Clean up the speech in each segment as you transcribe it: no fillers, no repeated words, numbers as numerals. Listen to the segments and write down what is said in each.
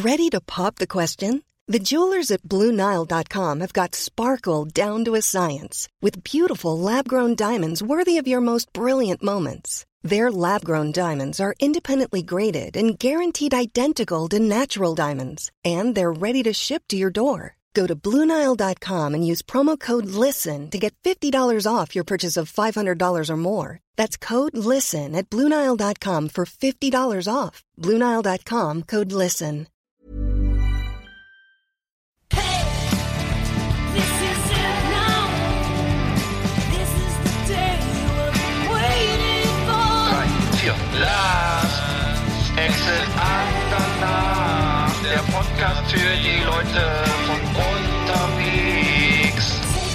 Ready to pop the question? The jewelers at BlueNile.com have got sparkle down to a science with beautiful lab-grown diamonds worthy of your most brilliant moments. Their lab-grown diamonds are independently graded and guaranteed identical to natural diamonds, and they're ready to ship to your door. Go to BlueNile.com and use promo code LISTEN to get $50 off your purchase of $500 or more. That's code LISTEN at BlueNile.com for $50 off. BlueNile.com, code LISTEN. Last Exit Andernach, der Podcast für die Leute von unterwegs.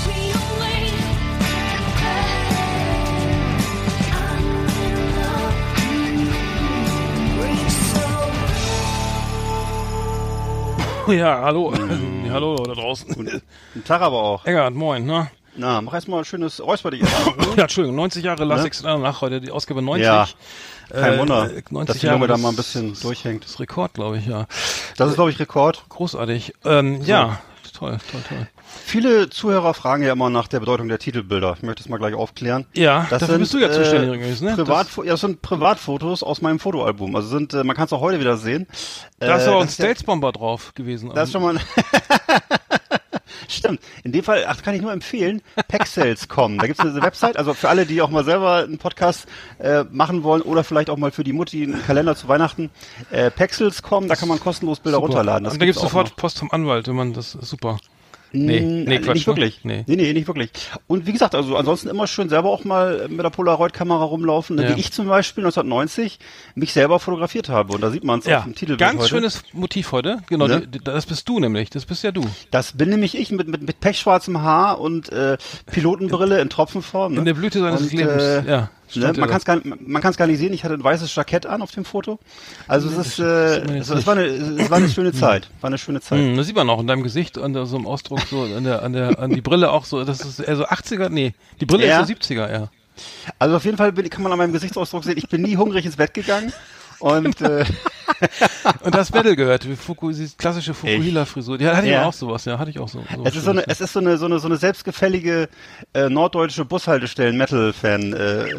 Ja, hallo. Hallo da draußen. Guten Tag aber auch. Eggert, moin, ne? Na, mach erstmal ein schönes Räusper dich. Ja, Entschuldigung, 90 Jahre Last Exit Andernach, heute die Ausgabe 90. Ja, kein Wunder, 90 dass die Jahre Lunge da mal ein bisschen durchhängt. Das ist Rekord, glaube ich, ja. Das ist, glaube ich, Rekord. Großartig. Ja, toll. Viele Zuhörer fragen ja immer nach der Bedeutung der Titelbilder. Ich möchte es mal gleich aufklären. Ja, dafür bist du ja zuständig gewesen, ne? Das sind Privatfotos aus meinem Fotoalbum. Also man kann es auch heute wieder sehen. Da ist aber ein Stelzbomber drauf gewesen. Da ist schon mal Stimmt. In dem Fall, kann ich nur empfehlen, Pexels.com. Da gibt es eine Website, also für alle, die auch mal selber einen Podcast machen wollen oder vielleicht auch mal für die Mutti einen Kalender zu Weihnachten. Pexels.com, da kann man kostenlos Bilder runterladen. Und da gibt es sofort Post vom Anwalt, wenn man das super. Nee, Quatsch, nicht wirklich. Nee, nicht wirklich. Und wie gesagt, also ansonsten immer schön selber auch mal mit der Polaroid-Kamera rumlaufen, wie ich zum Beispiel 1990 mich selber fotografiert habe. Und da sieht man es auf dem Titelbild ganz heute. Schönes Motiv heute. Genau, ne? Das bist du nämlich. Das bist ja du. Das bin nämlich ich mit pechschwarzem Haar und Pilotenbrille in Tropfenform. Ne? In der Blüte seines Lebens, ja. Ne? Man kann es gar nicht sehen. Ich hatte ein weißes Jackett an auf dem Foto. Also es war eine schöne Zeit. War eine schöne Zeit. Das sieht man auch in deinem Gesicht, an so einem Ausdruck, so an die Brille auch so. Das ist eher so 80er, nee, die Brille ist so 70er, ja. Also auf jeden Fall kann man an meinem Gesichtsausdruck sehen, ich bin nie hungrig ins Bett gegangen. Und und das Battle gehört, die klassische Fukuhila-Frisur. Die hatte ich auch sowas, ja, hatte ich auch so. Es ist so eine selbstgefällige norddeutsche Bushaltestellen-Metal-Fan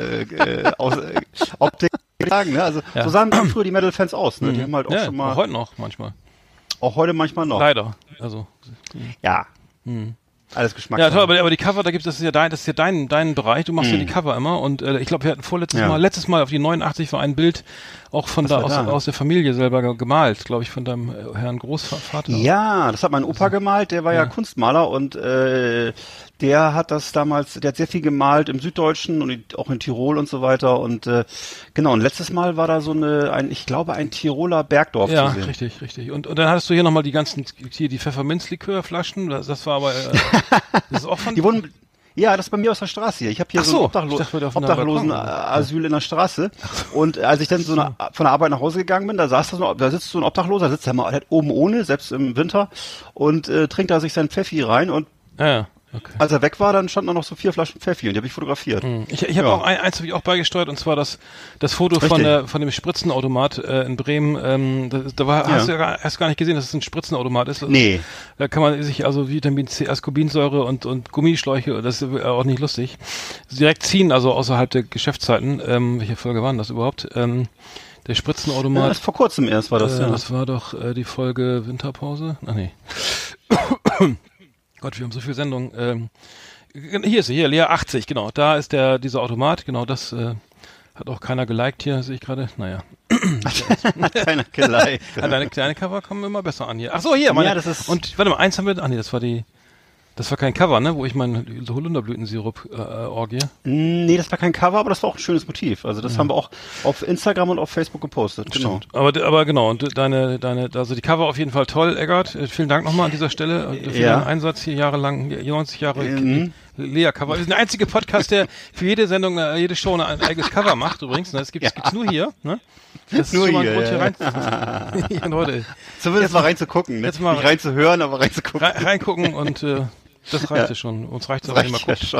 Optik sagen, ne? Also so sahen früher die Metal-Fans aus, ne? Die haben halt auch schon mal. Auch heute noch manchmal. Auch heute manchmal noch. Leider. Also. Ja. Alles Geschmackssache. Ja, toll, aber die Cover, das ist ja dein Bereich. Du machst ja die Cover immer und ich glaube, wir hatten letztes Mal auf die 89 war ein Bild auch von aus der Familie selber gemalt, glaube ich, von deinem Herrn Großvater. Ja, das hat mein Opa gemalt, der war ja Kunstmaler und der hat sehr viel gemalt im Süddeutschen und auch in Tirol und so weiter und genau, und letztes Mal war da ich glaube ein Tiroler Bergdorf zu sehen. Ja, richtig. Und dann hattest du hier nochmal die Pfefferminzlikörflaschen, das war aber das ist auch von... Die wurden... Ja, das ist bei mir aus der Straße hier. Ich habe hier so ein Obdachlosen-Asyl in der Straße. Und als ich dann von der Arbeit nach Hause gegangen bin, da sitzt so ein Obdachloser, sitzt halt oben ohne, selbst im Winter, und trinkt da sich sein Pfeffi rein und okay. Als er weg war, dann standen noch so 4 Flaschen Pfeffi und die habe ich fotografiert. Ich habe auch eins habe ich auch beigesteuert und zwar das Foto von dem Spritzenautomat in Bremen. Hast du erst gar nicht gesehen, dass es ein Spritzenautomat ist. Nee. Da kann man sich also Vitamin C, Ascorbinsäure und Gummischläuche, das ist auch nicht lustig, direkt ziehen, also außerhalb der Geschäftszeiten. Welche Folge war denn das überhaupt? Der Spritzenautomat. Ja, das vor kurzem erst war das. Das war doch die Folge Winterpause. Ach nee. Gott, wir haben so viel Sendungen. Hier ist sie, Lea 80, genau. Da ist dieser Automat, genau, das hat auch keiner geliked hier, sehe ich gerade. Naja. Hat keiner geliked. Deine kleine Cover kommen immer besser an hier. Ach so, hier, meine. Ja, das ist. Und warte mal, eins haben wir. Ach nee, das war kein Cover, ne? Wo ich meinen Holunderblütensirup orgie. Nee, das war kein Cover, aber das war auch ein schönes Motiv. Also das haben wir auch auf Instagram und auf Facebook gepostet. Genau. Aber genau, und also die Cover auf jeden Fall toll, Eggert. Vielen Dank nochmal an dieser Stelle für deinen Einsatz hier jahrelang, 90 Jahre Lea-Cover. Wir sind der einzige Podcast, der für jede Sendung, jede Show ein eigenes Cover macht übrigens. Das gibt's nur hier, ne? Das nur ist schon hier, mal ein Grund, hier rein. Leute. Zumindest mal reinzugucken, ne? Jetzt mal nicht reinzuhören, aber reinzugucken. Reingucken und das reicht ja schon. Uns reicht es, wenn man guckt.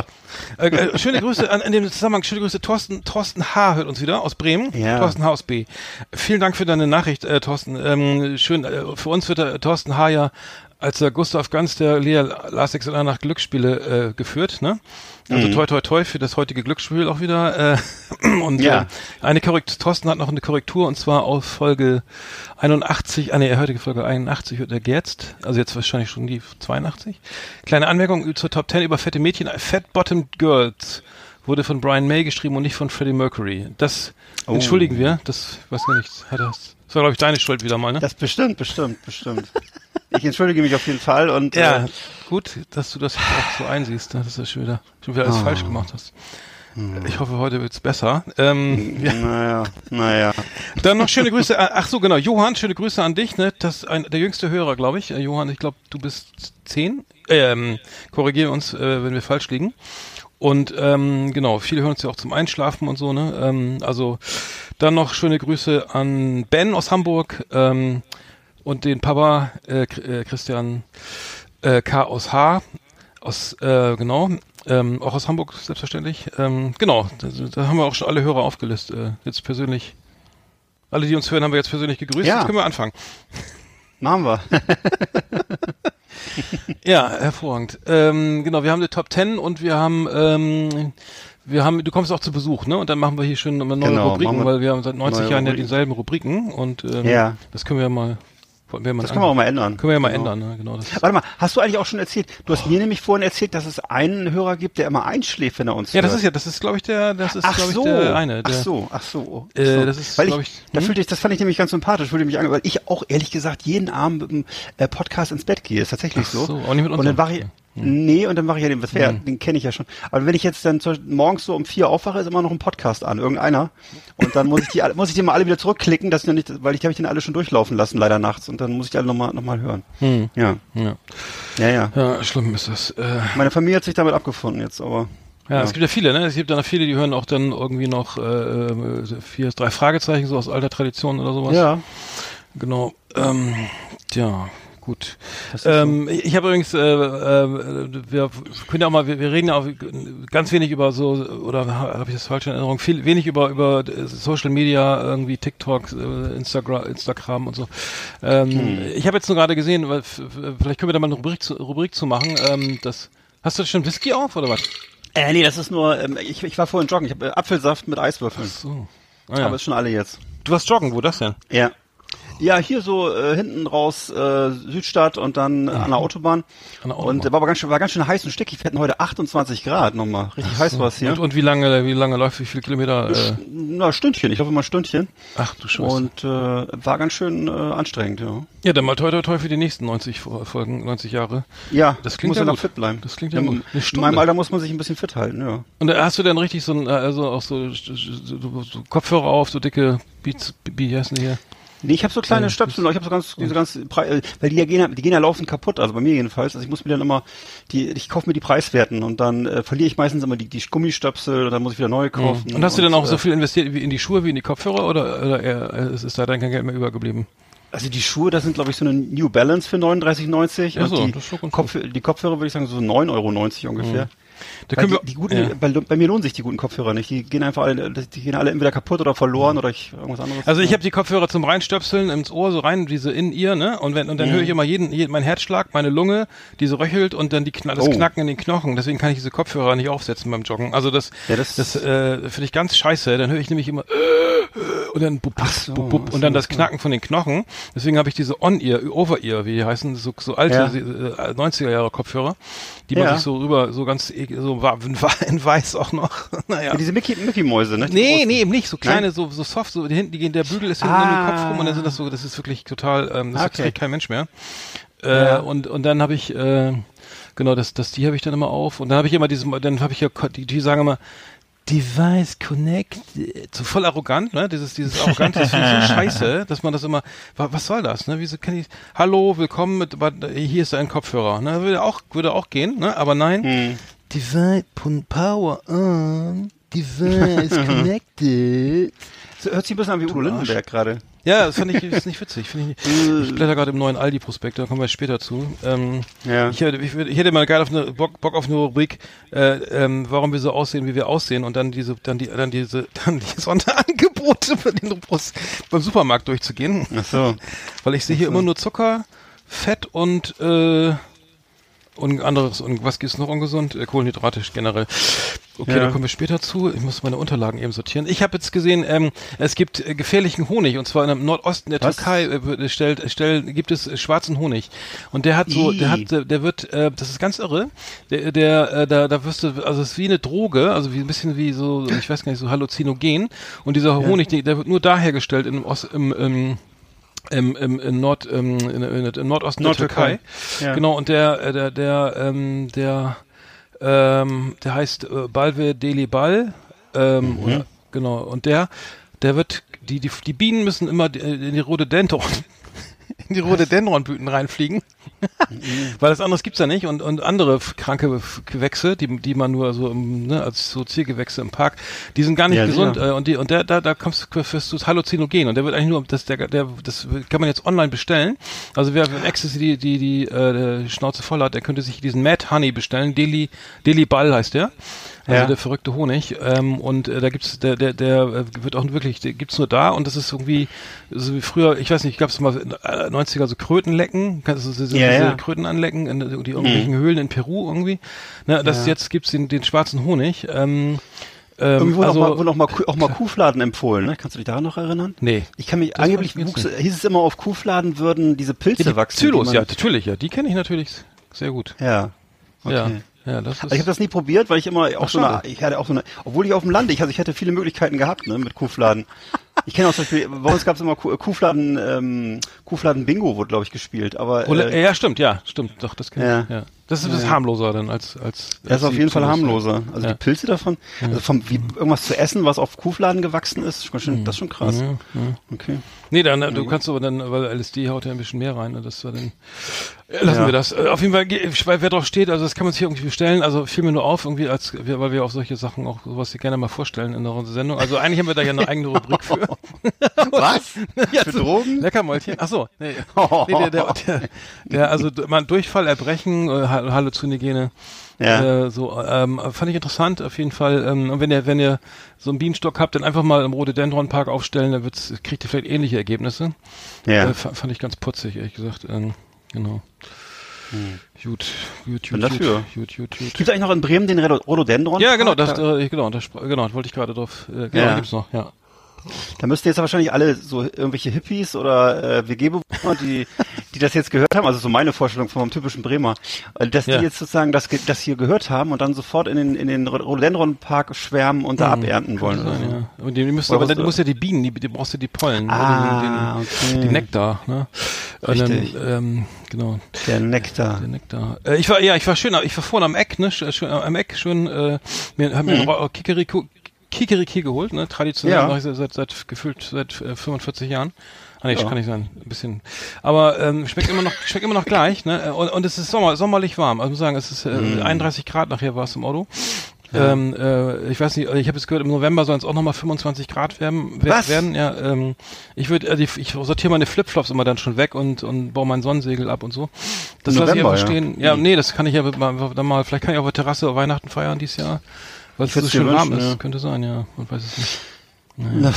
Schöne Grüße, in dem Zusammenhang, schöne Grüße, Thorsten H. hört uns wieder aus Bremen. Ja. Thorsten H. aus B. Vielen Dank für deine Nachricht, Thorsten. Schön, für uns wird der Thorsten H. ja als der Gustav Ganz der Lea Lasix in nach Glücksspiele geführt, ne? Also toi toi toi für das heutige Glücksspiel auch wieder. Und eine Korrektur, Thorsten hat noch eine Korrektur, und zwar auf Folge 81, heutige Folge 81 wird er geätzt, also jetzt wahrscheinlich schon die 82. Kleine Anmerkung zur Top 10 über fette Mädchen. Fat Bottomed Girls wurde von Brian May geschrieben und nicht von Freddie Mercury. Das entschuldigen wir, das weiß gar nichts. Das war, glaube ich, deine Schuld wieder mal, ne? Das bestimmt. Ich entschuldige mich auf jeden Fall und gut, dass du das auch so einsiehst, dass du schon wieder alles falsch gemacht hast. Ich hoffe, heute wird's besser. Naja. Dann noch schöne Grüße. Ach so, genau. Johann, schöne Grüße an dich. Ne? Das ist der jüngste Hörer, glaube ich. Johann, ich glaube, du bist 10. Korrigiere uns, wenn wir falsch liegen. Und genau, viele hören uns ja auch zum Einschlafen und so. Ne? Also dann noch schöne Grüße an Ben aus Hamburg und den Papa Christian K. aus H. Genau. Auch aus Hamburg, selbstverständlich. Genau, da haben wir auch schon alle Hörer aufgelistet. Jetzt persönlich, alle, die uns hören, haben wir jetzt persönlich gegrüßt. Jetzt können wir anfangen. Machen wir. Ja, hervorragend. Genau, wir haben eine Top 10 und wir haben, du kommst auch zu Besuch, ne? Und dann machen wir hier schon neue Rubriken, weil wir haben seit 90 Jahren ja dieselben Rubriken und das können wir ja mal... Das können wir auch mal ändern. Können wir ja mal ändern, ne? Genau. Warte mal, hast du eigentlich auch schon erzählt, du hast mir nämlich vorhin erzählt, dass es einen Hörer gibt, der immer einschläft, wenn er uns hört. Das ist glaube ich der eine. Ach so. Das ist, glaube ich. Das fand ich nämlich ganz sympathisch, fühlte mich an, weil ich auch ehrlich gesagt jeden Abend mit dem Podcast ins Bett gehe, ist tatsächlich so. Auch nicht mit uns. Und dann war ich, und dann mache ich ja den kenne ich ja schon. Aber wenn ich jetzt dann morgens so um 4 aufwache, ist immer noch ein Podcast an, irgendeiner. Und dann muss ich die mal alle wieder zurückklicken, dass ich noch nicht, weil die habe ich den alle schon durchlaufen lassen, leider nachts. Und dann muss ich die alle nochmal hören. Ja, schlimm ist das. Meine Familie hat sich damit abgefunden jetzt, aber. Ja, es gibt ja viele, ne? Es gibt dann viele, die hören auch dann irgendwie noch 3 Fragezeichen, so aus alter Tradition oder sowas. Ja. Genau. Gut. Ich habe übrigens, wir können ja auch mal, wir reden ja auch ganz wenig über so, oder habe ich das falsch in Erinnerung, wenig über Social Media, irgendwie TikTok, Instagram und so. Ich habe jetzt nur gerade gesehen, weil, vielleicht können wir da mal eine Rubrik zu machen. Hast du schon Whisky auf, oder was? Nee, das ist nur, ich war vorhin joggen, ich habe Apfelsaft mit Eiswürfeln. Ach so. Aber ist schon alle jetzt. Du warst joggen, wo das denn? Ja, hier so hinten raus Südstadt und dann an der Autobahn. Und war aber ganz schön heiß und stickig. Wir hatten heute 28 Grad nochmal. Richtig heiß war es hier. Und wie lange läuft, wie viele Kilometer? Stündchen. Ich laufe immer ein Stündchen. Ach du Scheiße. Und war ganz schön anstrengend, ja. Ja, dann mal toi toi toi für die nächsten 90 Folgen, 90 Jahre. Ja, das klingt ja gut. Fit bleiben. Das klingt ja gut. In meinem Alter muss man sich ein bisschen fit halten, ja. Und hast du denn richtig so so Kopfhörer auf, so dicke Beats, wie heißen die hier? Nee, ich habe so kleine Stöpsel noch, ich habe so weil die gehen ja laufend kaputt, also bei mir jedenfalls. Also ich muss mir dann immer ich kaufe mir die preiswerten und dann verliere ich meistens immer die Gummistöpsel und dann muss ich wieder neue kaufen. Und hast du dann auch so viel investiert wie in die Schuhe wie in die Kopfhörer oder ist da dann kein Geld mehr übergeblieben? Also die Schuhe, das sind glaube ich so eine New Balance für 39,90 und die Kopfhörer würde ich sagen so 9,90 € ungefähr. Bei mir lohnen sich die guten Kopfhörer nicht. Die gehen einfach alle entweder kaputt oder verloren oder irgendwas anderes. Also ich habe die Kopfhörer zum Reinstöpseln ins Ohr, so rein, diese in ihr, ne? Und dann höre ich immer mein Herzschlag, meine Lunge, die so röchelt und dann das Knacken in den Knochen. Deswegen kann ich diese Kopfhörer nicht aufsetzen beim Joggen. Also das finde ich ganz scheiße. Dann höre ich nämlich immer und dann bup, und dann das Knacken von den Knochen. Deswegen habe ich diese On-Ear, Over-Ear, wie die heißen, so alte 90er Jahre Kopfhörer, die man sich so rüber, so ganz so in weiß auch noch. Naja. Ja, diese Mickey-Mäuse, ne? Nee, eben nicht. So kleine, so soft, so der Bügel ist hinten um den Kopf rum und dann sind das ist wirklich total, das trägt kein Mensch mehr. Und dann habe ich, genau, die habe ich dann immer auf und dann habe ich immer die sagen immer, Device Connect, so voll arrogant, ne? Dieses arrogante, das finde ich so scheiße, dass man das immer, was soll das, ne? Wieso kann ich, hallo, willkommen hier ist ein Kopfhörer, ne? Würde auch gehen, ne? Aber nein. Device Power on, Device Connected. So, hört sich ein bisschen an wie Udo Lindenberg gerade. Ja, das fand ich ist nicht witzig. Ich blätter gerade im neuen Aldi-Prospekt, da kommen wir später zu. Ich hätte mal geil Bock auf eine Rubrik, warum wir so aussehen, wie wir aussehen, und dann die Sonderangebote beim Supermarkt durchzugehen. Ach so. Weil ich sehe hier immer nur Zucker, Fett und anderes. Und was gibt's noch ungesund? Kohlenhydrate generell. Okay, da kommen wir später zu. Ich muss meine Unterlagen eben sortieren. Ich habe jetzt gesehen, es gibt gefährlichen Honig, und zwar im Nordosten der Türkei gibt es schwarzen Honig. Und der wird, das ist ganz irre. Da wirst du, also es ist wie eine Droge, also ein bisschen wie so, ich weiß gar nicht, so halluzinogen. Und dieser Honig, der wird nur da hergestellt im Nordosten der Türkei. Ja. Genau, und der heißt Balve Delibal, oder, genau, und der wird, die Bienen müssen immer in die Rhododendronblüten reinfliegen. Weil das anderes gibt's ja nicht, und andere kranke Gewächse, die man nur so als so Ziergewächse im Park, die sind gar nicht gesund, und da wirst du halluzinogen, und der wird eigentlich nur, das kann man jetzt online bestellen. Also wer Ecstasy die Schnauze voll hat, der könnte sich diesen Mad Honey bestellen. Delibal heißt der. Also der verrückte Honig, und da gibt's, der wird auch wirklich, der gibt's nur da, und das ist irgendwie so wie früher, ich weiß nicht, gab's mal 90er so Krötenlecken, kannst du diese Kröten anlecken, die irgendwelchen Höhlen in Peru irgendwie. Ne, jetzt gibt's den schwarzen Honig. Irgendwo wo noch mal Kuhfladen empfohlen, ne? Kannst du dich daran noch erinnern? Nee. Ich kann mich, angeblich hieß es immer, auf Kuhfladen würden diese Pilze wachsen. Xylos, natürlich, die kenne ich natürlich sehr gut. Ja. Okay. Ja, das ist. Also ich habe das nie probiert, weil ich immer auch ich hatte auch so eine, obwohl ich auf dem Land, ich hätte viele Möglichkeiten gehabt, ne, mit Kuhfladen. Ich kenne auch zum Beispiel, bei uns gab es immer Kuhfladen Bingo wurde, glaube ich, gespielt, aber. Ja, stimmt, doch, das kenne ich. Ja. Das ist harmloser dann als das ist auf jeden Fall harmloser. Also die Pilze davon, also wie irgendwas zu essen, was auf Kuhfladen gewachsen ist, das ist schon krass. Ja. Okay. Nee, du kannst aber dann, weil LSD haut ja ein bisschen mehr rein, ne, das war dann, lassen wir das. Auf jeden Fall, wer drauf steht, also das kann man sich irgendwie bestellen, also fiel mir nur auf, irgendwie, weil wir auch solche Sachen auch sowas gerne mal vorstellen in unserer Sendung. Also eigentlich haben wir da ja eine eigene Rubrik für. Was? Für Drogen? Leckermäulchen? Ach so, nee. Also Durchfall, Erbrechen, Halluzinogene. Ja. Fand ich interessant, auf jeden Fall. Und wenn ihr so einen Bienenstock habt, dann einfach mal im Rhododendron-Park aufstellen, dann kriegt ihr vielleicht ähnliche Ergebnisse. Ja. Fand ich ganz putzig, ehrlich gesagt. Genau. Gut. Bin dafür. Gut. Gibt es eigentlich noch in Bremen den Rhododendron? Ja, genau, das wollte ich gerade drauf. Gibt's noch, ja. Da müssten jetzt wahrscheinlich alle so irgendwelche Hippies oder WG-Bewohner, die das jetzt gehört haben, also so meine Vorstellung von einem typischen Bremer, dass die jetzt sozusagen das hier gehört haben und dann sofort in den Rhododendron-Park schwärmen und da abernten wollen. Oder so. Ja. Und du musst ja die Bienen, die brauchst du die Pollen, den Nektar. Ne? Richtig. Genau. Der Nektar. Ich war vorhin am Eck, ne? Schön am Eck, haben mir Kikeriki geholt, ne? Traditionell mache ich seit gefühlt 45 Jahren. Kann nicht sein, ein bisschen. Aber schmeckt immer noch gleich, ne? Und es ist sommerlich warm. Also ich muss sagen, es ist 31 Grad nachher war es im Auto. Ja. Ich weiß nicht, ich habe jetzt gehört, im November sollen es auch nochmal 25 Grad werden. Ja, ich sortiere meine Flipflops immer dann schon weg und baue mein Sonnensegel ab und so. Das lasse ich einfach stehen. Ja, nee, das kann ich ja dann mal, vielleicht kann ich auf der Terrasse Weihnachten feiern dieses Jahr. Weil es so schön warm ist, könnte sein, ja. Man weiß es nicht. Naja.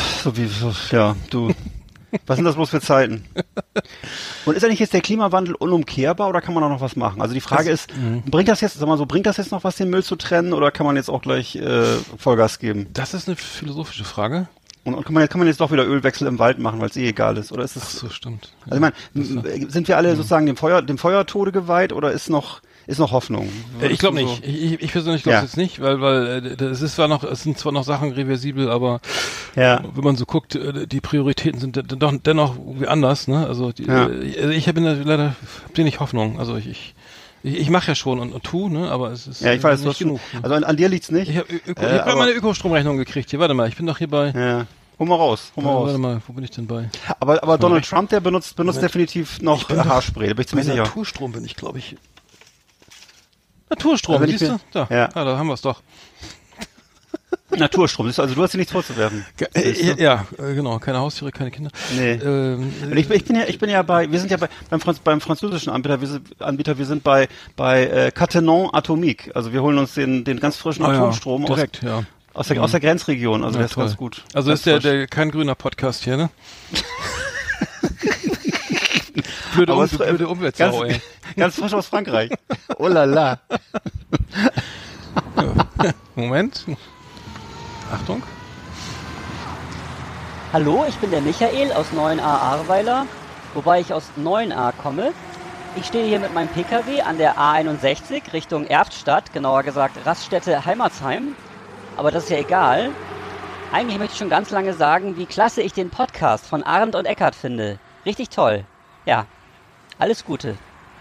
Was sind das bloß für Zeiten? Und ist eigentlich jetzt der Klimawandel unumkehrbar oder kann man auch noch was machen? Also die Frage ist, bringt das jetzt noch was, den Müll zu trennen, oder kann man jetzt auch gleich Vollgas geben? Das ist eine philosophische Frage. Und kann man jetzt doch wieder Ölwechsel im Wald machen, weil es egal ist? Oder ist es? Ach so, stimmt. Also ich meine, sind wir alle sozusagen dem Feuertode geweiht, oder ist noch Hoffnung? Ich glaube nicht. Ich persönlich glaube es jetzt nicht, weil es sind zwar noch Sachen reversibel, aber wenn man so guckt, die Prioritäten sind dennoch irgendwie anders, ne? Also ich habe leider wenig Hoffnung. Also ich mache ja schon und tu, ne? Aber es ist ich weiß, nicht genug. Ne? Also an dir liegt's nicht. Ich habe meine Ökostromrechnung gekriegt. Hier, warte mal, ich bin doch hier bei. Ja. Hol mal raus. Warte mal, wo bin ich denn bei? Aber Donald Trump, der benutzt definitiv noch Haarspray. Da bin ich ziemlich sicher. Naturstrom bin ich, glaube ich. Naturstrom, siehst du? Da haben wir es doch. Naturstrom, also du hast dir nichts vorzuwerfen. Ja, genau, keine Haustiere, keine Kinder. Nee. Ich bin ja wir sind ja beim französischen Anbieter, wir sind bei Cattenom Atomique. Also wir holen uns den ganz frischen Atomstrom direkt, aus der Grenzregion, also der ist ganz gut. Also ist der kein grüner Podcast hier, ne? blöde Umweltsau, ey. Ganz frisch aus Frankreich. Oh la la. Moment. Achtung. Hallo, ich bin der Michael aus 9a Ahrweiler, wobei ich aus 9a komme. Ich stehe hier mit meinem PKW an der A61 Richtung Erftstadt, genauer gesagt Raststätte Heimatsheim. Aber das ist ja egal. Eigentlich möchte ich schon ganz lange sagen, wie klasse ich den Podcast von Arndt und Eckart finde. Richtig toll. Ja, alles Gute.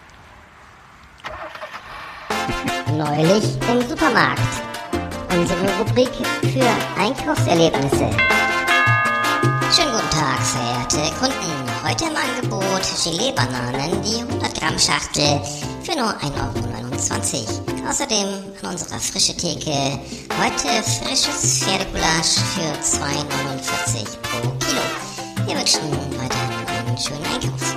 Neulich im Supermarkt. Unsere Rubrik für Einkaufserlebnisse. Schönen guten Tag, verehrte Kunden. Heute im Angebot Gelee-Bananen, die 100 Gramm Schachtel für nur 1,29 €. Außerdem an unserer frische Theke heute frisches Pferdegulasch für 2,49 € pro Kilo. Wir wünschen weiterhin einen schönen Einkauf.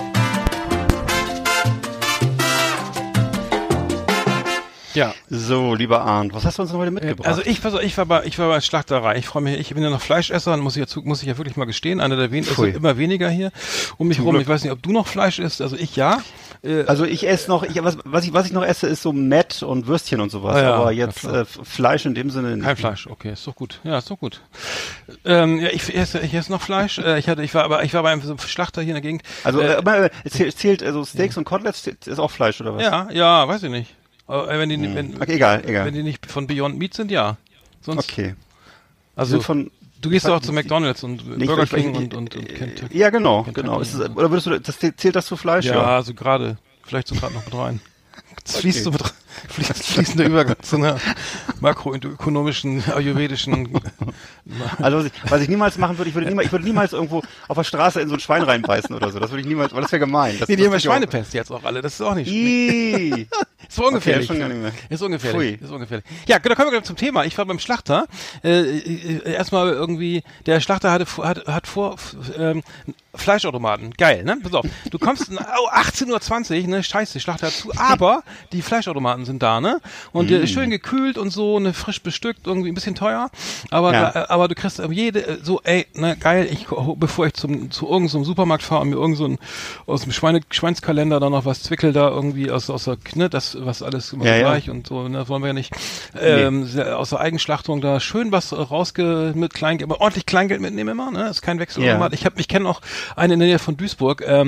Ja. So, lieber Arndt, was hast du uns denn heute mitgebracht? Also ich war bei Schlachterei. Ich freue mich, ich bin ja noch Fleischesser, muss ich ja wirklich mal gestehen. Einer der wenigen, ist immer weniger hier um mich rum. Ich weiß nicht, ob du noch Fleisch isst. Also ich ja. Also ich esse noch, was ich noch esse, ist so Mett und Würstchen und sowas. Aber jetzt Fleisch in dem Sinne nicht. Kein Fleisch, okay, ist doch gut. Ja, ist doch gut. Ich esse noch Fleisch. Ich war bei einem Schlachter hier in der Gegend. Also zählt also Steaks und Koteletts ist auch Fleisch oder was? Ja, weiß ich nicht. Wenn die, okay, egal. Wenn die nicht von Beyond Meat sind, ja. Sonst. Okay. Also du gehst auch zu McDonald's und Burger King und Kentucky. Ja, genau. Oder zählt das zu Fleisch? Ja, also vielleicht so gerade noch mit rein. Fließender Übergang zu einer makroökonomischen, ayurvedischen. Also was ich niemals machen würde, ich würde niemals irgendwo auf der Straße in so ein Schwein reinbeißen oder so. Das würde ich niemals, weil das wäre gemein. Die haben ja Schweinepest jetzt auch alle. Das ist auch nicht schlimm. Ist ungefährlich. Okay, ist ungefährlich. Ja, da kommen wir gleich zum Thema. Ich war beim Schlachter. Erstmal irgendwie, der Schlachter hat vor Fleischautomaten. Geil, ne? Pass auf. Du kommst 18:20 Uhr, ne? Scheiße, Schlachter hat zu. Aber die Fleischautomaten sind da, ne? Und schön gekühlt und so, ne, frisch bestückt, irgendwie ein bisschen teuer. Aber du kriegst geil, bevor ich zu irgendeinem Supermarkt fahre und mir aus dem Schweinskalender da noch was zwickel da irgendwie aus der, ne, das, was alles immer gleich und so, ne, das wollen wir ja nicht, aus der Eigenschlachtung da schön was mit Kleingeld, aber ordentlich Kleingeld mitnehmen immer, ne? Ist kein Wechselautomat. Ich kenne auch einen in der Nähe von Duisburg, so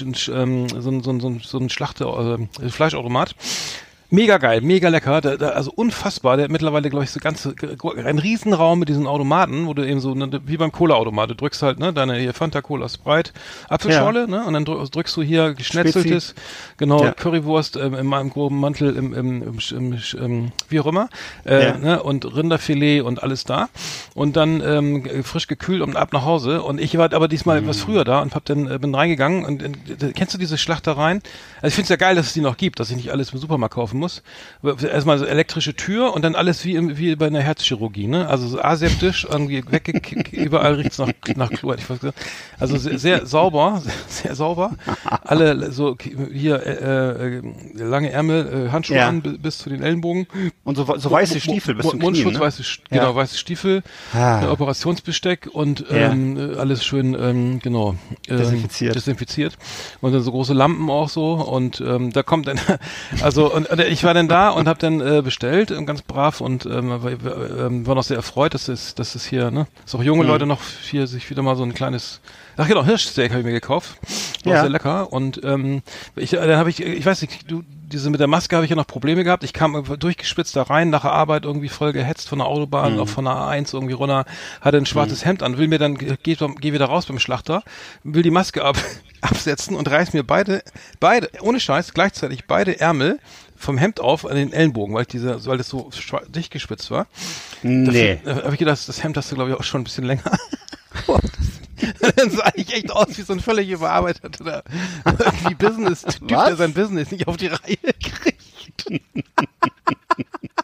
ein Fleischautomat. Mega geil, mega lecker, also unfassbar. Der hat mittlerweile, glaube ich, ein Riesenraum mit diesen Automaten, wo du eben so, wie beim Cola-Automat, du drückst halt, ne, deine hier Fanta Cola Sprite, Apfelschorle, ne, und dann drückst du hier geschnetzeltes, Currywurst in meinem groben Mantel, wie auch immer, ne, und Rinderfilet und alles da. Und dann frisch gekühlt und ab nach Hause. Und ich war aber diesmal etwas früher da und bin reingegangen und kennst du diese Schlachtereien? Also ich finde es ja geil, dass es die noch gibt, dass ich nicht alles im Supermarkt kaufen muss. Erstmal so elektrische Tür und dann alles wie bei einer Herzchirurgie, ne? Also so aseptisch, irgendwie überall riecht's nach Klo, hätte ich fast gesagt. Also sehr sauber, sehr sauber. Alle so hier lange Ärmel, Handschuhe an bis zu den Ellenbogen. Und so weiße Stiefel bis zum Knien, Mundschutz, ne? Weiße Stiefel, Operationsbesteck und alles schön, desinfiziert. Und dann so große Lampen auch so und da kommt dann, also und ich war dann da und habe dann bestellt, ganz brav und war noch sehr erfreut, dass es hier, ne, dass auch junge Leute noch hier sich wieder mal so ein kleines, Hirschsteak habe ich mir gekauft, war sehr lecker und dann habe ich weiß nicht, mit der Maske habe ich ja noch Probleme gehabt. Ich kam durchgespitzt da rein, nach der Arbeit irgendwie voll gehetzt von der Autobahn, auch von der A1 irgendwie runter, hatte ein schwarzes Hemd an, will mir dann, geh wieder raus beim Schlachter, will die Maske absetzen und reiß mir beide, ohne Scheiß, gleichzeitig beide Ärmel vom Hemd auf an den Ellenbogen, weil das so dicht gespitzt war. Nee. Da habe ich gedacht, das Hemd hast du, glaube ich, auch schon ein bisschen länger. Dann sah ich echt aus wie so ein völlig überarbeiteter irgendwie Business-Typ, der sein Business nicht auf die Reihe kriegt.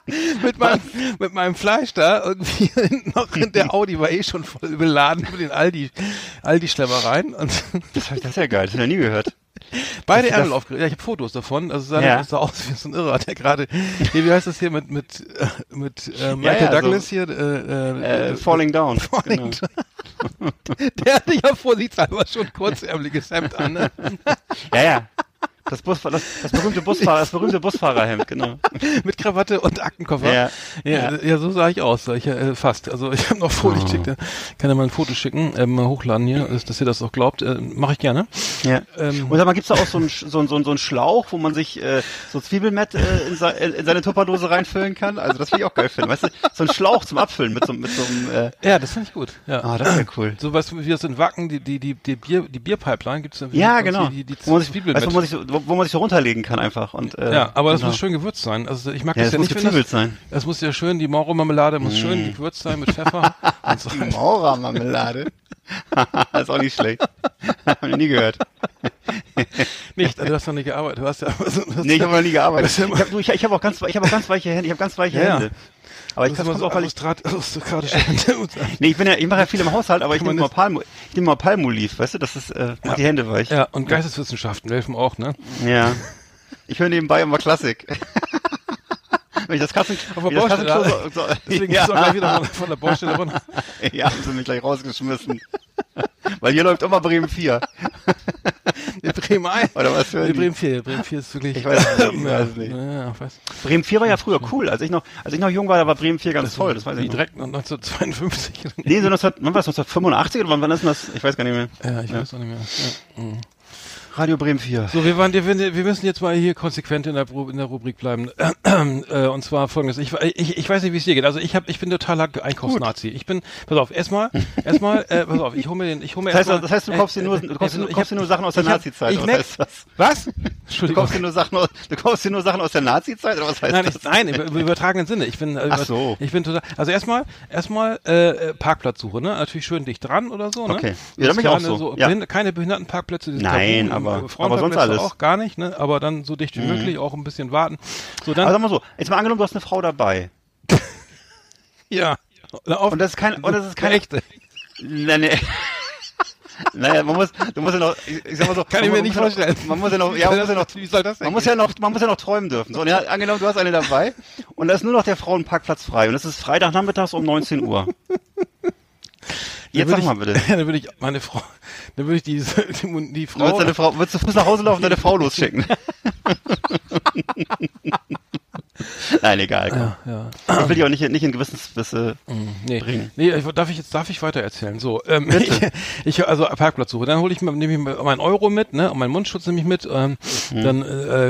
mit meinem Fleisch da irgendwie noch in der Audi war schon voll beladen mit den Aldi-Schleppereien. Das ist ja geil, das hab ich noch nie gehört. Beide Ärmel aufgerissen. Ja, ich habe Fotos davon. Also das sah aus wie so ein Irrer, der gerade, wie heißt das hier mit Michael Douglas hier? Falling Down. Falling Down. Der hatte ja vorsichtshalber schon kurzärmeliges Hemd an. Ne? Ja. Das berühmte Busfahrerhemd, genau. Mit Krawatte und Aktenkoffer. Ja, so sah ich aus, fast. Also ich habe noch Fotos geschickt, kann ja mal ein Foto schicken, mal hochladen hier, dass ihr das auch glaubt. Mache ich gerne. Ja. Und sag mal, gibt's da auch so einen Schlauch, wo man sich so Zwiebelmett in seine Tupperdose reinfüllen kann? Also das will ich auch geil finden. Weißt du, so ein Schlauch zum Abfüllen mit so einem ja, das finde ich gut. Ja. Ah, das ist ja cool. So was wie das in Wacken, die Bierpipeline gibt's dann. Ja, genau. Die Zwiebelmett. Wo man sich so runterlegen kann einfach. Und, ja, aber das muss schön gewürzt sein. Also ich mag das ja nicht, wenn das muss ja schön, die Mauro-Marmelade muss schön gewürzt sein mit Pfeffer. Und so. Die Mauro-Marmelade? Das ist auch nicht schlecht. Hab ich nie gehört. Nicht, du hast noch nie gearbeitet. Nee, ich habe noch nie gearbeitet. Ich habe auch ganz weiche Hände. Aber ich kann es auch, weil ich nee, ich mache ja viel im Haushalt, aber ich nehme mal Palmolive, weißt du, das ist macht die Hände weich. Ja, und Geisteswissenschaften helfen auch, ne? Ja. Ich höre nebenbei immer Klassik. Wenn ich das Kassenklo so, deswegen ist auch gleich wieder von der Baustelle runter. Ja, haben sie mich gleich rausgeschmissen. Weil hier läuft immer Bremen 4. Die Bremen 1. Oder was für die Bremen 4. Bremen 4 ist wirklich. Ich weiß es nicht. Ja, Bremen 4 war ja früher cool. Als ich noch jung war, da war Bremen 4 ganz toll. Das weiß ich noch. Direkt 1952. Nee, so 1985 oder wann ist denn das? Ich weiß gar nicht mehr. Ja, ich weiß auch nicht mehr. Ja. Radio Bremen 4. So, wir müssen jetzt mal hier konsequent in der Rubrik bleiben. Und zwar Folgendes. Ich weiß nicht, wie es dir geht. Also ich bin totaler Einkaufsnazi. Pass auf, erstmal, pass auf, ich hole mir das heißt, du kaufst dir nur Sachen aus der Nazi-Zeit, oder was heißt das? Was? Du kaufst dir nur Sachen aus der Nazi-Zeit, oder was heißt das? Nein, im übertragenen Sinne. Ich bin total, also erstmal Parkplatzsuche, ne? Natürlich schön dicht dran oder so, ne? Okay. Ja, dann auch so. Ja. Keine Behindertenparkplätze. Nein, aber sonst alles. Auch gar nicht, ne? Aber dann so dicht wie möglich, auch ein bisschen warten. So, dann. Aber sag mal so, jetzt mal angenommen, du hast eine Frau dabei. Ja. Und das ist keine echte. Naja, du musst ja noch, ich sag mal so. Kann ich mir nicht vorstellen. Man muss ja noch, wie soll das denn? Man muss ja noch träumen dürfen. So, und ja, angenommen, du hast eine dabei und da ist nur noch der Frauenparkplatz frei und es ist Freitagnachmittags um 19 Uhr. Jetzt sag mal bitte. Dann würde ich die Frau. Würdest du Fuß nach Hause laufen und deine Frau losschicken? Nein, egal. Ja. Ich will die auch nicht in Gewissensbisse bringen. Nee, darf ich weiter erzählen? So, also Parkplatzsuche. Dann nehme ich meinen Euro mit, ne, und meinen Mundschutz nehme ich mit. Dann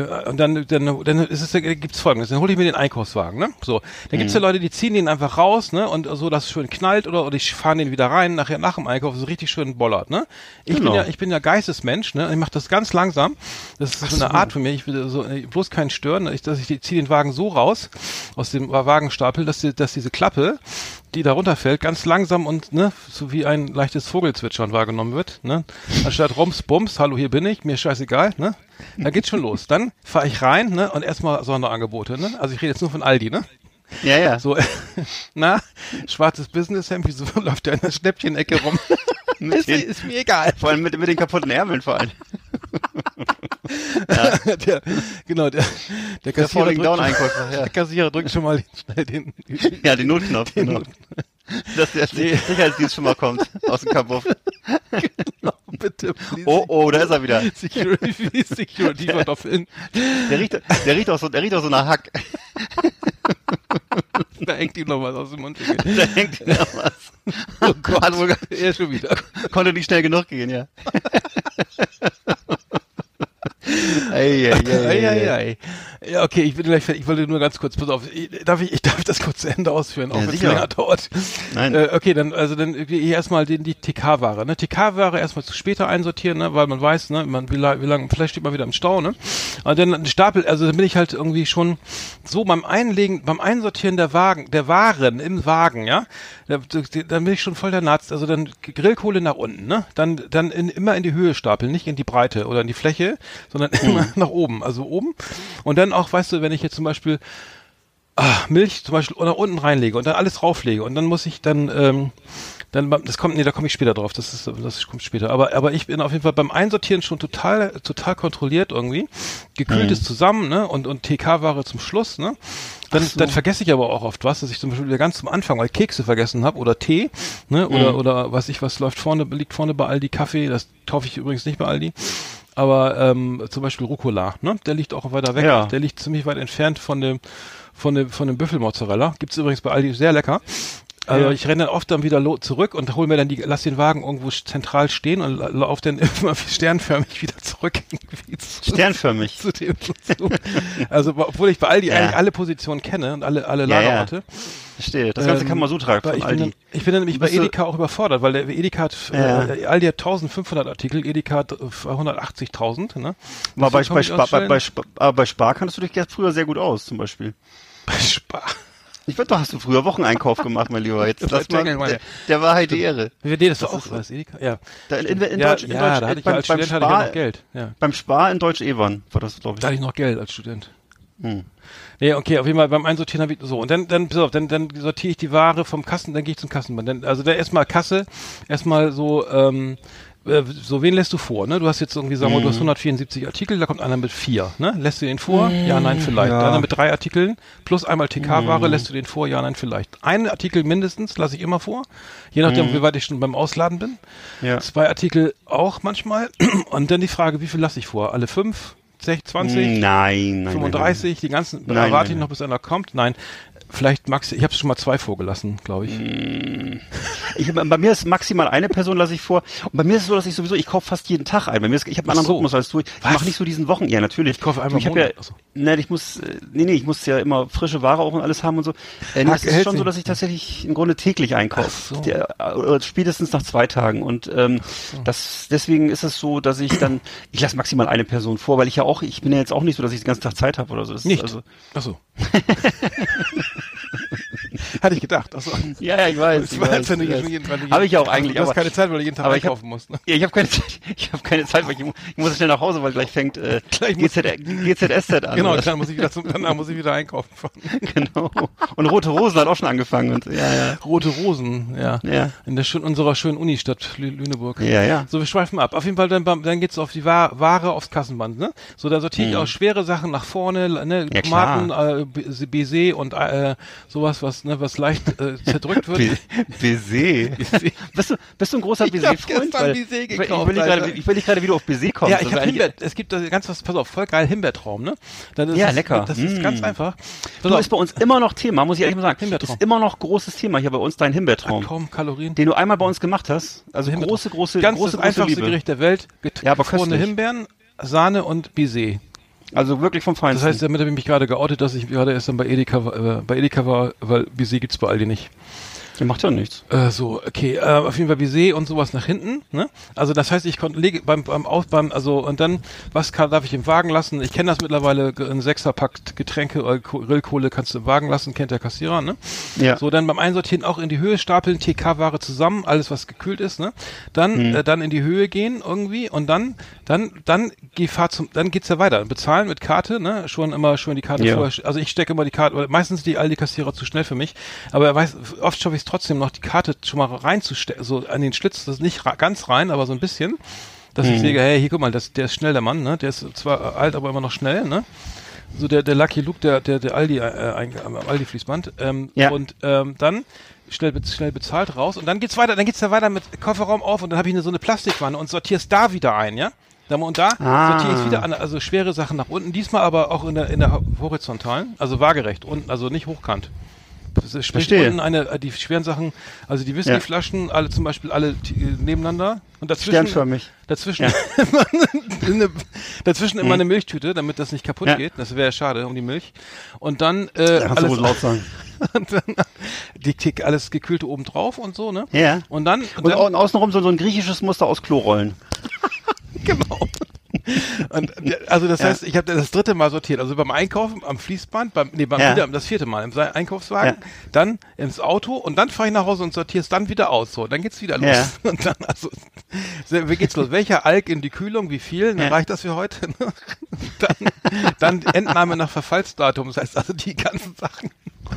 gibt's Folgendes. Dann hole ich mir den Einkaufswagen, ne? So, dann gibt's ja Leute, die ziehen den einfach raus, ne, und so, dass es schön knallt oder die fahren den wieder rein, nachher nach dem Einkauf so richtig schön bollert, ne? Ich bin ja Geistesmensch, ne? Ich mache das ganz langsam. Das ist so eine Art von mir. Ich will so bloß keinen stören. Ich ziehe den Wagen so raus aus dem Wagenstapel, dass diese Klappe, die da runterfällt, ganz langsam und ne, so wie ein leichtes Vogelzwitschern wahrgenommen wird, ne? Anstatt Rums, Bums, hallo, hier bin ich, mir scheißegal, ne? Da geht's schon los. Dann fahre ich rein, ne? Und erstmal Sonderangebote, ne? Also ich rede jetzt nur von Aldi, ne? Ja. So, schwarzes Businesshemd, wieso läuft der in der Schnäppchen-Ecke rum? ist mir egal. Vor allem mit den kaputten Ärmeln vor allem. Der Kassierer der Kassierer drückt schon mal schnell den Notknopf. Genau. Dass der Sicherheitsdienst schon mal kommt aus dem Kabuff. Genau, bitte. Oh, da ist er wieder. Security Kartoffeln. Der riecht auch so nach Hack. Da hängt ihm noch was aus dem Mund. Da hängt ihm noch was. Oh Gott, er schon wieder. Konnte nicht schnell genug gehen, ja. Ei. Ja, okay, ich bin gleich fertig. Ich wollte nur ganz kurz, pass auf, darf ich das kurz zu Ende ausführen, auch wenn es länger dauert? Nein. Okay, dann erstmal die TK-Ware, ne? TK-Ware erstmal zu später einsortieren, ne? Weil man weiß, ne? Wie lange, vielleicht steht man wieder im Stau, ne? Und dann Stapel, also dann bin ich halt irgendwie schon so beim Einsortieren der Waren im Wagen, ja? Dann bin ich schon voll der Nazi, also dann Grillkohle nach unten, ne? Dann immer in die Höhe stapeln, nicht in die Breite oder in die Fläche, sondern immer nach oben, also oben. Und dann auch, weißt du, wenn ich jetzt zum Beispiel Milch zum Beispiel nach unten reinlege und dann alles drauflege und dann muss ich dann da komme ich später drauf, das kommt später, aber ich bin auf jeden Fall beim Einsortieren schon total kontrolliert irgendwie, gekühltes zusammen, ne, und TK-Ware zum Schluss, ne, dann vergesse ich aber auch oft was, dass ich zum Beispiel wieder ganz zum Anfang mal Kekse vergessen habe oder Tee, ne, oder was liegt vorne bei Aldi, Kaffee, das kaufe ich übrigens nicht bei Aldi, aber zum Beispiel Rucola, ne, der liegt auch weiter weg, der liegt ziemlich weit entfernt von dem Büffelmozzarella, gibt's übrigens bei Aldi sehr lecker. Also ich renne dann oft dann wieder zurück und hole mir dann lass den Wagen irgendwo zentral stehen und laufe dann immer sternförmig wieder zurück. Sternförmig? Zu dem. Also obwohl ich bei Aldi eigentlich alle Positionen kenne und alle Lagerorte. Verstehe. Das ganze Kamasutra von Aldi. Ich bin dann nämlich bei Edeka auch überfordert, weil der Edeka hat, Aldi hat 1500 Artikel, Edeka hat 180.000, ne? Aber bei Spar kanntest du dich früher sehr gut aus, zum Beispiel. Bei Spar? Ich weiß, du hast früher Wocheneinkauf gemacht, mein Lieber. Jetzt lass mal, der Wahrheit die Ehre. Das war auch was, Edeka? Ja. Da hatte ich als Student hatte ich ja noch Geld. Ja. Beim Spar in Deutsch-Ewan war das, glaube ich. Da hatte ich noch Geld als Student. Nee, okay, auf jeden Fall beim Einsortieren habe ich so. Und dann sortiere ich die Ware vom Kassen, dann gehe ich zum Kassenband. Also da erstmal Kasse, erstmal so, wen lässt du vor, ne? Du hast jetzt irgendwie, sagen wir, du hast 174 Artikel, da kommt einer mit 4, ne? Lässt du den vor? Ja, nein, vielleicht. Ja. Einer mit 3 Artikeln, plus einmal TK-Ware, lässt du den vor? Ja, nein, vielleicht. Einen Artikel mindestens lasse ich immer vor, je nachdem, wie weit ich schon beim Ausladen bin. Ja. 2 Artikel auch manchmal. Und dann die Frage, wie viel lasse ich vor? Alle 5? 60, 20? Nein. 35? Die ganzen, erwarte ich noch, bis einer kommt? Nein. Vielleicht ich habe schon mal 2 vorgelassen, glaube ich. Bei mir ist maximal eine Person lasse ich vor. Und bei mir ist es so, dass ich kaufe fast jeden Tag ein. Ich habe einen anderen Rhythmus als du. Ich mache nicht so diesen Wochen. Ja, natürlich. Ich kaufe einmal ich muss ja immer frische Ware auch und alles haben und so. Es ist schon so, dass ich tatsächlich im Grunde täglich einkaufe. Oder spätestens nach 2 Tagen. Und deswegen ist es so, dass ich lasse maximal eine Person vor, weil ich bin ja jetzt auch nicht so, dass ich den ganzen Tag Zeit habe oder so. Achso. Hatte ich gedacht. Achso. Ja, ich weiß. Habe ich auch eigentlich. Du hast keine Zeit, weil du jeden Tag einkaufen musst. Ne? Ja, ich habe keine Zeit, weil ich muss schnell nach Hause, weil gleich fängt GZSZ an. Genau, danach muss ich wieder einkaufen fahren. Genau. Und Rote Rosen hat auch schon angefangen. Und, Rote Rosen, ja. In unserer schönen Unistadt Lüneburg. Ja. So, wir schweifen ab. Auf jeden Fall, dann geht's auf die Ware aufs Kassenband, ne? So, da sortiere ich auch schwere Sachen nach vorne, ne? Ja, Tomaten, Baiser und sowas, was leicht zerdrückt wird. Baiser? Bist du ein großer Baiser-Freund? Ich will nicht gerade wieder auf Baiser kommen. Ja, ich habe Himbeer. Es gibt pass auf, voll geil Himbeertraum, ne? Lecker. Das ist ganz einfach. Du ist bei uns immer noch Thema, muss ich ehrlich mal sagen. Himbeertraum. Ist immer noch großes Thema hier bei uns, dein Himbeertraum. Kaum Kalorien. Den du einmal bei uns gemacht hast. Also große das einfachste Liebe. Gericht der Welt. Aber gefrorene Himbeeren, Sahne und Baiser. Also wirklich vom Feinsten. Das heißt, damit habe ich mich gerade geoutet, dass ich gerade erst dann bei Edeka war, weil Baiser gibt's bei Aldi nicht. Der macht ja nichts. Okay, auf jeden Fall Baiser und sowas nach hinten, ne? Also das heißt, ich lege beim Ausbauen, und dann, darf ich im Wagen lassen? Ich kenne das mittlerweile, ein 6er-Pack Getränke oder Grillkohle kannst du im Wagen lassen, kennt der Kassierer, ne? Ja. So, dann beim Einsortieren auch in die Höhe stapeln, TK-Ware zusammen, alles was gekühlt ist, ne? Dann in die Höhe gehen irgendwie und dann geht's ja weiter. Bezahlen mit Karte, ne? Schon die Karte vorher, also ich stecke immer die Karte, oder meistens die Aldi-Kassierer zu schnell für mich, aber oft schaffe ich es trotzdem noch, die Karte schon mal reinzustecken, so an den Schlitz, das ist nicht ganz rein, aber so ein bisschen, dass ich sehe, hey, hier guck mal, der ist schnell, der Mann, ne? Der ist zwar alt, aber immer noch schnell, ne? So der Lucky Luke, der Aldi-Fließband, und dann schnell bezahlt raus und dann geht's ja weiter mit Kofferraum auf und dann habe ich so eine Plastikwanne und sortier's da wieder ein, ja? Und da sortiere ich wieder an, also schwere Sachen nach unten, diesmal aber auch in der horizontalen, also waagerecht unten, also nicht hochkant. Sprich unten die schweren Sachen, also die Whiskyflaschen, alle zum Beispiel alle nebeneinander und dazwischen immer eine Milchtüte, damit das nicht kaputt geht. Das wäre schade um die Milch. Und dann kannst du wohl laut sagen. Und dann alles gekühlte oben drauf und so, ne? Ja. Und dann außenrum so ein griechisches Muster aus Klorollen. Genau. Und also das heißt, ich habe das 3. Mal sortiert, also beim Einkaufen am Fließband, das 4. Mal im Einkaufswagen, dann ins Auto und dann fahre ich nach Hause und sortiere es dann wieder aus. So, dann geht's wieder los. Ja. Und dann wie geht's los? Welcher Alk in die Kühlung? Wie viel? Dann reicht das für heute. Dann Entnahme nach Verfallsdatum. Das heißt also die ganzen Sachen.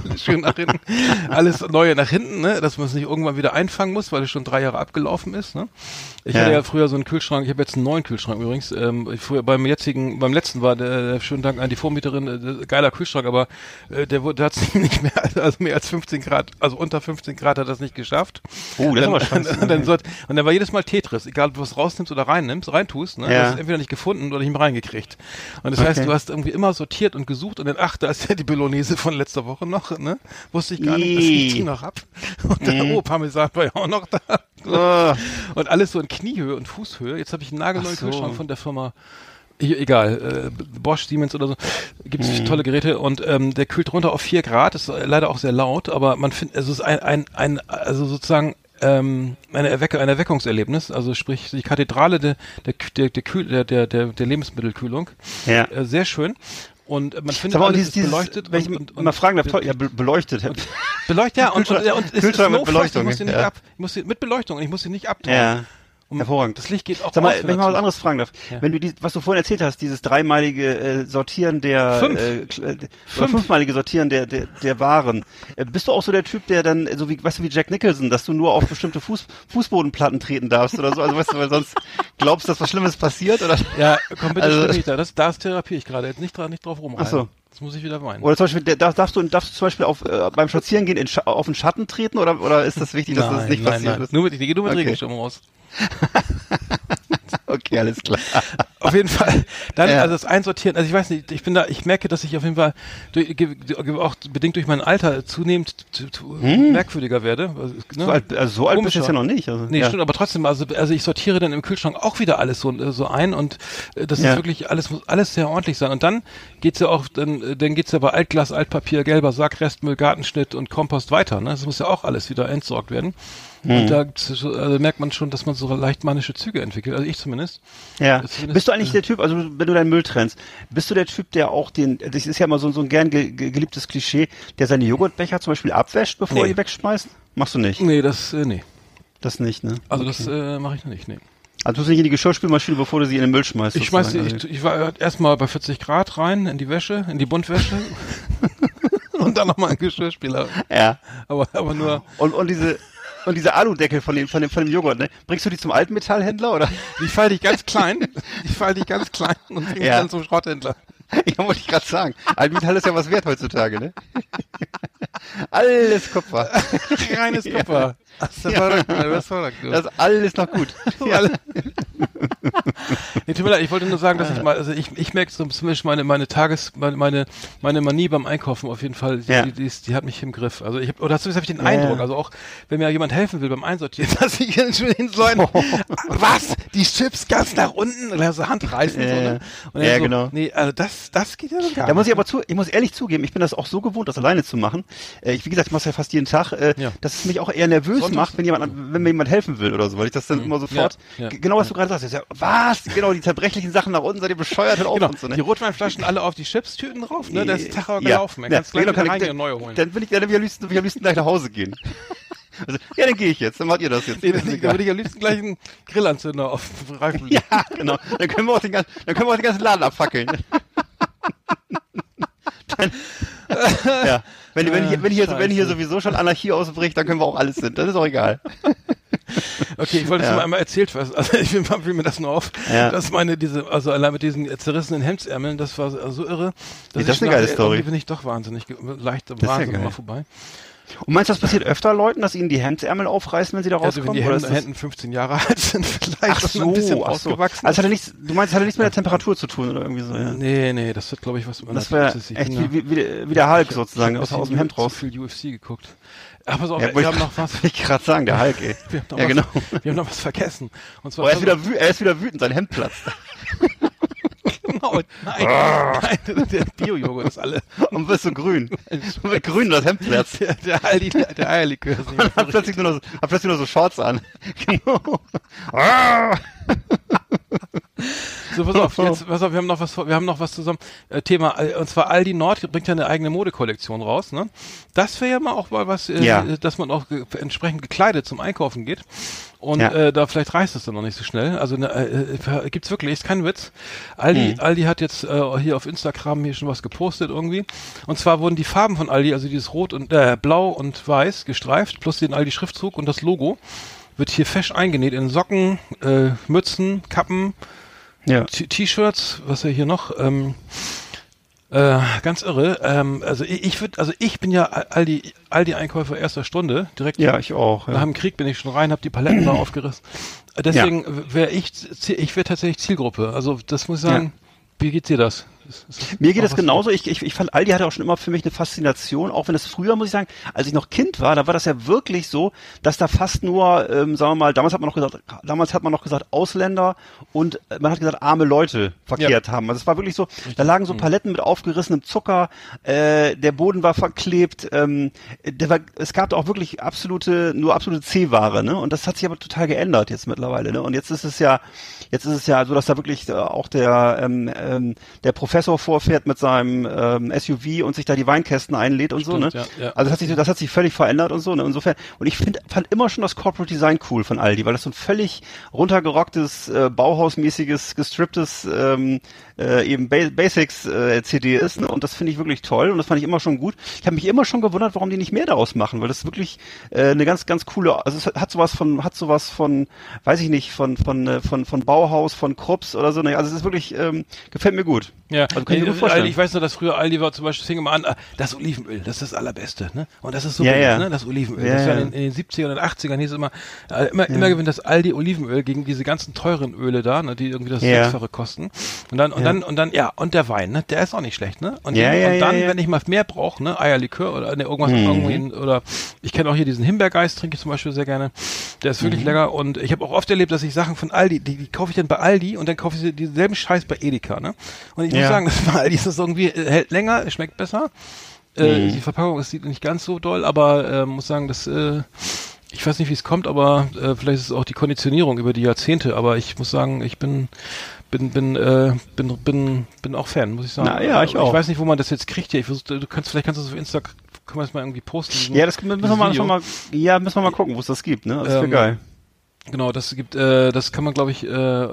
schön nach hinten. Alles Neue nach hinten, ne? Dass man es nicht irgendwann wieder einfangen muss, weil es schon 3 Jahre abgelaufen ist, ne? Ich hatte ja früher so einen Kühlschrank, ich habe jetzt einen neuen Kühlschrank übrigens. Früher beim letzten war der schönen Dank an die Vormieterin, geiler Kühlschrank, aber der hat es nicht mehr, also mehr als 15 Grad, also unter 15 Grad hat er es nicht geschafft. Oh, das ist aber scheiße. Und dann war jedes Mal Tetris, egal ob du was rausnimmst oder reintust, ne? Du hast es entweder nicht gefunden oder nicht mehr reingekriegt. Und das heißt, du hast irgendwie immer sortiert und gesucht und dann, da ist ja die Bolognese von letzter Woche noch, ne? Wusste ich gar nicht, das riecht die noch ab. Und dann, Parmesan war ja auch noch da. Und alles so in Kniehöhe und Fußhöhe. Jetzt habe ich einen nagelneuen Kühlschrank von der Firma, egal, Bosch, Siemens oder so. Gibt es tolle Geräte und der kühlt runter auf 4 Grad. Ist leider auch sehr laut, aber man findet, es ist also sozusagen ein Erweckungserlebnis. Also sprich die Kathedrale der Lebensmittelkühlung. Ja. Sehr schön. Und man findet alles beleuchtet. Wenn ich mal fragen darf, beleuchtet. Beleuchtet, ja. Und es ist mit Beleuchtung. Mit Beleuchtung. Und ich muss sie nicht abtauchen. Ja. Hervorragend. Das Licht geht auch Sag mal, wenn ich mal was anderes fragen darf. Ja. Wenn du was du vorhin erzählt hast, dieses dreimalige Sortieren fünfmalige Sortieren der Waren. Bist du auch so der Typ, der dann, so wie, weißt du, wie Jack Nicholson, dass du nur auf bestimmte Fußbodenplatten treten darfst oder so? Also weißt du, weil sonst glaubst du, dass was Schlimmes passiert, oder? Ja, komm bitte, nicht da. Das therapiere ich gerade. Jetzt nicht drauf rumreiten. Ach so. Das muss ich wieder weinen. Oder zum Beispiel, darfst du zum Beispiel beim Spazierengehen auf den Schatten treten oder ist das wichtig, dass das nicht passiert ist? Nur mit Regenschirm raus. Okay, alles klar. Auf jeden Fall. Dann, also das Einsortieren, also ich weiß nicht, ich merke, dass ich auf jeden Fall auch bedingt durch mein Alter zunehmend merkwürdiger werde. Ne? So alt bist du jetzt ja noch nicht. Also, nee, stimmt, aber trotzdem, also ich sortiere dann im Kühlschrank auch wieder alles so ein und das ist wirklich muss alles sehr ordentlich sein. Und dann geht's ja auch, dann geht's ja bei Altglas, Altpapier, gelber Sack, Restmüll, Gartenschnitt und Kompost weiter. Ne? Das muss ja auch alles wieder entsorgt werden. Und da merkt man schon, dass man so leicht manische Züge entwickelt, also ich zumindest. Ja. Bist du eigentlich der Typ, also wenn du deinen Müll trennst, bist du der Typ, der auch das ist ja immer so ein gern geliebtes Klischee, der seine Joghurtbecher zum Beispiel abwäscht, bevor er die wegschmeißt? Machst du nicht? Nee, nee. Das nicht, ne? Also das mache ich noch nicht, nee. Also tust du nicht in die Geschirrspülmaschine, bevor du sie in den Müll schmeißt? Ich war erstmal bei 40 Grad rein, in die Wäsche, in die Buntwäsche. Und dann nochmal in den Geschirrspüler. Ja. Aber nur. Und diese Aludeckel von dem Joghurt, ne? Bringst du die zum Altmetallhändler, oder? Die falle dich ganz klein. Und bring die dann zum Schrotthändler. Ja, wollte ich gerade sagen. Altmetall ist ja was wert heutzutage, ne? Alles Kupfer. Reines Kupfer. Das ist verrückt, das ist alles noch gut. Nee, tut mir leid, ich wollte nur sagen, dass ich merke so zumindest meine Manie beim Einkaufen auf jeden Fall, die hat mich im Griff. Also zumindest habe ich den Eindruck, also auch, wenn mir jemand helfen will beim Einsortieren, dass ich hin so was? Die Chips ganz nach unten? Oder so Hand reißen, so, ne? Und ja, genau. Nee, also das geht ja so gar nicht. Ich muss ehrlich zugeben, ich bin das auch so gewohnt, das alleine zu machen. Wie gesagt, ich mache es ja fast jeden Tag, dass es mich auch eher nervös macht, wenn mir jemand helfen will oder so, weil ich das dann immer sofort, genau was du gerade sagst, was? Genau, die zerbrechlichen Sachen nach unten, seid ihr bescheuert, hört auf und so, ne? Die Rotweinflaschen alle auf die Chipstüten drauf, ne? Da ist der Tag gelaufen, man kann's gleich wieder reingehen und neue holen. Dann will ich am liebsten gleich nach Hause gehen. Also, dann gehe ich jetzt, dann macht ihr das jetzt. Nee, dann würde ich am liebsten gleich einen Grillanzünder auf den Reifen legen. Ja, genau. Dann können wir auch den ganzen Laden abfackeln. Wenn hier sowieso schon Anarchie ausbricht, dann können wir auch alles sind. Das ist auch egal. Okay, ich wollte es mal einmal erzählt, also ich fiel mir das nur auf, dass allein mit diesen zerrissenen Hemdsärmeln, das war so irre. Das ist eine geile Story. Die bin ich doch wahnsinnig, leicht Wahnsinn mal vorbei. Und meinst du, das passiert öfter Leuten, dass ihnen die Hemdsärmel aufreißen, wenn sie da rauskommen? Also wenn die Händen 15 Jahre alt sind, vielleicht ein bisschen ausgewachsen. Also du meinst, es hat nichts mit der Temperatur zu tun oder irgendwie so? Ja. Nee, das wird, glaube ich, was. Das wäre echt wie der Hulk sozusagen, aus dem Hemd raus. Ich habe viel UFC geguckt. Ach, pass auf, wir haben noch was. Ich gerade sagen, der Hulk, ey. Wir haben noch was vergessen. Und zwar er ist wieder wütend, sein Hemd platzt. Genau, nein, der Bio-Joghurt ist alle. Und wirst so grün. Grün, das Hemd platzt. Der Eierlikör. Man hat plötzlich nur so Shorts an. Genau. So, pass auf, wir haben noch was zusammen. Thema, und zwar Aldi Nord bringt ja eine eigene Modekollektion raus, ne? Das wäre ja mal auch mal was, dass man auch entsprechend gekleidet zum Einkaufen geht. Und da vielleicht reißt es dann noch nicht so schnell. Also gibt's wirklich, ist kein Witz. Aldi hat jetzt hier auf Instagram hier schon was gepostet irgendwie. Und zwar wurden die Farben von Aldi, also dieses Rot und Blau und Weiß gestreift, plus den Aldi-Schriftzug und das Logo, wird hier fesch eingenäht in Socken, Mützen, Kappen, T-Shirts, was hier noch, ganz irre. Also ich bin ja Aldi-Einkäufer erster Stunde, direkt. Ja, ich auch. Nach dem Krieg bin ich schon rein, habe die Paletten da aufgerissen. Deswegen wäre ich wäre tatsächlich Zielgruppe. Also das muss ich sagen. Wie geht dir das? Mir geht es genauso. Ich fand, Aldi hatte auch schon immer für mich eine Faszination, auch wenn es früher, muss ich sagen, als ich noch Kind war, da war das ja wirklich so, dass da fast nur, sagen wir mal, damals hat man noch gesagt Ausländer und man hat gesagt arme Leute verkehrt haben. Also es war wirklich so, da lagen so Paletten mit aufgerissenem Zucker, der Boden war verklebt, es gab da auch wirklich nur absolute C-Ware, ne? Und das hat sich aber total geändert jetzt mittlerweile, ne? Und jetzt ist es ja so, dass da wirklich auch der Professor vorfährt mit seinem SUV und sich da die Weinkästen einlädt und Stimmt, so, ne? Ja. Also das hat sich völlig verändert und so, ne? Insofern, und ich fand immer schon das Corporate Design cool von Aldi, weil das so ein völlig runtergerocktes, Bauhausmäßiges, gestripptes eben Basics CD ist, ne? Und das finde ich wirklich toll und das fand ich immer schon gut. Ich habe mich immer schon gewundert, warum die nicht mehr daraus machen, weil das wirklich eine ganz, ganz coole, also es hat sowas von, weiß ich nicht, von Bauhaus, von Krupps oder so, ne? Also es ist wirklich, gefällt mir gut. Ja, also kann ich mir vorstellen. Ich weiß nur, dass früher Aldi war zum Beispiel, fing immer an, das Olivenöl, das ist das Allerbeste, ne? Und das ist so billig, ne? Das Olivenöl. Das war in den 70ern und 80ern hieß es immer gewinnt das Aldi Olivenöl gegen diese ganzen teuren Öle da, ne? Die irgendwie das Sechsfache kosten. Und der Wein, ne? Der ist auch nicht schlecht, ne? Und wenn ich mal mehr brauche, ne? Eierlikör oder irgendwas irgendwie, oder ich kenne auch hier diesen Himbeergeist, trinke ich zum Beispiel sehr gerne. Der ist wirklich lecker und ich habe auch oft erlebt, dass ich Sachen von Aldi, die kaufe ich dann bei Aldi und dann kaufe ich denselben Scheiß bei Edeka, ne? Und ich muss sagen, das bei Aldi ist das irgendwie, hält länger, schmeckt besser. Die Verpackung sieht nicht ganz so doll, aber muss sagen, dass ich weiß nicht, wie es kommt, aber vielleicht ist es auch die Konditionierung über die Jahrzehnte, aber ich muss sagen, ich bin auch Fan, muss ich sagen. Na, ja, ich auch. Ich weiß nicht, wo man das jetzt kriegt hier. Vielleicht kannst du das auf Insta, können wir das mal irgendwie posten. Das müssen wir mal gucken, wo es das gibt, ne? Das wäre geil. Genau, das kann man, glaube ich,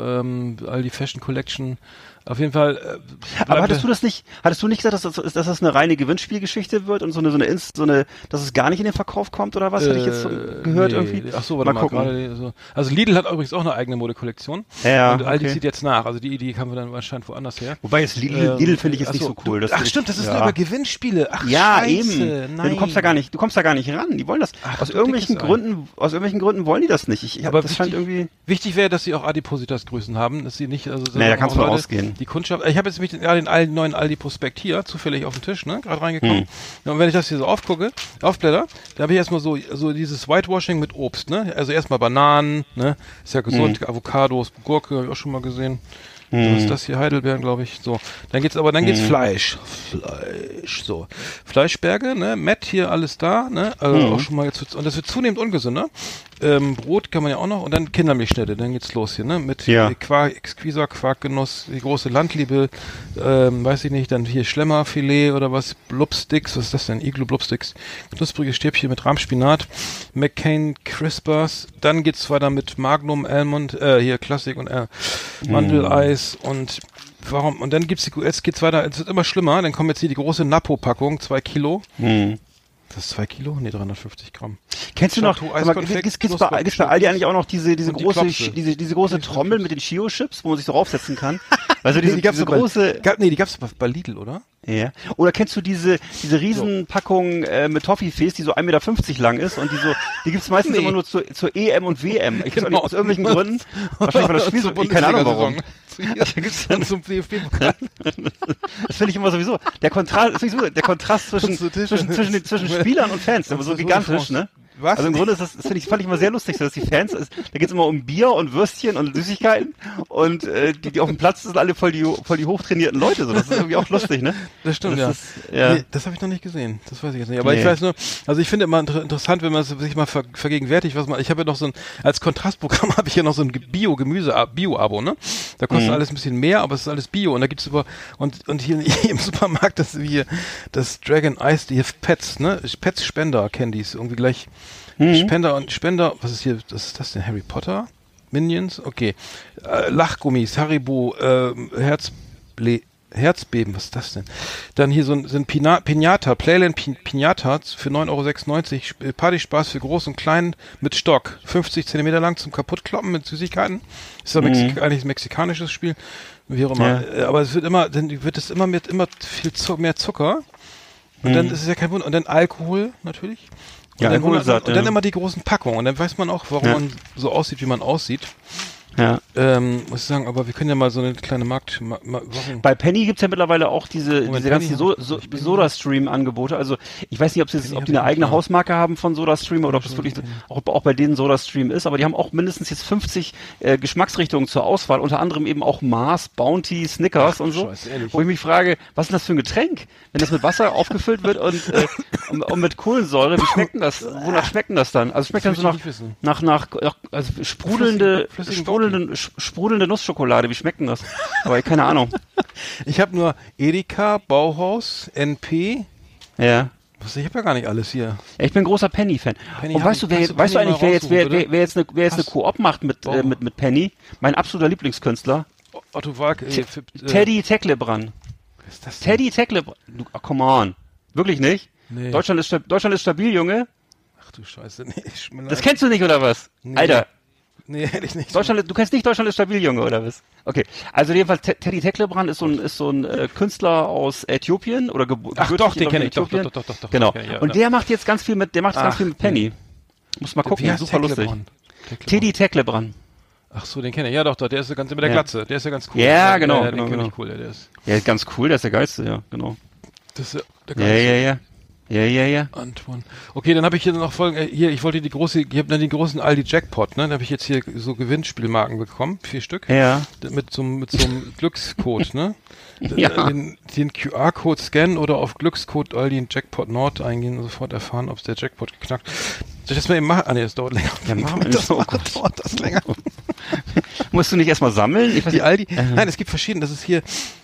Aldi Fashion Collection. Auf jeden Fall. Aber hattest du nicht gesagt, dass das eine reine Gewinnspielgeschichte wird und so eine, dass es gar nicht in den Verkauf kommt oder was? Hatte ich jetzt gehört irgendwie? Ach so, warte mal gerade so. Also Lidl hat übrigens auch eine eigene Modekollektion. Ja. Und Aldi zieht jetzt nach. Also die Idee kam dann wahrscheinlich woanders her. Wobei jetzt Lidl finde ich jetzt nicht so cool. Stimmt, das ist nur über Gewinnspiele. Ach ja, Scheiße, eben. Nein. Ja, du kommst da gar nicht ran. Die wollen das. Aus irgendwelchen Gründen wollen die das nicht. Aber das scheint irgendwie. Wichtig wäre, dass sie auch Adipositas-Größen haben, dass sie nicht, da kannst du rausgehen. Die Kundschaft. Ich habe jetzt den neuen Aldi-Prospekt hier zufällig auf den Tisch, ne, gerade reingekommen. Ja, und wenn ich das hier so aufblätter, da habe ich erstmal so dieses Whitewashing mit Obst, ne? Also erstmal Bananen, ne? Ist ja gesund, Avocados, Gurke, habe ich auch schon mal gesehen. Was ist das hier? Heidelbeeren, glaube ich. So. Dann geht's Fleisch. So. Fleischberge, ne? Mett hier alles da, ne? Also auch schon mal jetzt, und das wird zunehmend ungesünder. Brot kann man ja auch noch, und dann Kindermilchschnitte, dann geht's los hier, ne? Mit Quark, exquiser Quarkgenuss, die große Landliebe, weiß ich nicht, dann hier Schlemmerfilet oder was, Blubsticks, was ist das denn? Iglo Blubsticks, knusprige Stäbchen mit Rahmspinat, McCain Crispers, dann geht's weiter mit Magnum Almond, hier Klassik und Mandeleis und und dann jetzt geht's weiter, es wird immer schlimmer, dann kommt jetzt hier die große Napo-Packung, 2 Kilo. Das ist 2 Kilo? Nee, 350 Gramm. Kennst du noch, gibt's bei Aldi eigentlich auch noch diese große Trommel mit den Chio-Chips, wo man sich so raufsetzen kann? Also die gab's bei Lidl, oder? Ja. Oder kennst du diese Riesenpackung mit Toffifees, die so 1,50 Meter lang ist und die gibt's meistens immer nur zur EM und WM. Ich weiß auch nicht, aus irgendwelchen Gründen. Wahrscheinlich, weil das Spiel so, keine Ahnung warum. Da gibt's dann zum DFB-Pokal. Das finde ich immer sowieso. Der Kontrast zwischen Spielern und Fans, der ist so gigantisch, ne? Was? Also im Grunde ist fand ich immer sehr lustig, dass die Fans, da geht's immer um Bier und Würstchen und Süßigkeiten und die auf dem Platz sind alle voll die hochtrainierten Leute. So. Das ist irgendwie auch lustig, ne? Das stimmt, ja. Nee, das habe ich noch nicht gesehen. Das weiß ich jetzt nicht. Aber ich weiß nur, also ich finde immer interessant, wenn man sich mal vergegenwärtigt, ich habe ja noch so als Kontrastprogramm habe ich ja noch so ein Bio-Abo, ne? Da kostet alles ein bisschen mehr, aber es ist alles Bio und da gibt's und hier im Supermarkt das Dragon Ice, die Pets, ne? Pets Spender Candies, irgendwie gleich Spender, was ist hier, was ist das denn? Harry Potter? Minions? Okay. Lachgummis, Haribo, Herzbeben, was ist das denn? Dann hier sind Pinata, Playland Pinatas für 9,96 €, Partyspaß für Groß und Klein mit Stock, 50 Zentimeter lang zum Kaputtkloppen mit Süßigkeiten. Ist ja eigentlich ein mexikanisches Spiel, wie auch immer. Ja. Aber es wird immer mit viel mehr Zucker. Und dann ist es ja kein Wunder. Und dann Alkohol natürlich. Und ja, und dann immer die großen Packungen. Und dann weiß man auch, warum man so aussieht, wie man aussieht. Ja. Muss ich sagen, aber wir können ja mal so eine kleine Bei Penny gibt's ja mittlerweile auch diese ganzen Soda-Stream-Angebote. Also ich weiß nicht, ob die eine eigene Hausmarke haben von Soda-Stream oder ob das wirklich auch bei denen Soda-Stream ist, aber die haben auch mindestens jetzt 50 Geschmacksrichtungen zur Auswahl, unter anderem eben auch Mars, Bounty, Snickers und so. Scheiße, wo ich mich frage, was ist das für ein Getränk? Wenn das mit Wasser aufgefüllt wird und mit Kohlensäure, wie schmeckt denn das? Wonach schmeckt denn das dann? Also schmeckt dann so nach sprudelnde Nussschokolade, wie schmeckt denn das? Aber keine Ahnung. Ich habe nur Edeka, Bauhaus, NP. Ja. Ich habe ja gar nicht alles hier. Ich bin großer Penny-Fan. Und weißt du eigentlich, wer jetzt eine Koop macht mit Penny? Mein absoluter Lieblingskünstler. Otto Walk. Teddy Tecklebrand. Was ist das denn? Teddy Tecklebrand. Come on. Wirklich nicht? Nee. Deutschland ist stabil, Junge. Ach du Scheiße. Nee, das kennst du nicht, oder was? Nee. Alter. Nee, hätte ich nicht. Du kennst nicht Deutschland ist stabil, Junge, oder was? Okay. Also jedenfalls Teddy Tecklebrand ist so ein Künstler aus Äthiopien oder Ach doch, den kenne ich. Doch. Genau. Und der macht jetzt ganz viel mit Penny. Muss mal gucken, super lustig. Teddy Tecklebrand. Ach so, den kenne ich. Ja doch, der ist ganz mit der Glatze. Der ist ja ganz cool. Ja, genau. Den kenne ich cool, der ist. Ja, ganz cool, der ist der Geilste, ja, genau. Das ist der Geilste. Ja. Antoine. Okay, dann habe ich hier noch ich wollte ich habe dann den großen Aldi Jackpot, ne? Da habe ich jetzt hier so Gewinnspielmarken bekommen, 4 Stück. Ja. Mit so einem Glückscode, ne? Ja. Den QR-Code scannen oder auf Glückscode Aldi Jackpot Nord eingehen und sofort erfahren, ob der Jackpot geknackt. Soll ich das mal eben machen? Ah ne, das dauert länger. Ja, dauert das länger. Musst du nicht erstmal sammeln? Ich weiß nicht, Aldi. Nein, es gibt verschiedene. Das ist hier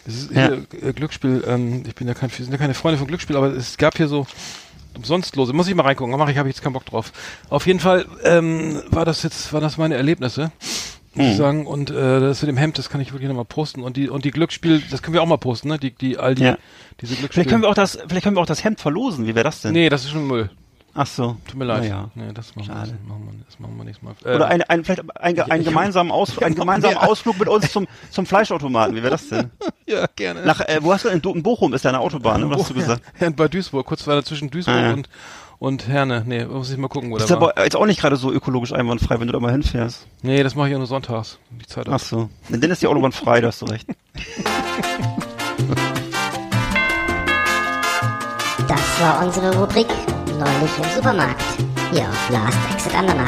Glücksspiel. Wir sind ja keine Freunde von Glücksspiel, aber es gab hier so umsonstlose. Muss ich mal reingucken. Habe ich jetzt keinen Bock drauf. Auf jeden Fall war das meine Erlebnisse. Muss ich sagen. Und das mit dem Hemd, das kann ich wirklich nochmal posten. Und die Glücksspiel, das können wir auch mal posten, ne? Die Aldi, diese Glücksspiel. Vielleicht können wir auch das Hemd verlosen. Wie wäre das denn? Nee, das ist schon Müll. Ach so. Tut mir leid. Ja. Nee, das machen wir nächstes Mal. Oder einen gemeinsamen Ausflug mit uns zum Fleischautomaten. Wie wäre das denn? Ja, gerne. Wo hast du denn? In Bochum ist deine Autobahn, ne? Was hast du gesagt? Ja, bei Duisburg. Kurz war da zwischen Duisburg und Herne. Nee, muss ich mal gucken, wo das war. Das ist aber jetzt auch nicht gerade so ökologisch einwandfrei, wenn du da mal hinfährst. Nee, das mache ich ja nur sonntags. Die Zeit Ach so. Dann ist die Autobahn frei, da hast du recht. Das war unsere Rubrik Neulich im Supermarkt. Hier auf Last Exit Andernach.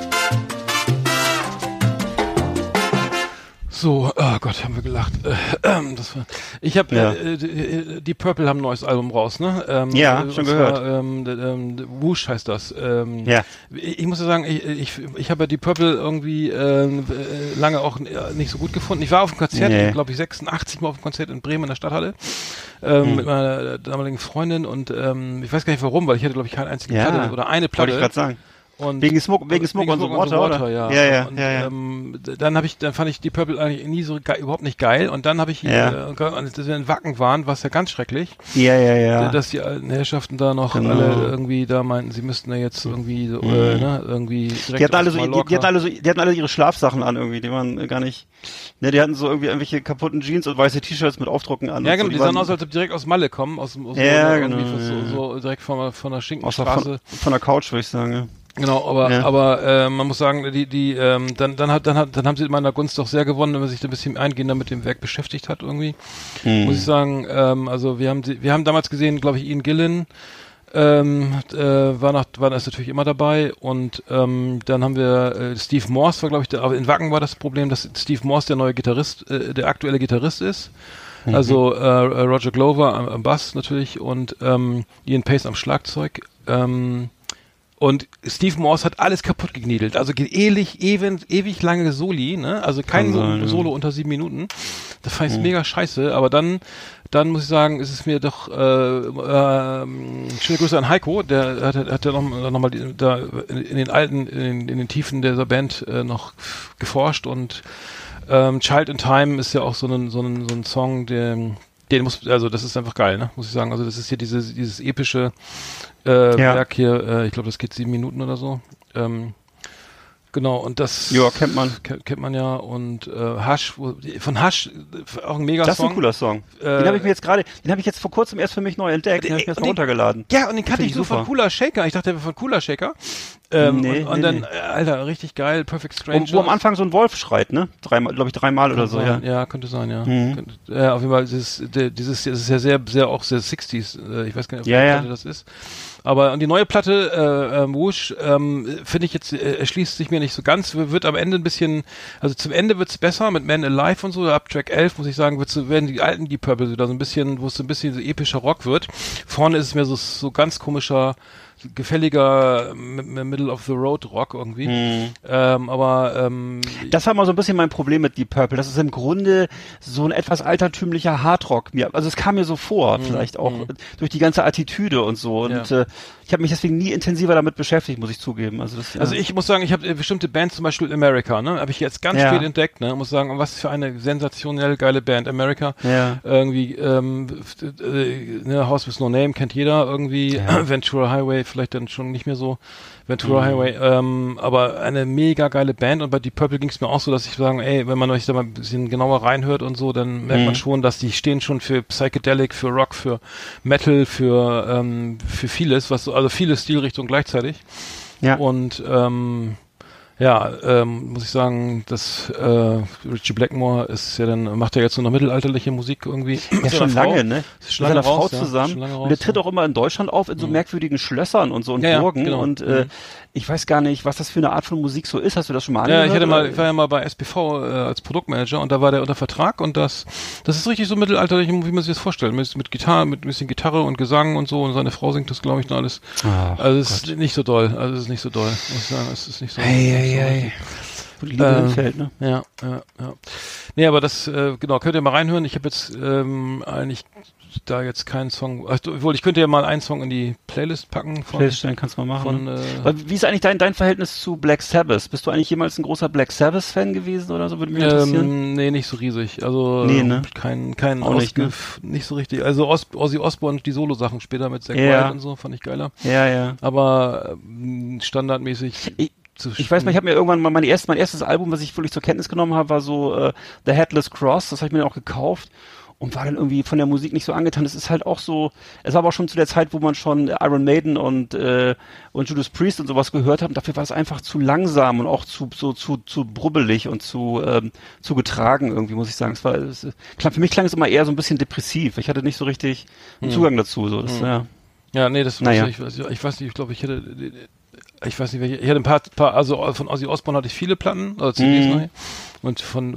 So, oh Gott, haben wir gelacht. Ich habe die Purple haben ein neues Album raus, ne? Schon gehört. Whoosh heißt das. Ja. Ich muss ja sagen, ich habe ja die Purple irgendwie lange auch nicht so gut gefunden. Ich war auf dem Konzert, glaube ich 86 Mal auf dem Konzert in Bremen in der Stadthalle mit meiner damaligen Freundin und ich weiß gar nicht warum, weil ich hatte glaube ich keine einzige Platte oder eine Platte. Wollte ich gerade sagen. Und wegen Smoke on the Water, oder? Ja. Dann fand ich die Purple eigentlich nie so überhaupt nicht geil und dann habe ich als wir in Wacken waren, war es ja ganz schrecklich. Ja. Dass die alten Herrschaften da noch alle irgendwie da meinten, sie müssten ja jetzt irgendwie so, irgendwie direkt die hatten alle ihre Schlafsachen an irgendwie, die waren gar nicht, ne, die hatten so irgendwie irgendwelche kaputten Jeans und weiße T-Shirts mit Aufdrucken an. Ja, genau, die sahen aus, als ob die direkt aus Malle kommen, so direkt von der Schinkenstraße. Von der Couch, würde ich sagen, ja. Genau, aber man muss sagen, dann haben sie in meiner Gunst doch sehr gewonnen, wenn man sich da ein bisschen eingehender mit dem Werk beschäftigt hat irgendwie. Muss ich sagen, also wir haben damals gesehen, glaube ich, Ian Gillan, war das natürlich immer dabei und dann haben wir Steve Morse war, glaube ich, aber in Wacken war das Problem, dass Steve Morse der neue Gitarrist, der aktuelle Gitarrist ist. Also Roger Glover am Bass natürlich und Ian Pace am Schlagzeug. Und Steve Morse hat alles kaputt gegniedelt. Also ewig lange Soli, ne? Also kein Solo unter 7 Minuten. Das fand ich mega scheiße. Aber dann muss ich sagen, ist es mir doch schöne Grüße an Heiko, der hat ja noch mal da in den Tiefen dieser Band noch geforscht und Child in Time ist ja auch so ein Song, den muss, also das ist einfach geil, ne? Muss ich sagen. Also das ist hier dieses epische Werk hier, ich glaube, das geht 7 Minuten oder so. Genau, und das kennt man. Kennt man ja. Und Hush, von Hush, auch ein Mega-Song. Das ist ein cooler Song. Den habe ich jetzt vor kurzem erst für mich neu entdeckt. Den habe ich mir erst mal runtergeladen. Ja, und den kannte ich so von Cooler Shaker. Ich dachte, der war von Cooler Shaker. Nee. Alter, richtig geil, Perfect Stranger. Wo am Anfang so ein Wolf schreit, ne? Dreimal oder so, ja. Ja, könnte sein, ja. Auf jeden Fall, das ist ja sehr, sehr, auch sehr 60s. Ich weiß gar nicht, ob Platte das ist. Aber und die neue Platte, Whoosh, finde ich jetzt, erschließt sich mir nicht so ganz, wird am Ende ein bisschen, also zum Ende wird's besser mit Man Alive und so, ab Track 11, muss ich sagen, werden die alten Deep Purple wieder so ein bisschen, wo es so ein bisschen so epischer Rock wird. Vorne ist es mir so ganz komischer, gefälliger Middle of the Road Rock irgendwie. Das war mal so ein bisschen mein Problem mit Deep Purple. Das ist im Grunde so ein etwas altertümlicher Hardrock. Also es kam mir so vor, vielleicht auch durch die ganze Attitüde und so. Und ich habe mich deswegen nie intensiver damit beschäftigt, muss ich zugeben. Also ich muss sagen, ich habe bestimmte Bands, zum Beispiel America, ne, habe ich jetzt ganz spät entdeckt, ne, muss sagen, was für eine sensationell geile Band, America. Ja. Irgendwie House with No Name kennt jeder irgendwie, Ventura Highway vielleicht dann schon nicht mehr so, Ventura Highway, aber eine mega geile Band und bei Deep Purple ging es mir auch so, dass ich sagen, ey, wenn man euch da mal ein bisschen genauer reinhört und so, dann merkt man schon, dass die stehen schon für Psychedelic, für Rock, für Metal, für vieles, also viele Stilrichtungen gleichzeitig. Ja. Und muss ich sagen, dass Richie Blackmore macht ja jetzt nur noch mittelalterliche Musik irgendwie. Ja, schon lange, ne? Ist mit seiner Frau zusammen. Und der tritt auch immer in Deutschland auf, in so merkwürdigen Schlössern und so und Burgen. Genau. Und ich weiß gar nicht, was das für eine Art von Musik so ist. Hast du das schon mal angehört? Ja, ich war ja mal bei SPV als Produktmanager und da war der unter Vertrag und das ist richtig so mittelalterlich, wie man sich das vorstellt. Mit Gitarre, mit ein bisschen Gitarre und Gesang und so und seine Frau singt das, glaube ich, noch alles. Also es ist nicht so doll. Muss ich sagen, es ist nicht so. Wo die Liebe hinfällt, ne? Ja. Nee, aber das, genau, könnt ihr mal reinhören. Ich habe jetzt eigentlich da jetzt keinen Song, obwohl ich könnte ja mal einen Song in die Playlist packen. Playlist kannst du mal machen. Wie ist eigentlich dein Verhältnis zu Black Sabbath? Bist du eigentlich jemals ein großer Black Sabbath-Fan gewesen oder so? Würde mich interessieren. Nee, nicht so riesig. Also kein nicht so richtig. Also Ozzy Osbourne, die Solo-Sachen später mit Zack White und so, fand ich geiler. Ja. Aber standardmäßig. Ich weiß mal, ich habe mir irgendwann mal mein erstes Album, was ich wirklich zur Kenntnis genommen habe, war so The Headless Cross. Das habe ich mir dann auch gekauft und war dann irgendwie von der Musik nicht so angetan. Es ist halt auch so, es war aber auch schon zu der Zeit, wo man schon Iron Maiden und Judas Priest und sowas gehört hat. Und dafür war es einfach zu langsam und auch zu brubbelig und zu getragen irgendwie, muss ich sagen. Für mich klang es immer eher so ein bisschen depressiv. Ich hatte nicht so richtig einen Zugang dazu. So. Ja, nee, das ich weiß nicht, ich glaube, ich weiß nicht, welche. Ich hatte ein paar, also von Ozzy Osbourne hatte ich viele Platten, also CDs neu. Und von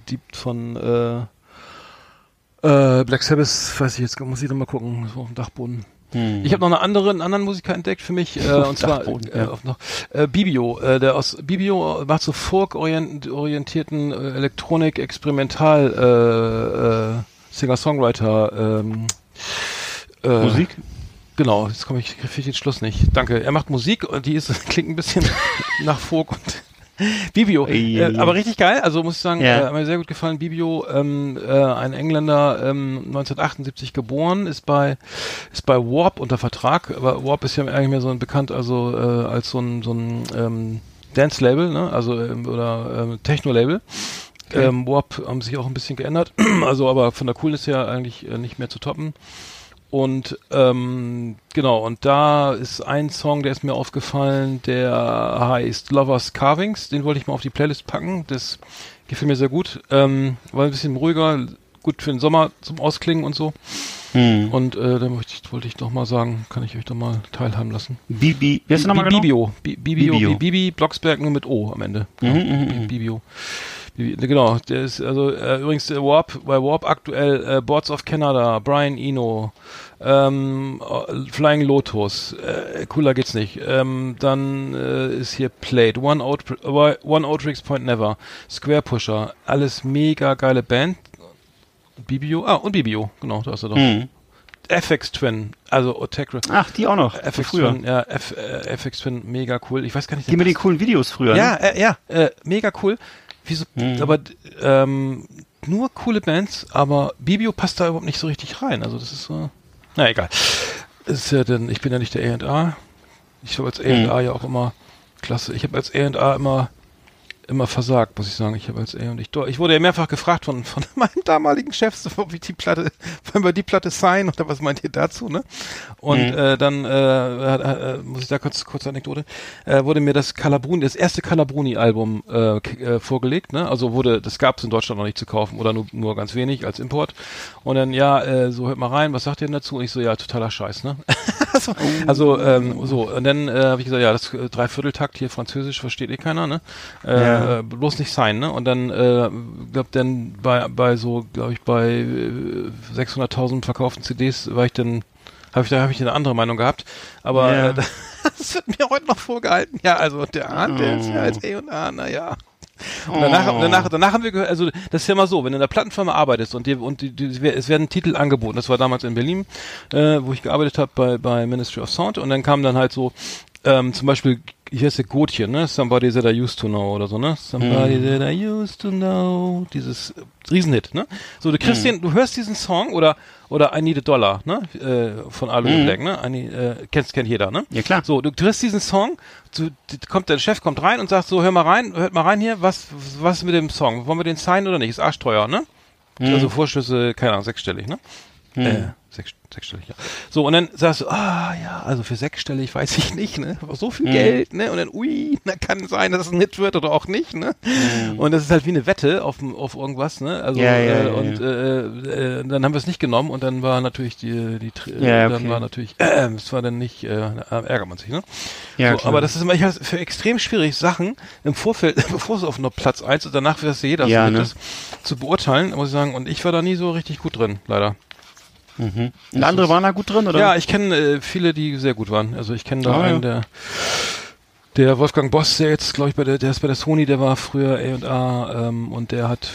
Black Sabbath, weiß ich jetzt, muss ich noch mal gucken, so auf dem Dachboden. Ich habe noch einen anderen Musiker entdeckt für mich, und zwar Bibio. Bibio macht so folk-orientierten Elektronik-Experimental Singer-Songwriter Musik? Genau, jetzt kriege ich den Schluss nicht. Danke. Er macht Musik und klingt ein bisschen nach Folk und Bibio. Aber richtig geil, also muss ich sagen, hat mir sehr gut gefallen. Bibio, ein Engländer, 1978 geboren, ist bei Warp unter Vertrag, aber Warp ist ja eigentlich mehr so ein bekannt, also als so ein Dance-Label, ne? Also oder Techno-Label. Okay. Warp haben sich auch ein bisschen geändert, also aber von der Coolness her eigentlich nicht mehr zu toppen. Und genau, und da ist ein Song, der ist mir aufgefallen, der heißt Lovers Carvings, den wollte ich mal auf die Playlist packen, das gefällt mir sehr gut, war ein bisschen ruhiger, gut für den Sommer zum Ausklingen und so. Und dann wollte ich doch mal sagen, kann ich euch doch mal teilhaben lassen. Wie ist der nochmal genau? Bibi Blocksberg nur mit O am Ende. Bibio. Genau, der ist also übrigens bei Warp aktuell Boards of Canada, Brian Eno, Flying Lotus, cooler geht's nicht. Dann ist hier Plate, One Outrix Point Never, Square Pusher, alles mega geile Band. Bibio, Bibio, genau, da ist er doch. FX Twin, also Otekra. Ach, die auch noch. FX Twin, ja, FX Twin, mega cool. Ich weiß gar nicht. Die mit den coolen Videos früher. Ja, mega cool. Wieso? Aber nur coole Bands, aber Bibio passt da überhaupt nicht so richtig rein. Also das ist so. Na egal. Das ist ja denn, ich bin ja nicht der A&R. Ich habe als A&R ja auch immer klasse. Ich habe als A&R immer versagt, muss ich sagen. Ich habe als ich wurde ja mehrfach gefragt von meinem damaligen Chef, so, wie die Platte, wollen wir die Platte signen oder was meint ihr dazu, ne? Und dann muss ich da kurz Anekdote, wurde mir das erste Calabruni-Album vorgelegt, ne? Also das gab es in Deutschland noch nicht zu kaufen oder nur ganz wenig als Import. Und dann, so hört mal rein, was sagt ihr denn dazu? Und ich so, ja, totaler Scheiß, ne? so. Und dann habe ich gesagt, ja, das Dreivierteltakt hier Französisch versteht keiner, ne? Bloß nicht sein, ne? Und dann, bei 600.000 verkauften CDs habe ich dann eine andere Meinung gehabt. Aber das wird mir heute noch vorgehalten. Ja, also der Arndt, der ist ja als A&R, naja. Und danach haben wir gehört, also das ist ja mal so, wenn du in der Plattenfirma arbeitest und es werden Titel angeboten. Das war damals in Berlin, wo ich gearbeitet habe bei Ministry of Sound, und dann kam dann halt so zum Beispiel, hier ist der Gotchen, ne? Somebody That I Used to Know oder so, ne? Somebody That I Used to Know. Dieses Riesenhit, ne? So, du kriegst du hörst diesen Song oder I Need a Dollar, ne? Von Alu Black, ne? Kennt jeder, ne? Ja, klar. So, du kriegst diesen Song, der Chef kommt rein und sagt so, hört mal rein hier, was mit dem Song? Wollen wir den signen oder nicht? Ist arschteuer, ne? Also Vorschüsse, keine Ahnung, sechsstellig, ne? Sechsstellig, ja. So, und dann sagst du, also für sechsstellig weiß ich nicht, ne? Aber so viel Geld, ne? Und dann, da kann sein, dass es ein Hit wird oder auch nicht, ne? Und das ist halt wie eine Wette auf irgendwas, ne? Also, dann haben wir es nicht genommen und dann war natürlich es war dann nicht, ärgert man sich, ne? Ja, so, aber das ist immer für extrem schwierig, Sachen im Vorfeld, bevor es auf nur Platz 1 und danach wird es jeder zu beurteilen, muss ich sagen, und ich war da nie so richtig gut drin, leider. Und andere waren da gut drin, oder? Ja, ich kenne viele, die sehr gut waren. Also ich kenne da einen, der Wolfgang Boss, der jetzt, glaube ich, der ist bei der Sony, der war früher A&R, und der hat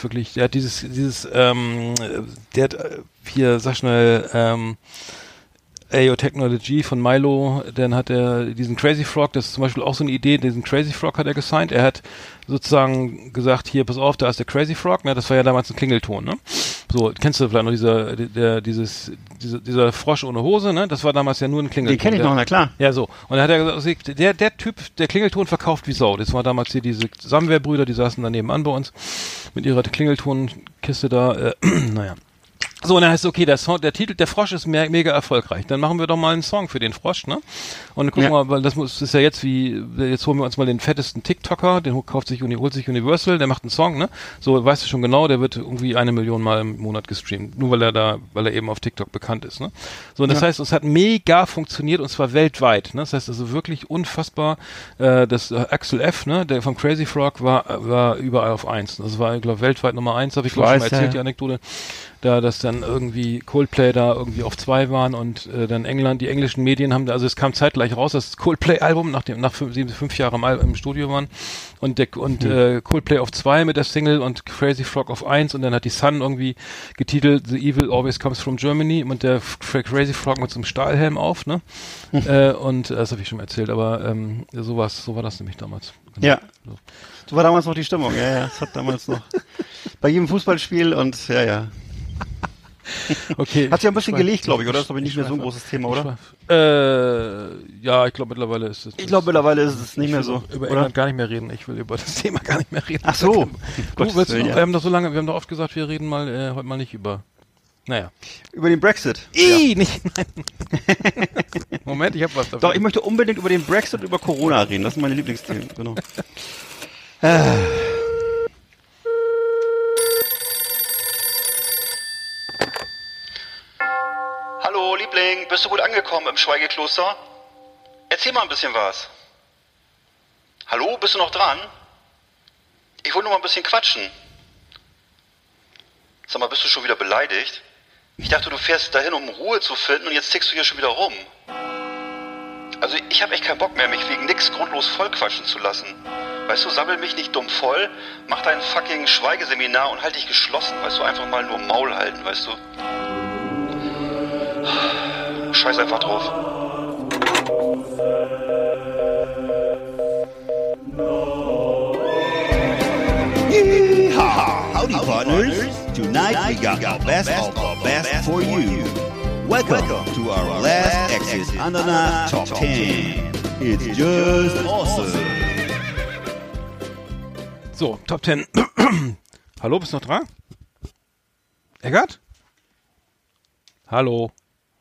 hier, sag schnell, AO Technology von Milo, dann hat er diesen Crazy Frog, das ist zum Beispiel auch so eine Idee, diesen Crazy Frog hat er gesigned, er hat sozusagen gesagt, hier, pass auf, da ist der Crazy Frog, ne, das war ja damals ein Klingelton, ne? So, kennst du vielleicht noch dieser Frosch ohne Hose, ne? Das war damals ja nur ein Klingelton. Den kenne ich noch, na klar. Ja, so. Und dann hat er gesagt, der Typ, der Klingelton verkauft wie Sau. Das war damals hier diese Samwer-Brüder, die saßen daneben an bei uns mit ihrer Klingeltonkiste da, naja. So, und dann heißt es, okay, der Titel, der Frosch ist mega erfolgreich. Dann machen wir doch mal einen Song für den Frosch, ne? Und dann gucken wir, weil das ist ja jetzt jetzt holen wir uns mal den fettesten TikToker, den holt sich Universal, der macht einen Song, ne? So, weißt du schon genau, der wird irgendwie 1 Million Mal im Monat gestreamt. Nur weil er eben auf TikTok bekannt ist, ne? So, und das heißt, es hat mega funktioniert und zwar weltweit, ne? Das heißt also wirklich unfassbar, das Axel F, ne? Der vom Crazy Frog war überall auf 1. Das war, ich glaube, weltweit Nummer 1, habe ich glaube schon mal erzählt, die Anekdote. Dass dann irgendwie Coldplay da irgendwie auf 2 waren und dann die englischen Medien haben, also es kam zeitgleich raus, dass das Coldplay-Album nach 5 Jahren im Studio waren und Coldplay auf 2 mit der Single und Crazy Frog auf 1 und dann hat die Sun irgendwie getitelt The Evil Always Comes from Germany und der Crazy Frog mit so einem Stahlhelm auf, ne? Und das habe ich schon mal erzählt, aber so war das nämlich damals. Genau. Ja. So war damals noch die Stimmung, ja. Es hat damals noch bei jedem Fußballspiel und ja. Okay. Hat sich ein bisschen gelegt, glaube ich, oder? Das ist aber nicht mehr so ein großes Thema, oder? Ja, ich glaube mittlerweile ist es. Ich glaube mittlerweile ist es nicht mehr so. Über England gar nicht mehr reden. Ich will über das Thema gar nicht mehr reden. Ach so. Wir haben doch oft gesagt, wir reden heute mal nicht über. Naja. Über den Brexit. Nein. Moment, ich habe was dafür. Doch, ich möchte unbedingt über den Brexit und über Corona reden. Das sind meine Lieblingsthemen, genau. Hallo, Liebling, bist du gut angekommen im Schweigekloster? Erzähl mal ein bisschen was. Hallo, bist du noch dran? Ich wollte nur mal ein bisschen quatschen. Sag mal, bist du schon wieder beleidigt? Ich dachte, du fährst dahin, um Ruhe zu finden und jetzt tickst du hier schon wieder rum. Also ich habe echt keinen Bock mehr, mich wegen nix grundlos vollquatschen zu lassen. Weißt du, sammel mich nicht dumm voll, mach dein fucking Schweigeseminar und halt dich geschlossen, weißt du, einfach mal nur Maul halten, weißt du. Scheiß einfach drauf. Yeehaw! Howdy, partners! Tonight we got our best of our best for you. Welcome to our last Exit Ananas Top 10. It's just awesome. So, Top 10. Hallo, bist du noch dran? Eggert? Hallo?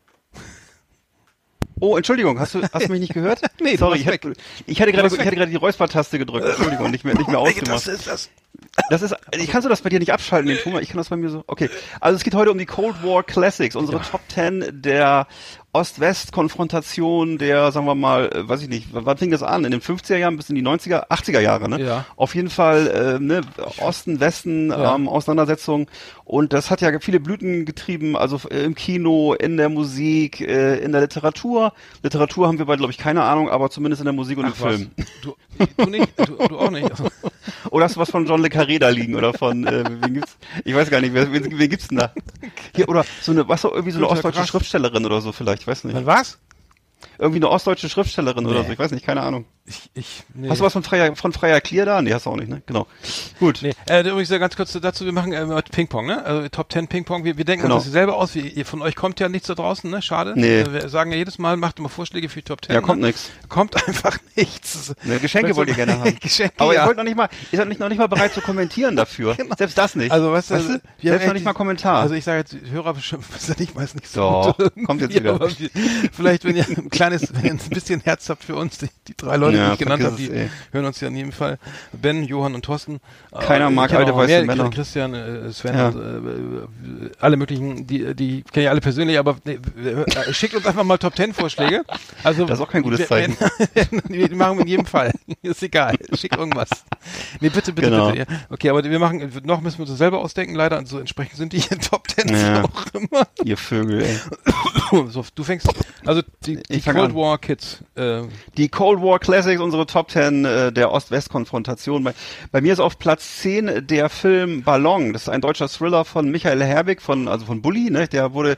Oh, Entschuldigung, hast du mich nicht gehört? Nee, sorry, ich hatte gerade die Räuspertaste gedrückt. Entschuldigung, nicht mehr ausgemacht. Kannst du das bei dir nicht abschalten, den Ton? Ich kann das bei mir so. Okay, also es geht heute um die Cold War Classics, unsere Top 10 der Ost-West-Konfrontation der, sagen wir mal, weiß ich nicht, wann fing das an? In den 50er Jahren bis in die 90er, 80er Jahre, ne? Ja. Auf jeden Fall, Osten, Westen, Auseinandersetzung. Und das hat ja viele Blüten getrieben, also im Kino, in der Musik, in der Literatur. Literatur haben wir beide, glaube ich, keine Ahnung, aber zumindest in der Musik und im Film. Du nicht? Du auch nicht? Also. Oder hast du was von John le Carré da liegen? Oder von, wen gibt's? Ich weiß gar nicht, wen gibt's denn da? Hier, oder so eine, irgendwie so eine ostdeutsche Schriftstellerin oder so vielleicht, weiß nicht. Was? Irgendwie eine ostdeutsche Schriftstellerin oder so, ich weiß nicht, keine Ahnung. Nee. Hast du was von Freier Clear da? Nee, hast du auch nicht, ne? Genau. Gut. Nee, übrigens ganz kurz dazu, wir machen Ping-Pong, ne? Also Top 10 Ping-Pong, wir denken uns das selber aus, ihr von euch kommt ja nichts da draußen, ne? Schade. Nee. Wir sagen ja jedes Mal, macht immer Vorschläge für die Top 10. Ja, kommt nichts. Kommt einfach nichts. Ne, Geschenke wollt ihr gerne haben. Geschenke, aber ihr wollt ihr seid noch nicht mal bereit zu kommentieren dafür. Genau. Selbst das nicht. Also, weißt du? Selbst noch nicht mal Kommentar. Also ich sage jetzt, Hörer beschimpfen ist ja nicht meist nicht so. So, kommt jetzt wieder. Vielleicht, wenn ihr ein bisschen Herz habt für uns, die drei Leute, die ich genannt habe, die hören uns ja in jedem Fall. Ben, Johann und Thorsten. Keiner mag alte weiße Männer. Christian, Sven, alle möglichen, die kenne ich alle persönlich, aber schickt uns einfach mal Top 10 Vorschläge. Also, das ist auch kein gutes Zeichen. Die machen wir in jedem Fall. Ist egal. Schickt irgendwas. Nee, bitte. Okay, aber noch müssen wir uns selber ausdenken, leider, und so entsprechend sind die hier in Top 10 auch immer. Ihr Vögel, ey. So, du fängst, also die Cold War Kids. Die Cold War Classics, unsere Top 10 der Ost-West-Konfrontation. Bei mir ist auf Platz 10 der Film Ballon. Das ist ein deutscher Thriller von Michael Herbig, von Bully, ne? Der wurde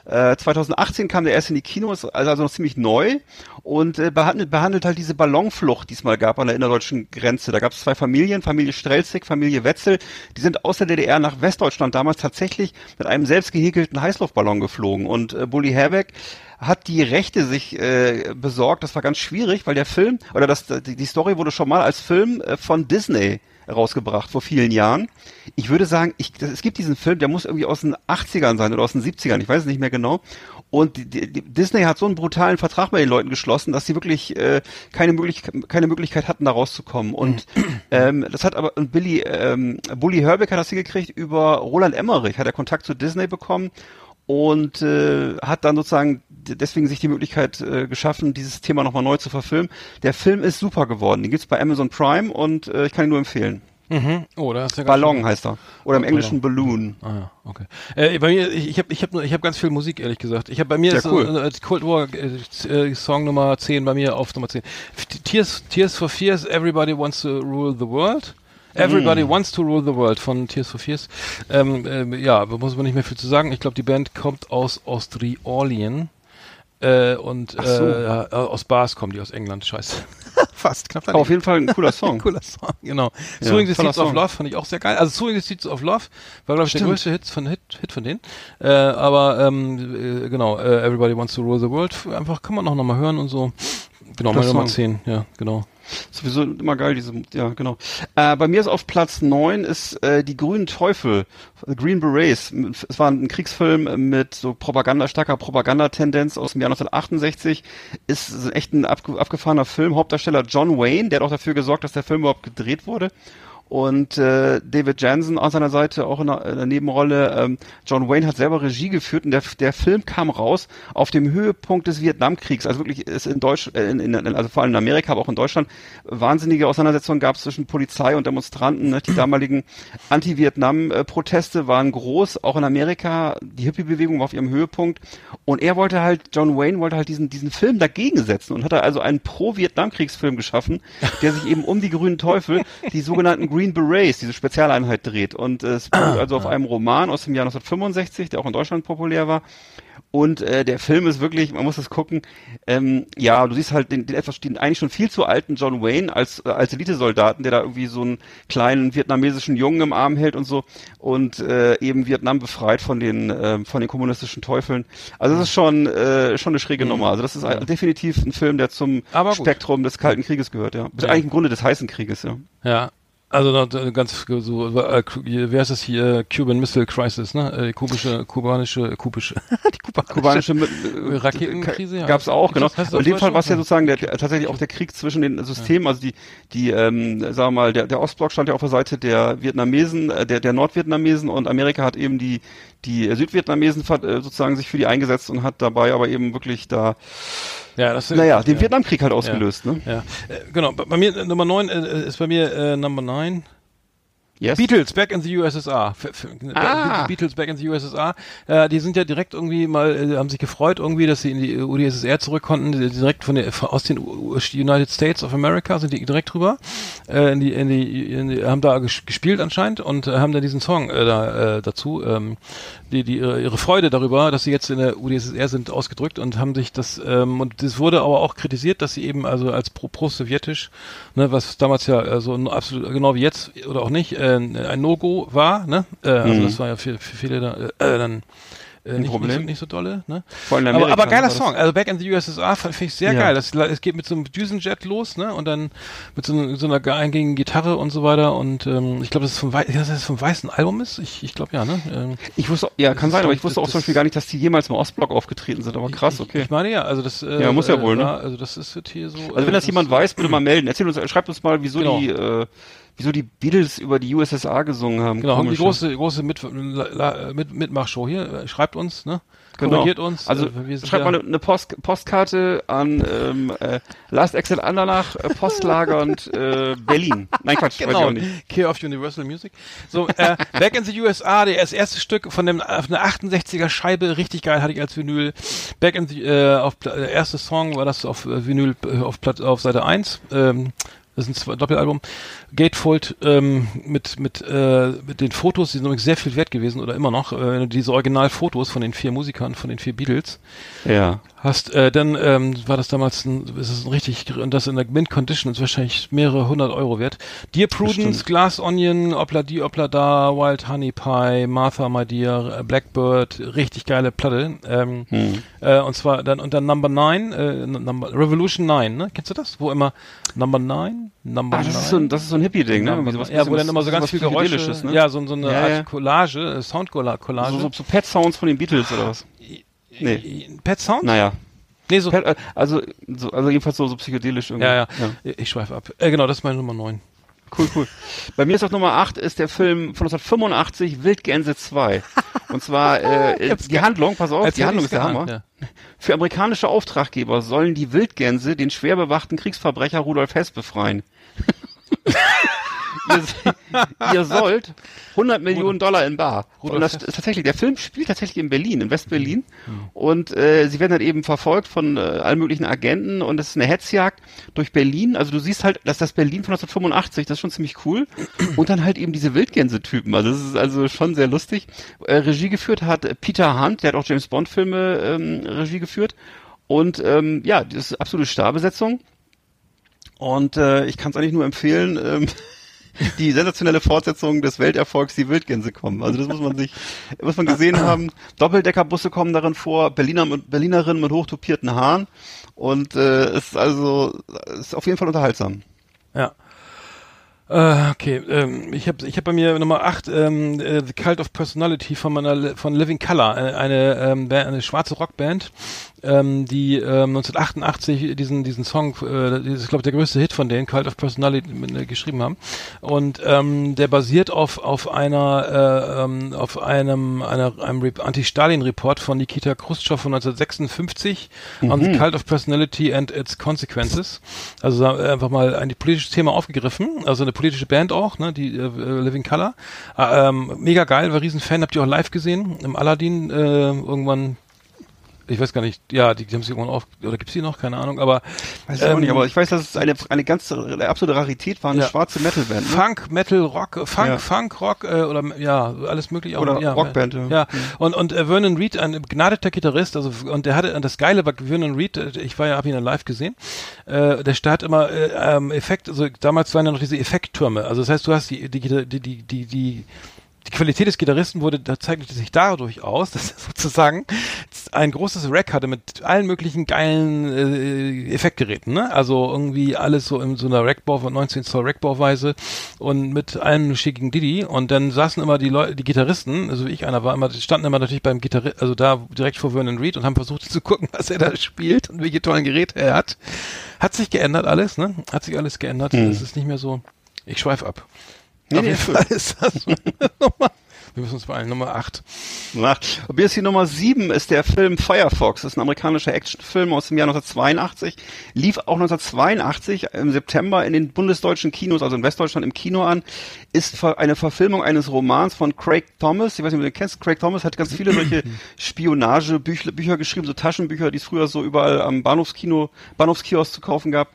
2018 kam der erst in die Kinos, also noch ziemlich neu und behandelt halt diese Ballonflucht, die es mal gab an der innerdeutschen Grenze. Da gab es zwei Familien, Familie Strelzig, Familie Wetzel, die sind aus der DDR nach Westdeutschland damals tatsächlich mit einem selbst gehäkelten Heißluftballon geflogen und Bully Herbig hat die Rechte sich besorgt. Das war ganz schwierig, weil der Film, oder die Story wurde schon mal als Film von Disney rausgebracht vor vielen Jahren. Ich würde sagen, es gibt diesen Film, der muss irgendwie aus den 80ern sein oder aus den 70ern, ich weiß es nicht mehr genau. Und Disney hat so einen brutalen Vertrag mit den Leuten geschlossen, dass sie wirklich keine Möglichkeit hatten, da rauszukommen. Und das hat aber Bully Herbig hat das hingekriegt über Roland Emmerich, hat er Kontakt zu Disney bekommen und hat dann sozusagen deswegen sich die Möglichkeit geschaffen, dieses Thema nochmal neu zu verfilmen. Der Film ist super geworden. Den gibt's bei Amazon Prime und ich kann ihn nur empfehlen. Mhm. Oh, da ist ja Ballon heißt er. Oder im Englischen Balloon. Ah ja, okay. Bei mir, ich hab ganz viel Musik, ehrlich gesagt. Bei mir ist cool. Cold War Song Nummer 10 bei mir auf Nummer 10. Tears for Fears, Everybody Wants to Rule the World. Everybody Wants to Rule the World von Tears for Fears. Da muss man nicht mehr viel zu sagen. Ich glaube, die Band kommt aus Ostri-Orleans. Aus Bars kommen die, aus England, scheiße. Fast, knapp daneben. Aber auf jeden Fall ein cooler Song. Cooler Song, genau. Ja, Suing the Seeds of Love fand ich auch sehr geil. Also Suing the Seeds of Love war, glaube ich, der größte Hit von denen. Everybody Wants to Rule the World. Einfach kann man auch nochmal hören und so. Genau, meine Nummer 10, ja, genau. Sowieso immer geil, genau. Bei mir ist auf Platz 9 ist die Grünen Teufel, Green Berets. Es war ein Kriegsfilm mit so starker Propagandatendenz aus dem Jahr 1968. Ist echt ein abgefahrener Film. Hauptdarsteller John Wayne, der hat auch dafür gesorgt, dass der Film überhaupt gedreht wurde. Und David Jansen an seiner Seite auch in der Nebenrolle. John Wayne hat selber Regie geführt und der Film kam raus auf dem Höhepunkt des Vietnamkriegs. Also wirklich ist in also vor allem in Amerika, aber auch in Deutschland wahnsinnige Auseinandersetzungen gab es zwischen Polizei und Demonstranten. Ne? Die damaligen Anti-Vietnam-Proteste waren groß, auch in Amerika. Die Hippie-Bewegung war auf ihrem Höhepunkt. Und John Wayne wollte halt diesen Film dagegen setzen und hat also einen Pro-Vietnamkriegsfilm geschaffen, der sich eben um die grünen Teufel, die sogenannten Green Berets, diese Spezialeinheit dreht. Und es beruht also auf einem Roman aus dem Jahr 1965, der auch in Deutschland populär war. Und der Film ist wirklich, man muss das gucken, du siehst halt den eigentlich schon viel zu alten John Wayne als Elitesoldaten, der da irgendwie so einen kleinen vietnamesischen Jungen im Arm hält und so und eben Vietnam befreit von den kommunistischen Teufeln. Also das ist schon eine schräge Nummer. Also das ist definitiv ein Film, der zum Spektrum des Kalten Krieges gehört, ja. Das ist eigentlich im Grunde des heißen Krieges, ja. Ja. Also ganz so, wer ist das hier? Cuban Missile Crisis, ne? Kubanische Raketenkrise. Ja. Gab's auch, genau. In dem Fall war es ja sozusagen tatsächlich auch der Krieg zwischen den Systemen, also sagen wir mal, der Ostblock stand ja auf der Seite der Vietnamesen, der Nordvietnamesen und Amerika hat eben die Südvietnamesen sozusagen sich für die eingesetzt und hat dabei aber eben wirklich den Vietnamkrieg halt ausgelöst, ne? Ja. Genau, bei mir Nummer 9 ist bei mir Number 9. Yes. Beatles, Back in the USSR. Beatles, Back in the USSR. Die sind ja direkt irgendwie haben sich gefreut irgendwie, dass sie in die UdSSR zurück konnten, direkt aus den United States of America sind die direkt rüber, haben da gespielt anscheinend und haben dann diesen Song dazu, ihre Freude darüber, dass sie jetzt in der UdSSR sind, ausgedrückt und haben sich und das wurde aber auch kritisiert, dass sie eben also als pro-sowjetisch, ne, was damals ja so absolut genau wie jetzt oder auch nicht, ein No-Go war, ne? Also das war ja für viele dann nicht so dolle, ne? Vor allem Amerika, aber geiler Song. Also Back in the USSR finde ich sehr geil. Es geht mit so einem Düsenjet los, ne? Und dann mit so einer eingängigen Gitarre und so weiter. Und ich glaube, dass es vom weißen Album ist. Ich glaube ja, ne? Ich wusste, kann sein, aber ich wusste auch zum Beispiel gar nicht, dass die jemals im Ostblock aufgetreten sind. Aber krass, okay. Ich meine ja, also das muss ja wohl, ne? Also das ist hier so. Also wenn das jemand weiß, bitte mal melden. Schreibt uns mal, wieso die Beatles über die USSR gesungen haben. Genau, haben die große Mitmachshow hier. Schreibt uns, ne? Korrigiert uns. Also schreibt mal eine Postkarte an Last Exit Andernach, Postlager und Berlin. Nein, Quatsch, genau. Weiß ich auch nicht. Care of Universal Music. So, Back in the USA, das erste Stück von einer 68er Scheibe, richtig geil, hatte ich als Vinyl. Back in the, der erste Song war das auf Vinyl auf Seite 1. Das ist ein Doppelalbum. Gatefold mit den Fotos, die sind übrigens sehr viel wert gewesen oder immer noch. Wenn du diese Originalfotos von den 4 Musikern, von den 4 Beatles hast, dann war das damals das in der Mint Condition ist wahrscheinlich mehrere 100 € wert. Dear Prudence, Glass Onion, Opla Di, Opla Da, Wild Honey Pie, Martha My Dear, Blackbird, richtig geile Platte. Und zwar dann Number 9, Revolution 9, ne? Kennst du das? Wo immer Number 9? Das ist so ein Hippie-Ding, ne? Wo dann immer so ganz viel Geräusche, ne? Ja, so eine Art Collage, Sound-Collage. So Pet-Sounds von den Beatles oder was? Nee. Pet-Sounds? Naja. Nee, so. Also jedenfalls so psychedelisch irgendwie. Ja. Ich schweife ab. Genau, das ist meine Nummer 9. Cool. Bei mir ist auf Nummer 8 ist der Film von 1985, Wildgänse 2. Und zwar die Handlung, pass auf, die Handlung ist der Hammer. Ja. Für amerikanische Auftraggeber sollen die Wildgänse den schwer bewachten Kriegsverbrecher Rudolf Hess befreien. Ihr sollt $100 Millionen in bar. Und das ist tatsächlich, der Film spielt tatsächlich in Berlin, in West-Berlin. Und sie werden dann eben verfolgt von allen möglichen Agenten und es ist eine Hetzjagd durch Berlin. Also du siehst halt, dass das Berlin von 1985, das ist schon ziemlich cool. Und dann halt eben diese Wildgänse-Typen. Also das ist also schon sehr lustig. Regie geführt hat Peter Hunt, der hat auch James Bond-Filme Regie geführt. Und das ist absolute Starbesetzung. Und ich kann es eigentlich nur empfehlen, die sensationelle Fortsetzung des Welterfolgs, die Wildgänse kommen. Also das muss man gesehen haben. Doppeldeckerbusse kommen darin vor, Berlinerinnen mit hochtopierten Haaren und ist auf jeden Fall unterhaltsam. Ja. Okay, ich hab bei mir Nummer 8 The Cult of Personality von Living Colour, eine schwarze Rockband, die 1988 diesen Song, das ist glaube ich der größte Hit von denen, Cult of Personality, geschrieben haben. Und der basiert auf einem Anti-Stalin-Report von Nikita Khrushchev von 1956 on the Cult of Personality and its Consequences. Also einfach mal ein politisches Thema aufgegriffen, also eine politische Band auch, ne, die Living Colour. Mega geil, war Riesenfan, habt ihr auch live gesehen im Aladdin irgendwann. Ich weiß gar nicht, ja, die haben sie irgendwann oder gibt's die noch? Keine Ahnung, aber weiß ich auch nicht, aber ich weiß, dass es eine absolute Rarität war, eine schwarze Metalband. Ne? Funk, Metal, Rock, Funk, Rock oder ja, alles mögliche. Oder auch, Rockband, ja. Und Vernon Reid, ein begnadeter Gitarrist, also und der hatte, das Geile war Vernon Reid, hab ihn live gesehen, der hat immer Effekt, also damals waren ja noch diese Effekttürme, also das heißt, du hast die Qualität des Gitarristen zeichnete sich dadurch aus, dass er sozusagen ein großes Rack hatte mit allen möglichen geilen Effektgeräten, ne? Also irgendwie alles so in so einer Rackbau von 19 Zoll Rackbauweise und mit allem schickigen Didi, und dann saßen immer die Gitarristen, also wie ich einer war, standen immer natürlich beim Gitarristen, also da direkt vor Vernon Reid und haben versucht zu gucken, was er da spielt und welche tollen Geräte er hat. Hat sich geändert alles, ne? Hat sich alles geändert. Es ist nicht mehr so, ich schweife ab. Nee, auf jeden Fall ist das Nummer. Wir müssen uns beeilen. Nummer 8. Und hier ist die Nummer 7, ist der Film Firefox. Das ist ein amerikanischer Actionfilm aus dem Jahr 1982. Lief auch 1982 im September in den bundesdeutschen Kinos, also in Westdeutschland im Kino an. Ist eine Verfilmung eines Romans von Craig Thomas. Ich weiß nicht, ob du den kennst. Craig Thomas hat ganz viele solche Spionagebücher geschrieben, so Taschenbücher, die es früher so überall am Bahnhofskiosk zu kaufen gab.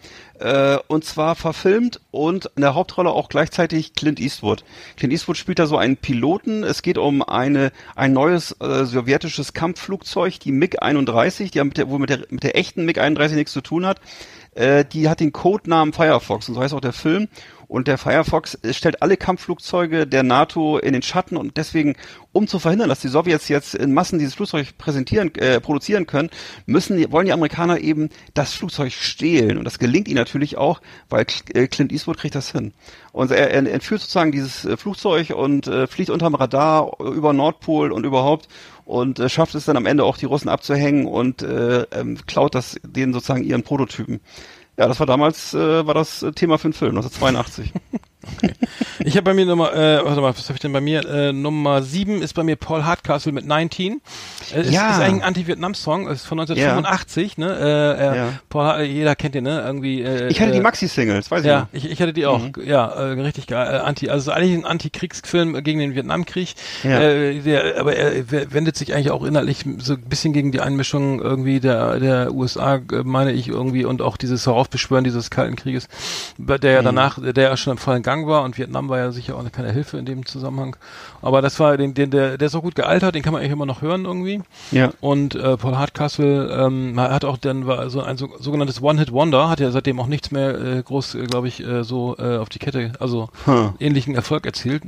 Und zwar verfilmt und in der Hauptrolle auch gleichzeitig Clint Eastwood. Clint Eastwood spielt da so einen Piloten. Es geht um ein neues sowjetisches Kampfflugzeug, die MiG-31, die wohl mit der echten MiG-31 nichts zu tun hat. Die hat den Codenamen Firefox, und so heißt auch der Film. Und der Firefox stellt alle Kampfflugzeuge der NATO in den Schatten, und deswegen, um zu verhindern, dass die Sowjets jetzt in Massen dieses Flugzeug produzieren können, wollen die Amerikaner eben das Flugzeug stehlen. Und das gelingt ihnen natürlich auch, weil Clint Eastwood kriegt das hin. Und er entführt sozusagen dieses Flugzeug und fliegt unterm Radar über Nordpol und überhaupt und schafft es dann am Ende auch, die Russen abzuhängen und klaut denen sozusagen ihren Prototypen. Ja, das war damals das Thema für den Film, 1982. Okay. Ich habe bei mir was habe ich denn bei mir? Nummer 7 ist bei mir Paul Hardcastle mit 19. Ist eigentlich ein Anti-Vietnam-Song, ist von 1985, ne? Paul, jeder kennt den, ne? Irgendwie. Ich hatte die Maxi-Singles, weiß ich noch. Ich hatte die auch, richtig geil. Also eigentlich ein Anti-Kriegsfilm gegen den Vietnamkrieg. Aber er wendet sich eigentlich auch inhaltlich so ein bisschen gegen die Einmischung irgendwie der USA, meine ich irgendwie, und auch dieses Heraufbeschwören dieses Kalten Krieges, der ja danach, der ja schon im vollen Gang war, und Vietnam war ja sicher auch keine Hilfe in dem Zusammenhang. Aber das war der ist auch gut gealtert, den kann man eigentlich immer noch hören irgendwie. Ja. Und Paul Hardcastle hat auch war so ein sogenanntes One-Hit-Wonder, hat ja seitdem auch nichts mehr groß, glaube ich, auf die Kette, also ähnlichen Erfolg erzielt.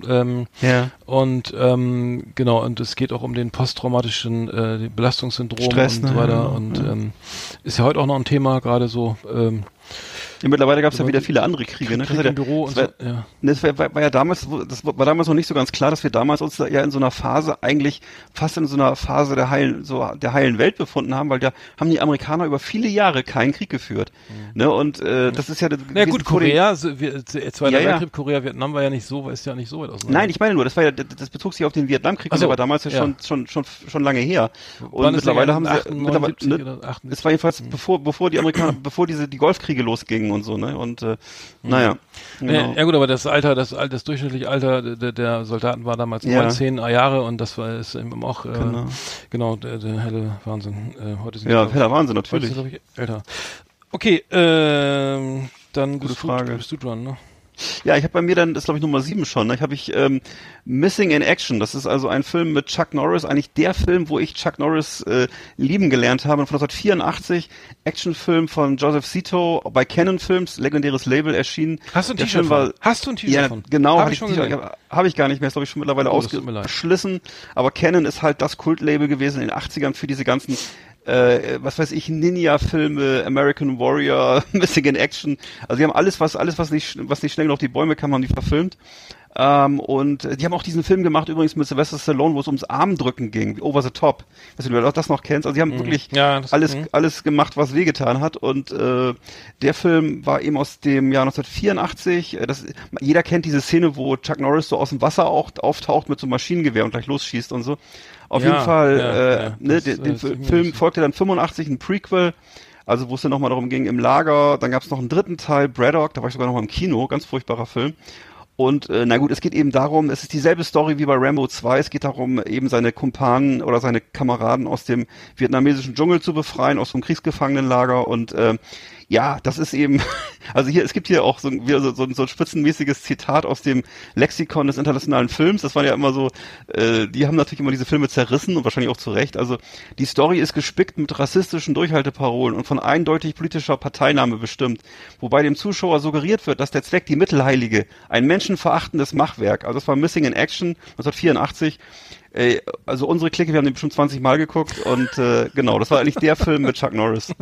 Und genau, und es geht auch um den posttraumatischen Belastungssyndrom Stress, und so weiter. Und ist ja heute auch noch ein Thema, gerade so. Ja, mittlerweile gab es ja wieder viele andere Kriege, ne? Krieg im Büro und so, ja. Das war damals noch nicht so ganz klar, dass wir damals uns ja in so einer Phase eigentlich fast in so einer Phase der heilen Welt befunden haben, weil da haben die Amerikaner über viele Jahre keinen Krieg geführt. Ne? Und das ist ja gut, Korea, Zweiter Weltkrieg, Korea, Vietnam war ja nicht so, ist ja nicht so weit auseinander. Nein, ich meine nur, das bezog sich auf den Vietnamkrieg, der war damals ja schon lange her. Und mittlerweile haben sie es war jedenfalls bevor die Amerikaner, bevor die Golfkriege losgingen und so, ne? Und naja. Genau. Ja gut, aber das durchschnittliche Alter der Soldaten war damals 10 Jahre, und das war es eben auch der helle Wahnsinn. Heute sind heller Wahnsinn natürlich. Heute sind, ich, älter. Okay, dann gute Frage. Bist du dran, ne? Ja, ich habe bei mir dann, das glaube ich Nummer 7 schon, ne? Ich habe Missing in Action, das ist also ein Film mit Chuck Norris, eigentlich der Film, wo ich Chuck Norris lieben gelernt habe, von 1984, Actionfilm von Joseph Zito bei Canon Films, legendäres Label, erschienen. Hast du ein T-Shirt von? Hast du ein T-Shirt von? Genau, habe ich gar nicht mehr, ist glaube ich schon mittlerweile ausgeschlissen, aber Canon ist halt das Kultlabel gewesen in den 80ern für diese ganzen was weiß ich, Ninja-Filme, American Warrior, Missing in Action. Also die haben alles, was nicht schnell auf die Bäume kam, haben die verfilmt. Und die haben auch diesen Film gemacht, übrigens mit Sylvester Stallone, wo es ums Armdrücken ging, Over the Top. Weißt du, du das noch kennst? Also die haben wirklich alles gemacht, was wehgetan hat. Und der Film war eben aus dem Jahr 1984. Jeder kennt diese Szene, wo Chuck Norris so aus dem Wasser auftaucht mit so einem Maschinengewehr und gleich losschießt und so. Auf jeden Fall, den Film folgte dann 85 ein Prequel, also wo es dann nochmal darum ging im Lager. Dann gab es noch einen dritten Teil, Braddock, da war ich sogar noch mal im Kino, ganz furchtbarer Film. Und na gut, es geht eben darum, es ist dieselbe Story wie bei Rambo 2, es geht darum, eben seine Kumpanen oder seine Kameraden aus dem vietnamesischen Dschungel zu befreien, aus dem Kriegsgefangenenlager und ja, das ist eben, also es gibt hier auch so ein spitzenmäßiges Zitat aus dem Lexikon des internationalen Films. Das waren ja immer so, die haben natürlich immer diese Filme zerrissen und wahrscheinlich auch zu Recht. Also die Story ist gespickt mit rassistischen Durchhalteparolen und von eindeutig politischer Parteinahme bestimmt, wobei dem Zuschauer suggeriert wird, dass der Zweck die Mittel heilige, ein menschenverachtendes Machwerk. Also das war Missing in Action 1984. Also unsere Clique, wir haben den bestimmt 20 Mal geguckt und genau, das war eigentlich der Film mit Chuck Norris.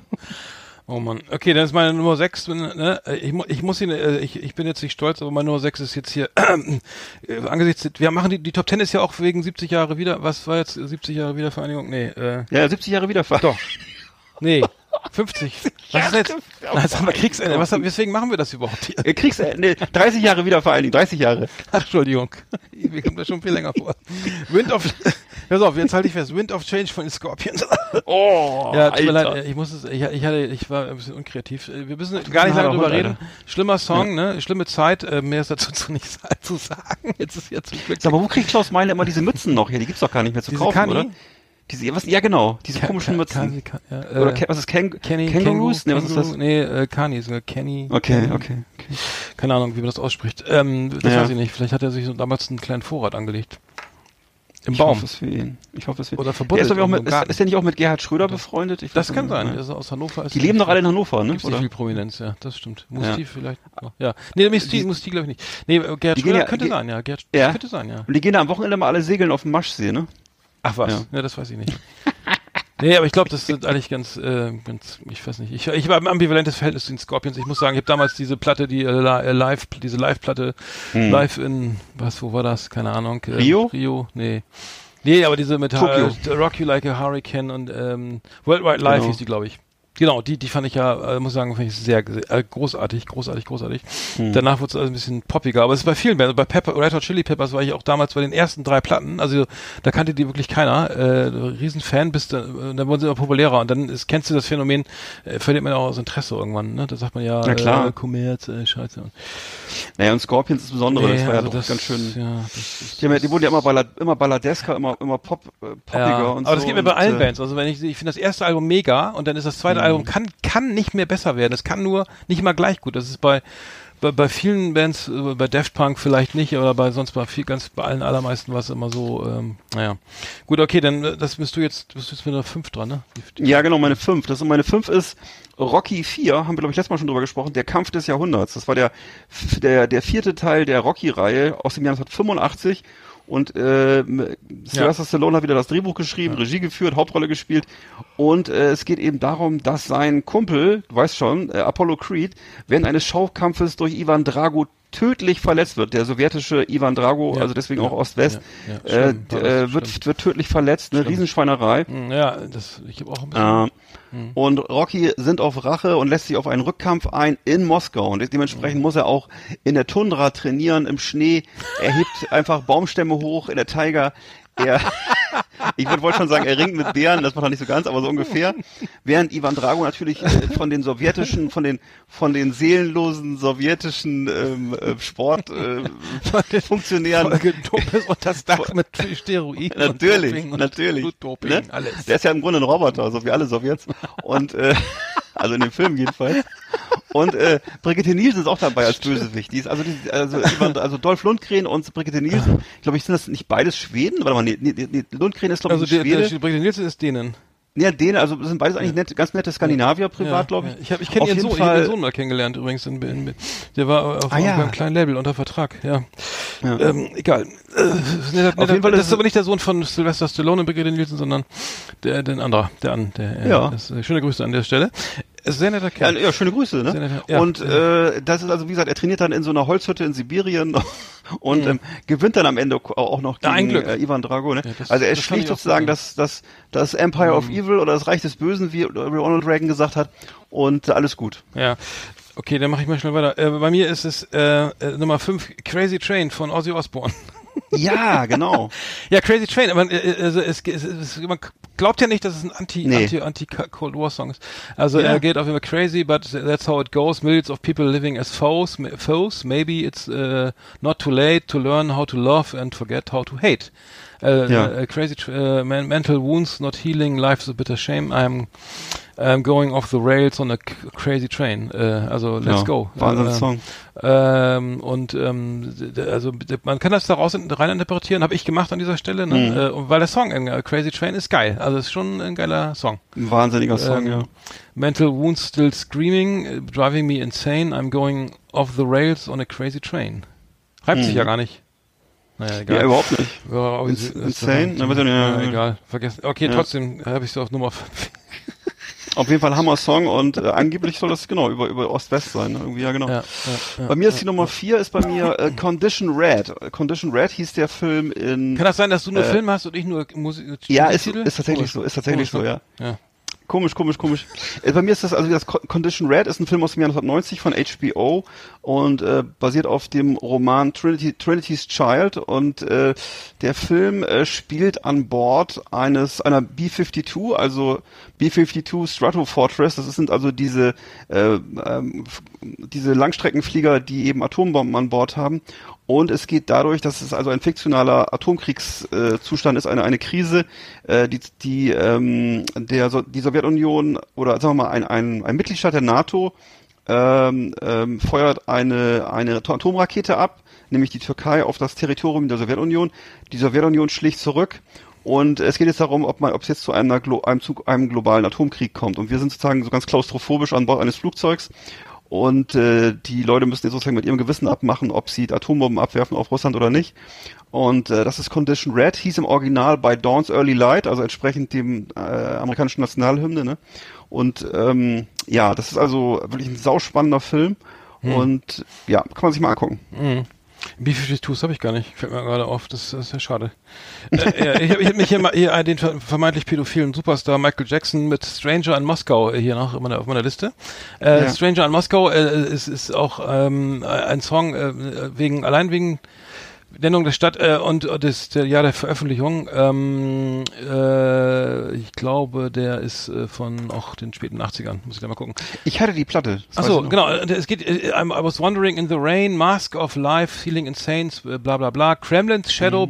Oh Mann. Okay, dann ist meine Nummer 6. Ne? Ich bin jetzt nicht stolz, aber meine Nummer 6 ist jetzt hier angesichts, wir machen die Top 10 ist ja auch wegen 70 Jahre wieder, was war jetzt 70 Jahre Wiedervereinigung? Nee. Ja, 70 Jahre Wiedervereinigung. Doch. Nee. 50. Was ist jetzt? Das haben wir Kriegsende. Weswegen machen wir das überhaupt hier? Kriegsende. 30 Jahre Wiedervereinigung. 30 Jahre. Ach, Entschuldigung. Mir kommt das schon viel länger vor. Pass auf, jetzt halte ich fest. Wind of Change von den Scorpions. Oh, ja, tut mir leid. Ich war ein bisschen unkreativ. Wir müssen gar nicht lange drüber reden. Schlimmer Song, ne? Schlimme Zeit. Mehr ist dazu nicht zu sagen. Jetzt ist zum Glück. Aber wo kriegt Klaus Meine immer diese Mützen noch hier? Die gibt's doch gar nicht mehr zu kaufen, oder? Ja genau, diese komischen Mützen. Oder was ist Kangaroos? Nee, was ist das? Nee, Kani, sogar Kenny. Okay. Keine Ahnung, wie man das ausspricht. Das weiß ich nicht. Vielleicht hat er sich so damals einen kleinen Vorrat angelegt. Im Baum. Ich hoffe es für ihn. Oder verbunden. Ist der nicht auch mit Gerhard Schröder befreundet? Das kann sein. Der ist aus Hannover. Die leben doch alle in Hannover, ne? Gibt's nicht viel Prominenz, ja. Das stimmt. Musti vielleicht. Ja. Nee, Musti glaube ich nicht. Nee, Gerhard Schröder könnte sein, ja. Könnte sein, ja. Und die gehen da am Wochenende mal alle segeln auf dem Maschsee, ne? Ach was? Ja, das weiß ich nicht. Nee, aber ich glaube, das sind eigentlich ganz, ich weiß nicht. Ich war im ambivalentes Verhältnis zu den Scorpions. Ich muss sagen, ich habe damals diese Platte, diese Live-Platte, live in, wo war das? Keine Ahnung. Rio? Nee, aber diese mit Rock You Like a Hurricane und Worldwide Live hieß die, glaube ich. Genau, die fand ich ja, muss sagen, fand ich sehr großartig. Danach wurde es also ein bisschen poppiger, aber es ist bei vielen Bands, bei Red Hot Chili Peppers war ich auch damals bei den ersten 3 Platten, also da kannte die wirklich keiner, Riesenfan, dann wurden sie immer populärer und dann kennst du das Phänomen, verliert man ja auch das Interesse irgendwann, ne? Da sagt man ja, klar. Kommerz, Scheiße. Naja, und Scorpions ist das Besondere, das war ja doch ganz schön, die wurden ja immer balladesker, immer poppiger und so. Aber das geht mir bei allen Bands, also ich finde das erste Album mega und dann ist das zweite Album kann nicht mehr besser werden. Es kann nur nicht mal gleich gut. Das ist bei vielen Bands, bei Daft Punk vielleicht nicht, aber bei allen allermeisten war es immer so, naja. Gut, okay, dann bist du jetzt mit einer 5 dran, ne? Ja, genau, meine 5. Meine 5 ist Rocky 4, haben wir, glaube ich, letztes Mal schon drüber gesprochen, der Kampf des Jahrhunderts. Das war der 4. Teil der Rocky-Reihe aus dem Jahr 1985. Und Sylvester Stallone hat wieder das Drehbuch geschrieben, Regie geführt, Hauptrolle gespielt. Und es geht eben darum, dass sein Kumpel, du weißt schon, Apollo Creed, während eines Schaukampfes durch Ivan Drago tödlich verletzt wird. Der sowjetische Ivan Drago, also deswegen auch Ost-West, wird tödlich verletzt. Eine Riesenschweinerei. Ja, ich habe auch ein bisschen... Und Rocky sind auf Rache und lässt sich auf einen Rückkampf ein in Moskau. Und dementsprechend muss er auch in der Tundra trainieren, im Schnee. Er hebt einfach Baumstämme hoch in der Taiga. Ich wollte schon sagen, er ringt mit Bären, das macht er nicht so ganz, aber so ungefähr. Während Ivan Drago natürlich von den den seelenlosen sowjetischen Sportfunktionären und das Dach mit Steroiden. Natürlich. Blutdoping, ne? Alles. Der ist ja im Grunde ein Roboter, so wie alle Sowjets. Und also in dem Film jedenfalls. Und Brigitte Nielsen ist auch dabei als Bösewicht. Die ist also Dolph Lundgren und Brigitte Nielsen. Ich glaube, sind das nicht beides Schweden? Warte mal, nee, Lundgren ist glaube ich Schwede. Brigitte Nielsen ist Dänen. Ja, also das sind beides eigentlich nett, ganz nette Skandinavier privat, glaube ich. Ich kenne ihren Sohn, ich habe ihren Sohn mal kennengelernt übrigens. Der war auf einem kleinen Label unter Vertrag, ja. Egal. Auf jeden Fall das ist aber nicht der Sohn von Sylvester Stallone und Brigitte Nielsen, sondern der schöne Grüße an der Stelle. Sehr netter Kerl. Ja, schöne Grüße, ne? Netter, ja. Und das ist also, wie gesagt, er trainiert dann in so einer Holzhütte in Sibirien und gewinnt dann am Ende auch noch gegen Ivan Drago, ne? Ja, also er schlägt sozusagen das Empire of Evil oder das Reich des Bösen, wie Ronald Reagan gesagt hat, und alles gut. Ja. Okay, dann mache ich mal schnell weiter. Bei mir ist es Nummer 5, Crazy Train von Ozzy Osbourne. Ja, genau. Ja, Crazy Train, aber man glaubt ja nicht, dass es ein Anti-Cold War Song ist. Also er geht auf jeden Fall crazy, but that's how it goes. Millions of people living as foes. Maybe it's not too late to learn how to love and forget how to hate. Crazy mental wounds not healing, life's a bitter shame. I'm going off the rails on a crazy train. Also let's go. Wahnsinn-Song. Also man kann das daraus rein interpretieren, habe ich gemacht an dieser Stelle, ne? Weil der Song Crazy Train ist geil. Also ist schon ein geiler Song. Ein wahnsinniger Song, ja. Mental wounds still screaming, driving me insane. I'm going off the rails on a crazy train. Reibt sich ja gar nicht. Naja, egal. Ja, überhaupt nicht. Insane? Egal. Vergessen. Okay, trotzdem habe ich es auf Nummer 5. Auf jeden Fall Hammer-Song und angeblich soll das genau über Ost-West sein, ne? Irgendwie, ja genau. Ja. Bei mir ist die Nummer 4, ist bei mir Condition Red. Condition Red hieß der Film in... Kann das sein, dass du nur Film hast und ich nur Musik? Ja, ist tatsächlich so, ja. Komisch. Bei mir ist das, also das Condition Red ist ein Film aus dem Jahr 1990 von HBO und basiert auf dem Roman Trinity's Child und der Film spielt an Bord einer B-52, also B-52 Stratofortress. Das sind also diese Langstreckenflieger, die eben Atombomben an Bord haben. Und es geht dadurch, dass es also ein fiktionaler Atomkriegszustand ist, eine Krise, die Sowjetunion oder sagen wir mal ein Mitgliedstaat der NATO feuert eine Atomrakete ab, nämlich die Türkei auf das Territorium der Sowjetunion. Die Sowjetunion schlägt zurück. Und es geht jetzt darum, ob es jetzt zu einem globalen Atomkrieg kommt. Und wir sind sozusagen so ganz klaustrophobisch an Bord eines Flugzeugs. Und die Leute müssen jetzt sozusagen mit ihrem Gewissen abmachen, ob sie Atombomben abwerfen auf Russland oder nicht. Und das ist Condition Red, hieß im Original By Dawn's Early Light, also entsprechend dem amerikanischen Nationalhymne. Ne? Und das ist also wirklich ein sauspannender Film. Und ja, kann man sich mal angucken. B-52s habe ich gar nicht, fällt mir gerade auf, das ist ja schade. Ich hab mich hier den vermeintlich pädophilen Superstar Michael Jackson mit Stranger in Moskau hier noch auf meiner Liste. Stranger in Moskau ist auch ein Song wegen Nennung der Stadt und der Jahr der Veröffentlichung. Ich glaube, der ist von auch den späten 80ern. Muss ich da mal gucken. Ich hatte die Platte. Achso, genau. Es geht I was wandering in the rain, Mask of Life, feeling insane, bla bla bla. Kremlin's shadow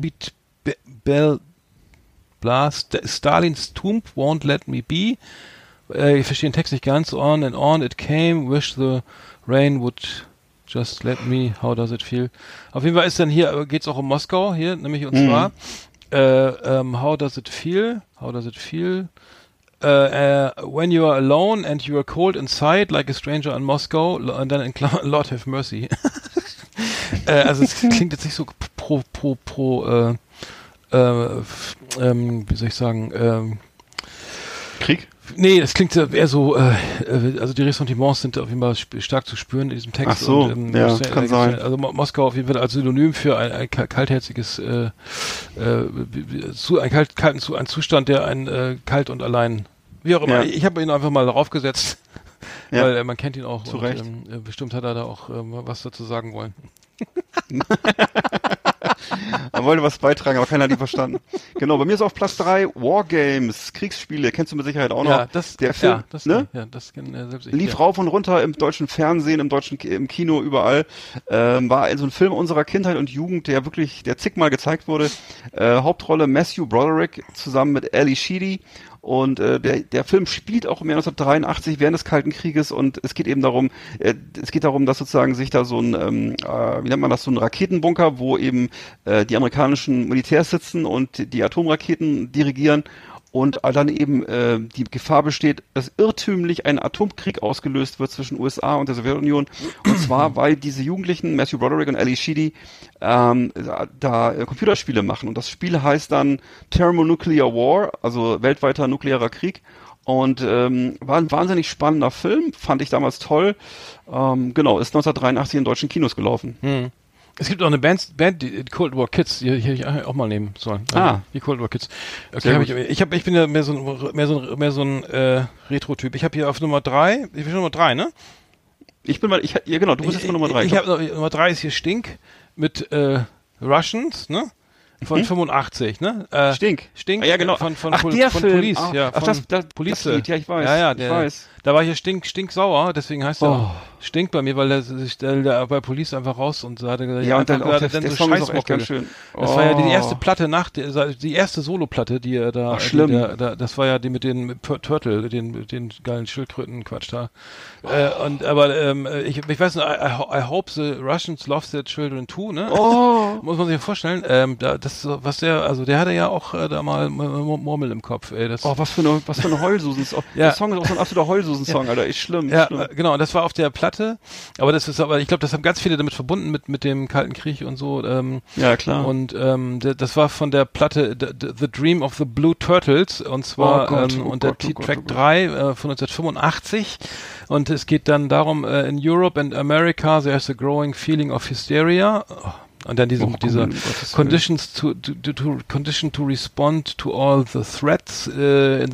Stalin's tomb won't let me be. Ich verstehe den Text nicht ganz. On and on it came, wish the rain would just let me, how does it feel? Auf jeden Fall ist dann hier, geht's auch um Moskau hier, nämlich und zwar, how does it feel? How does it feel? When you are alone and you are cold inside, like a stranger in Moscow, and then in Lord have mercy. Also es klingt jetzt nicht so wie soll ich sagen, Krieg? Nee, das klingt eher so, also die Ressentiments sind auf jeden Fall stark zu spüren in diesem Text. Ach so, und, kann sein. Also Moskau auf jeden Fall als Synonym für ein kaltherziges, ein Zustand, der ein kalt und allein, wie auch immer. Ja. Ich habe ihn einfach mal darauf gesetzt, weil man kennt ihn auch. Zu Recht. Bestimmt hat er da auch was dazu sagen wollen. Er wollte was beitragen, aber keiner hat ihn verstanden. Genau, bei mir ist auf Platz 3 Wargames, Kriegsspiele, kennst du mit Sicherheit auch noch. Ja, der Film, das kennt er selbst. Lief rauf und runter im deutschen Fernsehen, im Kino, überall. War so ein Film unserer Kindheit und Jugend, der zigmal gezeigt wurde. Hauptrolle Matthew Broderick zusammen mit Ali Sheedy. Und der Film spielt auch im Jahr 1983 während des Kalten Krieges und es geht eben darum, dass sozusagen sich da so ein, wie nennt man das, so ein Raketenbunker, wo eben die amerikanischen Militärs sitzen und die Atomraketen dirigieren. und dann eben die Gefahr besteht, dass irrtümlich ein Atomkrieg ausgelöst wird zwischen USA und der Sowjetunion. Und zwar, weil diese Jugendlichen, Matthew Broderick und Ali Sheedy, da Computerspiele machen. Und das Spiel heißt dann Thermonuclear War, also weltweiter nuklearer Krieg. Und war ein wahnsinnig spannender Film, fand ich damals toll. Genau, ist 1983 in deutschen Kinos gelaufen. Es gibt auch eine Band, die Cold War Kids, die hätte ich auch mal nehmen sollen. Die Cold War Kids. Okay, ich bin ja mehr so ein Retro-Typ. Ich habe hier auf Nummer 3, ich bin Nummer 3, ne? Genau, du bist jetzt bei Nummer 3. Ich habe Nummer 3 ist hier Stink mit Russians, ne? Von 85, ne? Stink. Ja, genau. Von Police, ja. Ach, das Police. Ja, ich weiß. Ja, ich weiß. Da war hier stinksauer, deswegen heißt er auch Stink bei mir, weil der bei Police einfach raus und da hat er gesagt, ja, und dann auch der so Song ist auch echt ganz schön. Das war ja die erste Platte die erste Soloplatte, die er da, schlimm. Das war ja die mit den Turtle, den geilen Schildkröten-Quatsch da. Ich weiß nicht, I hope the Russians love their children too, ne? Muss man sich ja vorstellen. Der hatte ja auch da mal Murmel im Kopf, ey. Was für eine Heulsusen-Song. Der Song ist auch so ein absoluter Heulsusen-Song, Alter. Ist schlimm. Ja, schlimm. Genau. Und das war auf der Platte. Aber ich glaube, das haben ganz viele damit verbunden mit dem Kalten Krieg und so. Ja, klar. Und das war von der Platte The Dream of the Blue Turtles. Und zwar der Track 3 von 1985. Und es geht dann darum, in Europe and America there's a growing feeling of hysteria. Und dann diese conditions condition to respond to all the threats in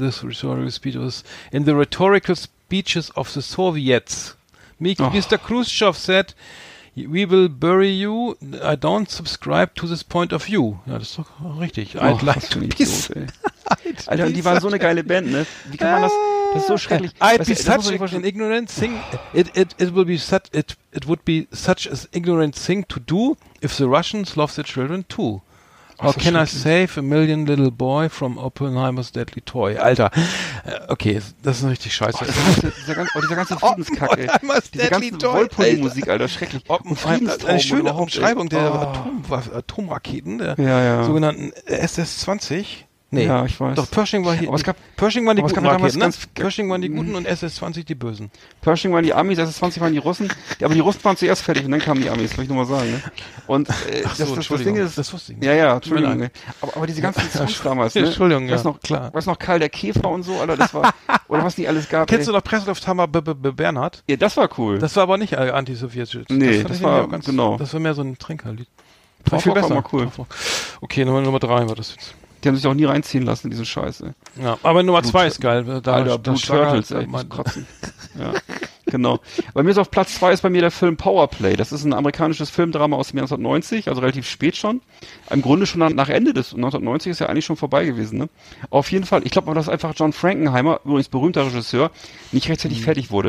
the rhetorical speeches of the Soviets. Mr. Khrushchev said, "We will bury you. I don't subscribe to this point of view." Ja, das ist doch richtig. I'd like to be Alter, und die waren so eine geile Band, ne? Wie kann man das? Das ist so schrecklich. I'd be such an ignorant thing. It would be such an ignorant thing to do if the Russians love their children too. How can I save a million little boy from Oppenheimer's deadly toy? Alter, okay, das ist richtig scheiße. Dieser ganze Friedenskack, ey. Diese ganze Wollpulli-Musik, Alter, schrecklich. Eine schöne Umschreibung der Atomraketen, der sogenannten SS-20. Nee, ja, ich weiß. Doch, Pershing war hier. Pershing waren die guten Raketen, ne? Pershing waren die guten und SS-20 die bösen. Pershing waren die Amis, SS-20 waren die Russen. Aber die Russen waren zuerst fertig und dann kamen die Amis, soll ich nur mal sagen, ne? Und das Ding ist... Das wusste ich nicht. Ja, Entschuldigung. Ne? Aber diese ganzen Songs damals, ne? Entschuldigung, klar. Weißt noch Karl der Käfer und so, Alter, das war... oder was nicht alles gab. Kennst du noch Presslufthammer Bernhard? Ja, das war cool. Das war aber nicht anti-sowjetisch. Nee, das war genau. Das war mehr so ein Trinkerlied. War viel besser. War mal cool. Okay, Nummer 3 war das jetzt. Die haben sich auch nie reinziehen lassen, diese Scheiße. Ja, aber Nummer 2 ist geil. Alter, Blue Turtles, ey, kotzen. Ja, genau. Bei mir ist auf Platz 2 ist bei mir der Film Powerplay. Das ist ein amerikanisches Filmdrama aus dem Jahr 1990, also relativ spät schon. Im Grunde schon nach Ende des 1990 ist ja eigentlich schon vorbei gewesen, ne? Auf jeden Fall, ich glaube mal, dass einfach John Frankenheimer, übrigens berühmter Regisseur, nicht rechtzeitig fertig wurde.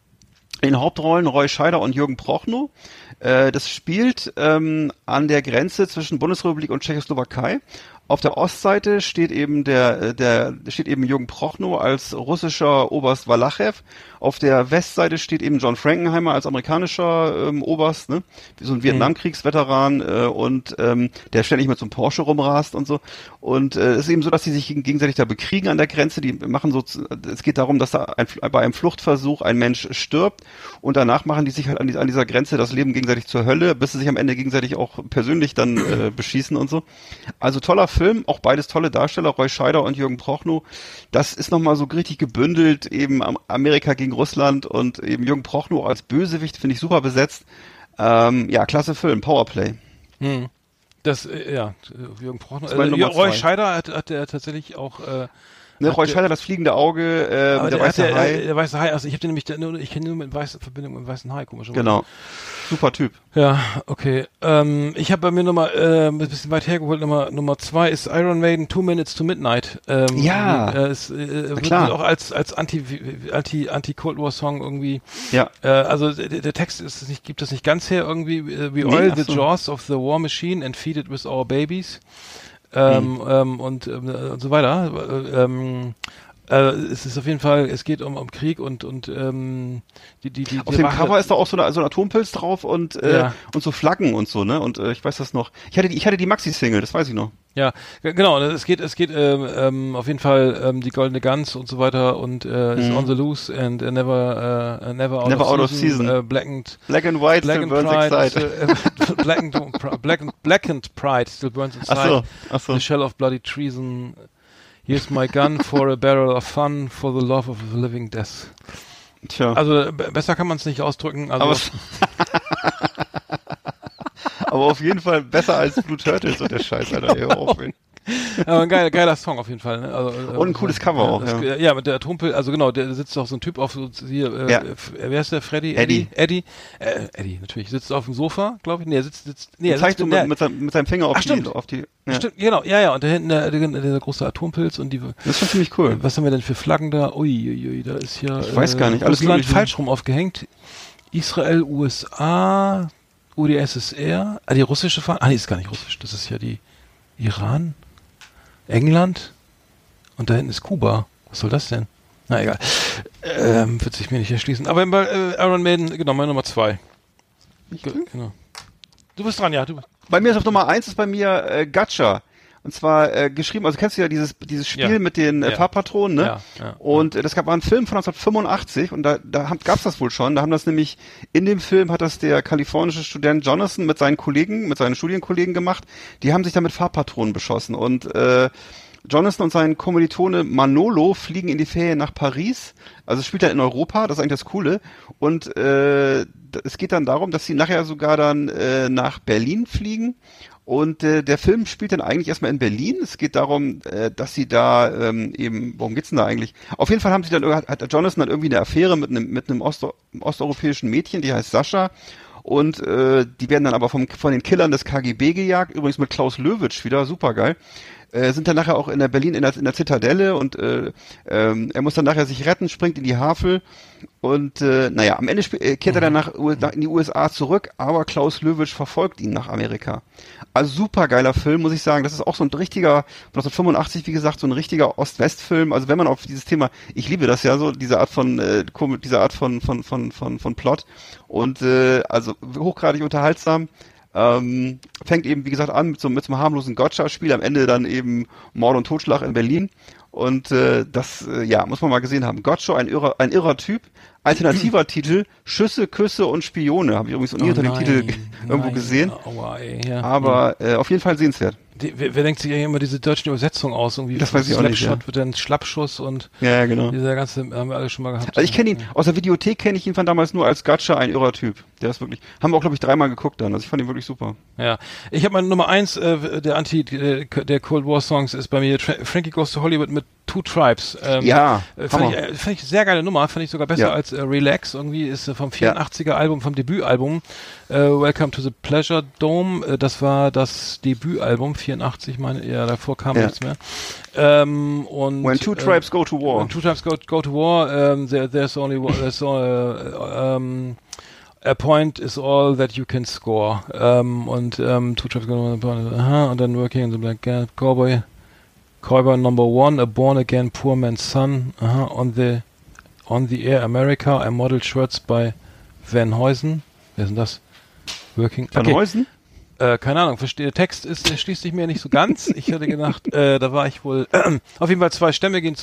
In Hauptrollen Roy Scheider und Jürgen Prochnow. Das spielt an der Grenze zwischen Bundesrepublik und Tschechoslowakei. Auf der Ostseite steht eben Jürgen Prochnow als russischer Oberst Walachew. Auf der Westseite steht eben John Frankenheimer als amerikanischer Oberst, ne? So ein Vietnamkriegsveteran und der ständig mit so einem Porsche rumrast und so. Und es ist eben so, dass die sich gegenseitig da bekriegen an der Grenze. Die machen so, es geht darum, dass da bei einem Fluchtversuch ein Mensch stirbt und danach machen die sich halt an dieser Grenze das Leben gegenseitig zur Hölle, bis sie sich am Ende gegenseitig auch persönlich dann beschießen und so. Also toller Film, auch beides tolle Darsteller, Roy Scheider und Jürgen Prochnow. Das ist nochmal so richtig gebündelt, eben Amerika gegen Russland und eben Jürgen Prochnow als Bösewicht, finde ich super besetzt. Ja, klasse Film, Powerplay. Jürgen Prochnow. Roy Scheider hat tatsächlich auch... Roy Scheider, das fliegende Auge, der weiße Hai. Der weiße Hai, also ich kenne nur mit Verbindung mit dem weißen Hai, komischerweise. Genau. Super Typ. Ja, okay. Ich habe bei mir ein bisschen weit hergeholt, Nummer 2 ist Iron Maiden 2 Minutes to Midnight. Es wird auch als Anti-Cold War Song irgendwie. Ja. Also der Text gibt es nicht ganz her irgendwie. We oil the jaws of the war machine and feed it with our babies. Und so weiter. Es ist auf jeden Fall, es geht um Krieg und auf dem Cover ist da auch so ein Atompilz drauf und so Flaggen und so, ne? Und ich weiß das noch. Ich hatte die Maxi-Single, das weiß ich noch. Ja, genau. Es geht auf jeden Fall die Goldene Gans und so weiter und is on the loose and never out of season. Black and white still burns inside. Black and pride still burns inside. Ach so. The shell of bloody treason. Here's my gun for a barrel of fun for the love of a living death. Tja. Also besser kann man es nicht ausdrücken. Also aber auf jeden Fall besser als Blue Turtles und der Scheiß, Alter. Aber ein geiler Song auf jeden Fall. Ne? Also, und ein cooles Cover auch. Ja, mit der Atompilze, also genau, da sitzt auch so ein Typ auf hier, wer ist der? Freddy? Eddie, natürlich, sitzt auf dem Sofa, glaube ich. Nee, er sitzt zeigt so mit seinem Finger auf die ja. Stimmt, genau, ja, und da hinten der große Atompilz und die. Das ist schon ziemlich cool. Was haben wir denn für Flaggen da? Uiuiui, da ist ja. Ich weiß gar nicht, alles Land falsch rum aufgehängt. Israel, USA, UdSSR, die russische Fahne. Nee, ist gar nicht russisch, das ist ja die Iran, England und da hinten ist Kuba. Was soll das denn? Na egal. Wird sich mir nicht erschließen. Aber Iron Maiden, genau, meine Nummer 2. Genau. Du bist dran, ja. Bei mir ist auf Nummer 1 ist bei mir Gacha. Und zwar geschrieben, also kennst du ja dieses Spiel mit den Farbpatronen, ne? Ja. Und das war ein Film von 1985 und da gab's das wohl schon. Da haben das nämlich, in dem Film hat das der kalifornische Student Jonathan mit seinen Studienkollegen gemacht. Die haben sich da mit Farbpatronen beschossen und Jonathan und sein Kommilitone Manolo fliegen in die Ferien nach Paris. Also es spielt dann in Europa, das ist eigentlich das Coole. Und es geht dann darum, dass sie nachher sogar dann nach Berlin fliegen. Und der Film spielt dann eigentlich erstmal in Berlin. Es geht darum, dass sie da worum geht's denn da eigentlich? Auf jeden Fall hat Jonathan dann irgendwie eine Affäre mit einem osteuropäischen Mädchen, die heißt Sascha. Und die werden dann aber von den Killern des KGB gejagt, übrigens mit Klaus Löwitsch wieder, supergeil. Sind dann nachher auch in Berlin in der Zitadelle und er muss dann nachher sich retten, springt in die Havel und am Ende kehrt er dann in die USA zurück, aber Klaus Löwitsch verfolgt ihn nach Amerika. Also super geiler Film, muss ich sagen. Das ist auch so ein richtiger, 1985, wie gesagt, so ein richtiger Ost-West-Film. Also wenn man auf dieses Thema, ich liebe das ja so, diese Art von Plot und also hochgradig unterhaltsam. Fängt eben, wie gesagt, an mit so einem harmlosen Gotcha-Spiel, am Ende dann eben Mord und Totschlag in Berlin. Und das muss man mal gesehen haben. Gotcha, ein irrer Typ. Alternativer Titel, Schüsse, Küsse und Spione. Habe ich übrigens nie unter dem Titel irgendwo gesehen. Aua, aber auf jeden Fall sehenswert. Wer denkt sich eigentlich immer diese deutsche Übersetzung aus? Irgendwie das weiß ich auch nicht. Slapshot wird dann Schlappschuss und genau. Dieser ganze, haben wir alle schon mal gehabt. Also ich kenne ihn, aus der Videothek kenne ich ihn von damals nur als Gacha, ein irrer Typ. Der ist wirklich, haben wir auch, glaube ich, 3-mal geguckt dann. Also ich fand ihn wirklich super. Ja. Ich habe meine Nummer 1, der Cold War Songs ist bei mir Frankie Goes to Hollywood mit Two Tribes. Fand ich sehr geile Nummer, fand ich sogar besser als Relax. Irgendwie ist vom 84er Album, vom Debütalbum Welcome to the Pleasure Dome. Das war das Debütalbum 84, davor kam nichts mehr. Und When Two Tribes Go to War. When Two Tribes go to War, there's only a point is all that you can score. Two Tribes go to War, und dann Working in the Black Cowboy number 1, a born again poor man's son, on the air America, I modeled shirts by Van Heusen. Wer ist denn das? Working. Van Heusen? Keine Ahnung, der Text schließt sich mir nicht so ganz. Ich hatte gedacht, da war ich wohl, auf jeden Fall 2 Stämme gehen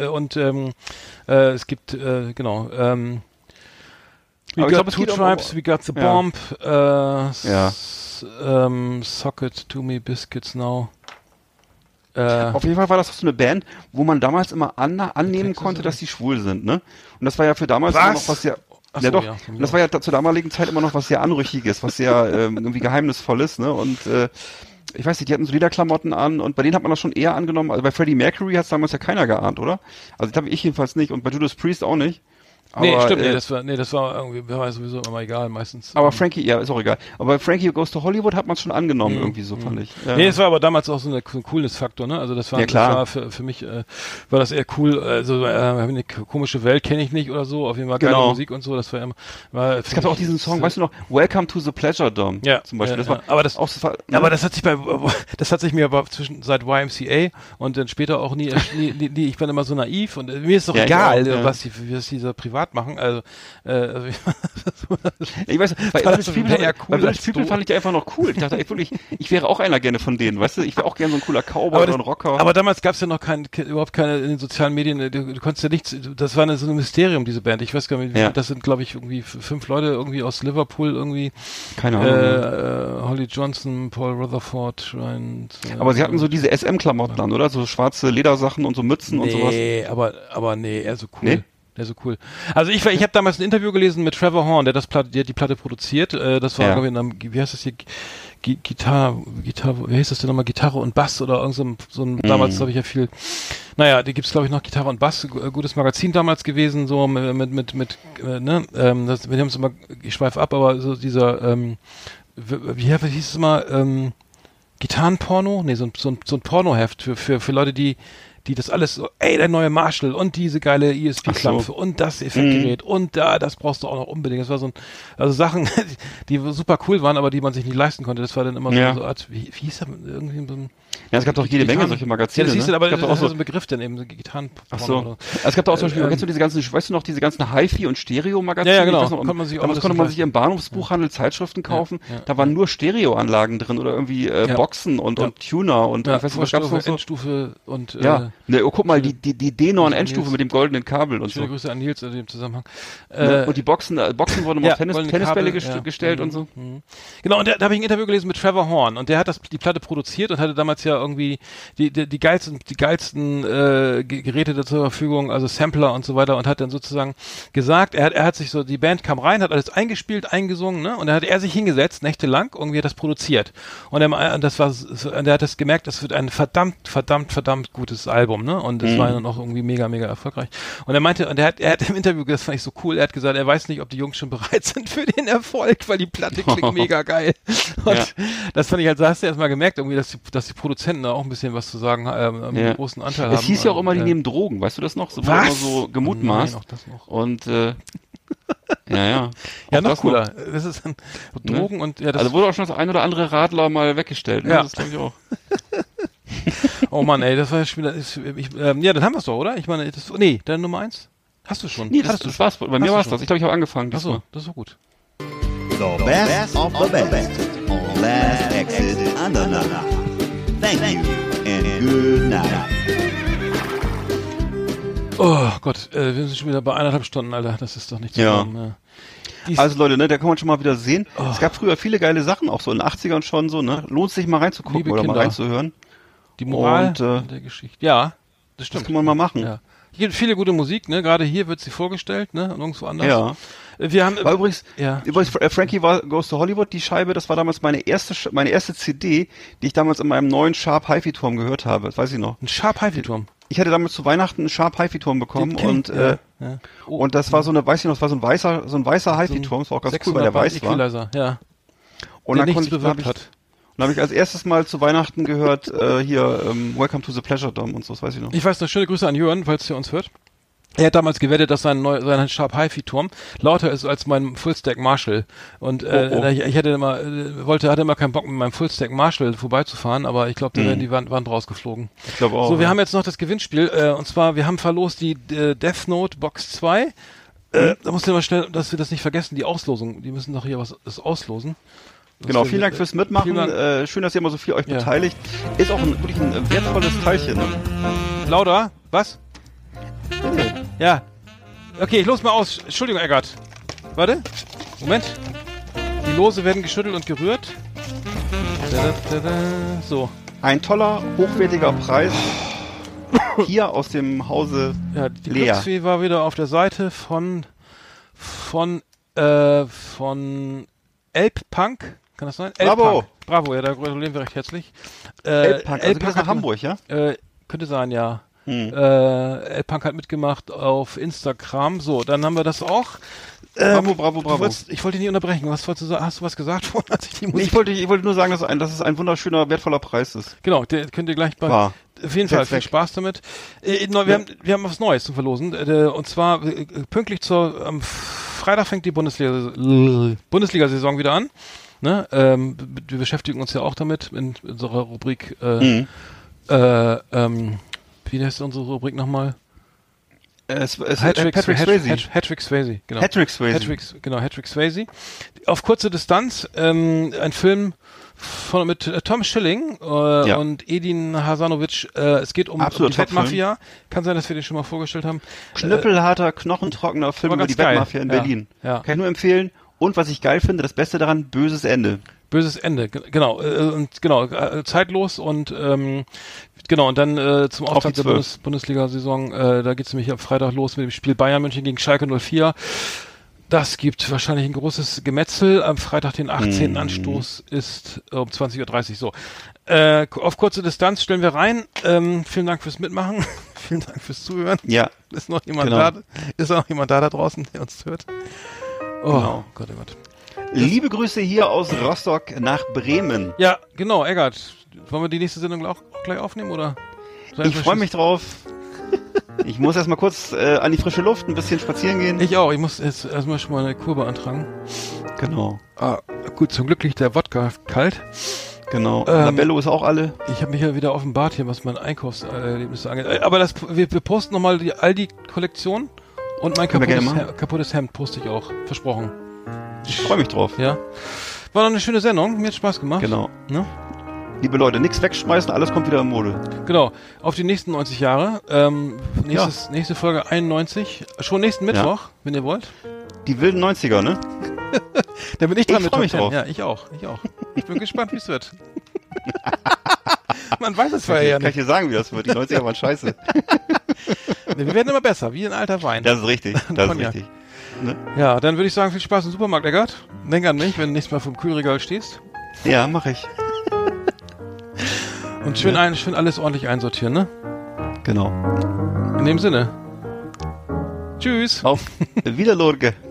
es gibt, we got two tribes, we got the bomb, socket to me biscuits now. Auf jeden Fall war das so eine Band, wo man damals immer annehmen konnte, dass die schwul sind, ne? Und das war ja für damals immer noch was sehr... Ja doch, und das war ja zur damaligen Zeit immer noch was sehr Anrüchiges, was sehr irgendwie Geheimnisvolles, ne? Und ich weiß nicht, die hatten so Lederklamotten an und bei denen hat man das schon eher angenommen. Also bei Freddie Mercury hat es damals ja keiner geahnt, oder? Also das habe ich jedenfalls nicht und bei Judas Priest auch nicht. Aber, stimmt, das war irgendwie, war sowieso immer egal, meistens. Aber Frankie, ist auch egal. Aber bei Frankie Goes to Hollywood hat man es schon angenommen, irgendwie so, fand ich. Nee, es war aber damals auch so ein Coolness-Faktor, ne? Also das war, das war für mich, war das eher cool, also eine komische Welt kenne ich nicht oder so, auf jeden Fall geile Musik und so, das war immer, es gab auch diesen Song, weißt du noch, Welcome to the Pleasure Dome, zum Beispiel. Das war aber das auch so, aber das hat sich mir aber seit YMCA und dann später auch nie, ich bin immer so naiv und mir ist doch egal, was dieser Privat privat machen. Also, ich weiß, bei Village People fand ich die einfach noch cool. Ich dachte wirklich, ich wäre auch einer gerne von denen, weißt du? Ich wäre auch gerne so ein cooler Cowboy oder ein Rocker. Aber damals gab es ja noch überhaupt keine in den sozialen Medien. Du konntest ja nichts. Das war so ein Mysterium, diese Band. Ich weiß gar nicht. Das sind, glaube ich, irgendwie 5 Leute irgendwie aus Liverpool irgendwie. Keine Ahnung. Holly Johnson, Paul Rutherford, Ryan. Aber sie hatten so diese SM-Klamotten an, oder? So schwarze Ledersachen und so Mützen und sowas. Nee, aber nee, eher so cool. Nee? Der so cool. Also ich habe damals ein Interview gelesen mit Trevor Horn, der die Platte produziert. Das war glaube ich, wie heißt das hier? Gitarre, wie heißt das denn nochmal? Gitarre und Bass oder irgend so ein damals habe ich ja viel. Naja, die gibt's glaube ich noch, Gitarre und Bass, gutes Magazin damals gewesen, so wir haben es immer, ich schweife ab, aber so dieser wie hieß es mal, Gitarrenporno? Nee, so ein Pornoheft für Leute, die das alles so, der neue Marshall und diese geile ESP-Klampfe und das Effektgerät und das brauchst du auch noch unbedingt. Das war also Sachen, die super cool waren, aber die man sich nicht leisten konnte. Das war dann immer so Art, wie hieß das? Irgendwie so ein es gab doch jede Menge solche Magazine. Ja, das hieß aber das ist so ein Begriff dann eben, so Gitarrenporno. Ach so. Es gab da auch zum Beispiel, kennst du diese ganzen, weißt du noch, diese ganzen Hi-Fi und Stereo-Magazine? Ja, genau. Konnte man sich im Bahnhofsbuchhandel Zeitschriften kaufen. Da waren nur Stereoanlagen drin oder irgendwie Boxen und Tuner und ich weiß nicht, was gab's noch so? Endstufe und guck mal, die D-Norn Endstufe mit dem goldenen Kabel und so. Schöne Grüße an Nils in dem Zusammenhang. Und die Boxen wurden auf Tennisbälle gestellt und so. Genau, und da habe ich ein Interview gelesen mit Trevor Horn und der hat die Platte produziert und hatte damals ja irgendwie die geilsten Geräte zur Verfügung, also Sampler und so weiter, und hat dann sozusagen gesagt, er hat sich so, die Band kam rein, hat alles eingespielt, eingesungen, ne, und dann hat er sich hingesetzt, nächtelang, irgendwie hat das produziert. Und er hat das gemerkt, das wird ein verdammt gutes Album, ne, und das war dann auch irgendwie mega erfolgreich. Und er meinte, und er hat im Interview, das fand ich so cool, er hat gesagt, er weiß nicht, ob die Jungs schon bereit sind für den Erfolg, weil die Platte klingt mega geil. Und das fand ich halt, da hast du erst mal gemerkt, irgendwie, dass die Produzenten da auch ein bisschen was zu sagen, einen großen Anteil haben. Es hieß ja auch immer, die nehmen Drogen, weißt du das noch? So was? Immer so gemutmaßt. Nein, auch das noch. Und ja, noch cooler. Das ist Drogen und das also wurde auch schon das ein oder andere Radler mal weggestellt. Ne? Ja. Das glaube ich auch. Oh Mann, ey, das war schon wieder. Dann haben wir es doch, oder? Ich meine, deine Nummer 1? Hast du schon? Nee, das war's. Bei mir war es das. Ich glaube, ich habe angefangen. Achso, das ist so gut. The best of the best on Last Exit Andernach. Thank you and good night. Oh Gott, wir sind schon wieder bei 1,5 Stunden, Alter. Das ist doch nicht zu haben. Also Leute, ne, da kann man schon mal wieder sehen. Es gab früher viele geile Sachen, auch so in den 80ern schon so, ne? Lohnt sich mal reinzugucken oder mal reinzuhören. Die Moral der Geschichte. Ja, das stimmt. Das kann man mal machen. Ja. Hier gibt viele gute Musik, ne? Gerade hier wird sie vorgestellt, ne? Und irgendwo anders. Ja. Wir haben übrigens Frankie Goes to Hollywood, die Scheibe, das war damals meine erste CD, die ich damals in meinem neuen Sharp Hi-Fi-Turm gehört habe. Das weiß ich noch. Ein Sharp Hi-Fi-Turm? Ich hatte damals zu Weihnachten einen Sharp Hi-Fi-Turm bekommen und das war so eine, weiß ich noch, das war so ein weißer Hi-Fi-Turm, das war auch ganz cool, weil der weiß war. Ja. Und dann habe ich als erstes Mal zu Weihnachten gehört, Welcome to the Pleasure Dome und so, das weiß ich noch. Ich weiß noch, schöne Grüße an Jörn, falls ihr uns hört. Er hat damals gewettet, dass sein Sharp Hi-Fi-Turm lauter ist als mein Fullstack Marshall. Und ich hatte immer keinen Bock, mit meinem Fullstack Marshall vorbeizufahren, aber ich glaube, da wären die Wand rausgeflogen. Ich glaube auch. So, wir haben jetzt noch das Gewinnspiel, und zwar, wir haben verlost die Death Note Box 2. Da musst du mal schnell, dass wir das nicht vergessen, die Auslosung. Die müssen doch hier was auslosen. Genau, vielen Dank fürs Mitmachen. Schön, dass ihr immer so viel euch beteiligt. Ist auch wirklich ein wertvolles Teilchen. Ne? Lauter, was? Ja. Okay, ich los mal aus. Entschuldigung, Eggert. Warte. Moment. Die Lose werden geschüttelt und gerührt. So. Ein toller, hochwertiger Preis. Hier aus dem Hause die Glücksfee war wieder auf der Seite von Elbpunk. Kann das sein? Bravo. Bravo, ja, da gratulieren wir recht herzlich. Elbpunk, also das nach Hamburg, ja? Könnte sein, ja. Elbpunk hat mitgemacht auf Instagram. So, dann haben wir das auch. Bravo. Ich wollte dich nicht unterbrechen. Was wolltest du sagen? Hast du was gesagt vorhin, als ich die Musik... Ich wollte nur sagen, dass es ein wunderschöner, wertvoller Preis ist. Genau, der könnt ihr gleich auf jeden Fall viel Spaß damit. Wir haben was Neues zu verlosen. Und zwar pünktlich am Freitag fängt die Bundesliga-Saison wieder an. Ne? Wir beschäftigen uns ja auch damit in unserer Rubrik wie heißt unsere Rubrik nochmal? Patrick Swayze, genau. Patrick Swayze. Auf kurze Distanz, ein Film mit Tom Schilling und Edin Hasanovic. Es geht um die Wettmafia. Kann sein, dass wir den schon mal vorgestellt haben. Knüppelharter, knochentrockener Film über die Wettmafia in Berlin. Ja. Kann ich nur empfehlen. Und was ich geil finde, das Beste daran, böses Ende. Böses Ende, genau. Zeitlos und genau, und dann zum Auftakt der Bundesliga-Saison, da geht's nämlich am Freitag los mit dem Spiel Bayern München gegen Schalke 04. Das gibt wahrscheinlich ein großes Gemetzel. Am Freitag, den 18. Anstoß ist um 20.30 Uhr. So. Auf kurze Distanz stellen wir rein. Vielen Dank fürs Mitmachen. Vielen Dank fürs Zuhören. Ja. Ist noch jemand da? Ist noch jemand da draußen, der uns hört? Oh, genau. Gott, oh Gott. Liebe Grüße hier aus Rostock nach Bremen. Ja, genau, Eggert. Wollen wir die nächste Sendung auch gleich aufnehmen, oder? Ich freue mich drauf. Ich muss erstmal kurz an die frische Luft, ein bisschen spazieren gehen. Ich auch. Ich muss jetzt erstmal schon mal eine Kur beantragen. Genau. Gut, zum Glück liegt der Wodka kalt. Genau. Labello ist auch alle. Ich habe mich ja wieder offenbart hier, was mein Einkaufserlebnisse angeht. Aber wir posten nochmal die Aldi-Kollektion und mein kaputtes Hemd poste ich auch. Versprochen. Ich freue mich drauf. Ja. War doch eine schöne Sendung. Mir hat Spaß gemacht. Genau. Ne? Liebe Leute, nichts wegschmeißen, alles kommt wieder in Mode. Genau. Auf die nächsten 90 Jahre. Nächste Folge 91. Schon nächsten Mittwoch, wenn ihr wollt. Die wilden 90er, ne? Da bin ich dran mit Top 10. Ja, ich auch. Ich bin gespannt, wie es wird. Man weiß es vorher ja nicht. Kann ich dir sagen, wie das wird. Die 90er waren scheiße. Wir werden immer besser, wie ein alter Wein. Das ist richtig. Das ist richtig. Ne? Ja, dann würde ich sagen, viel Spaß im Supermarkt, Eggert. Denk an mich, wenn du nächstes Mal vom Kühlregal stehst. Ja, mache ich. Und schön alles ordentlich einsortieren, ne? Genau. In dem Sinne. Tschüss. Auf Wiederlorge.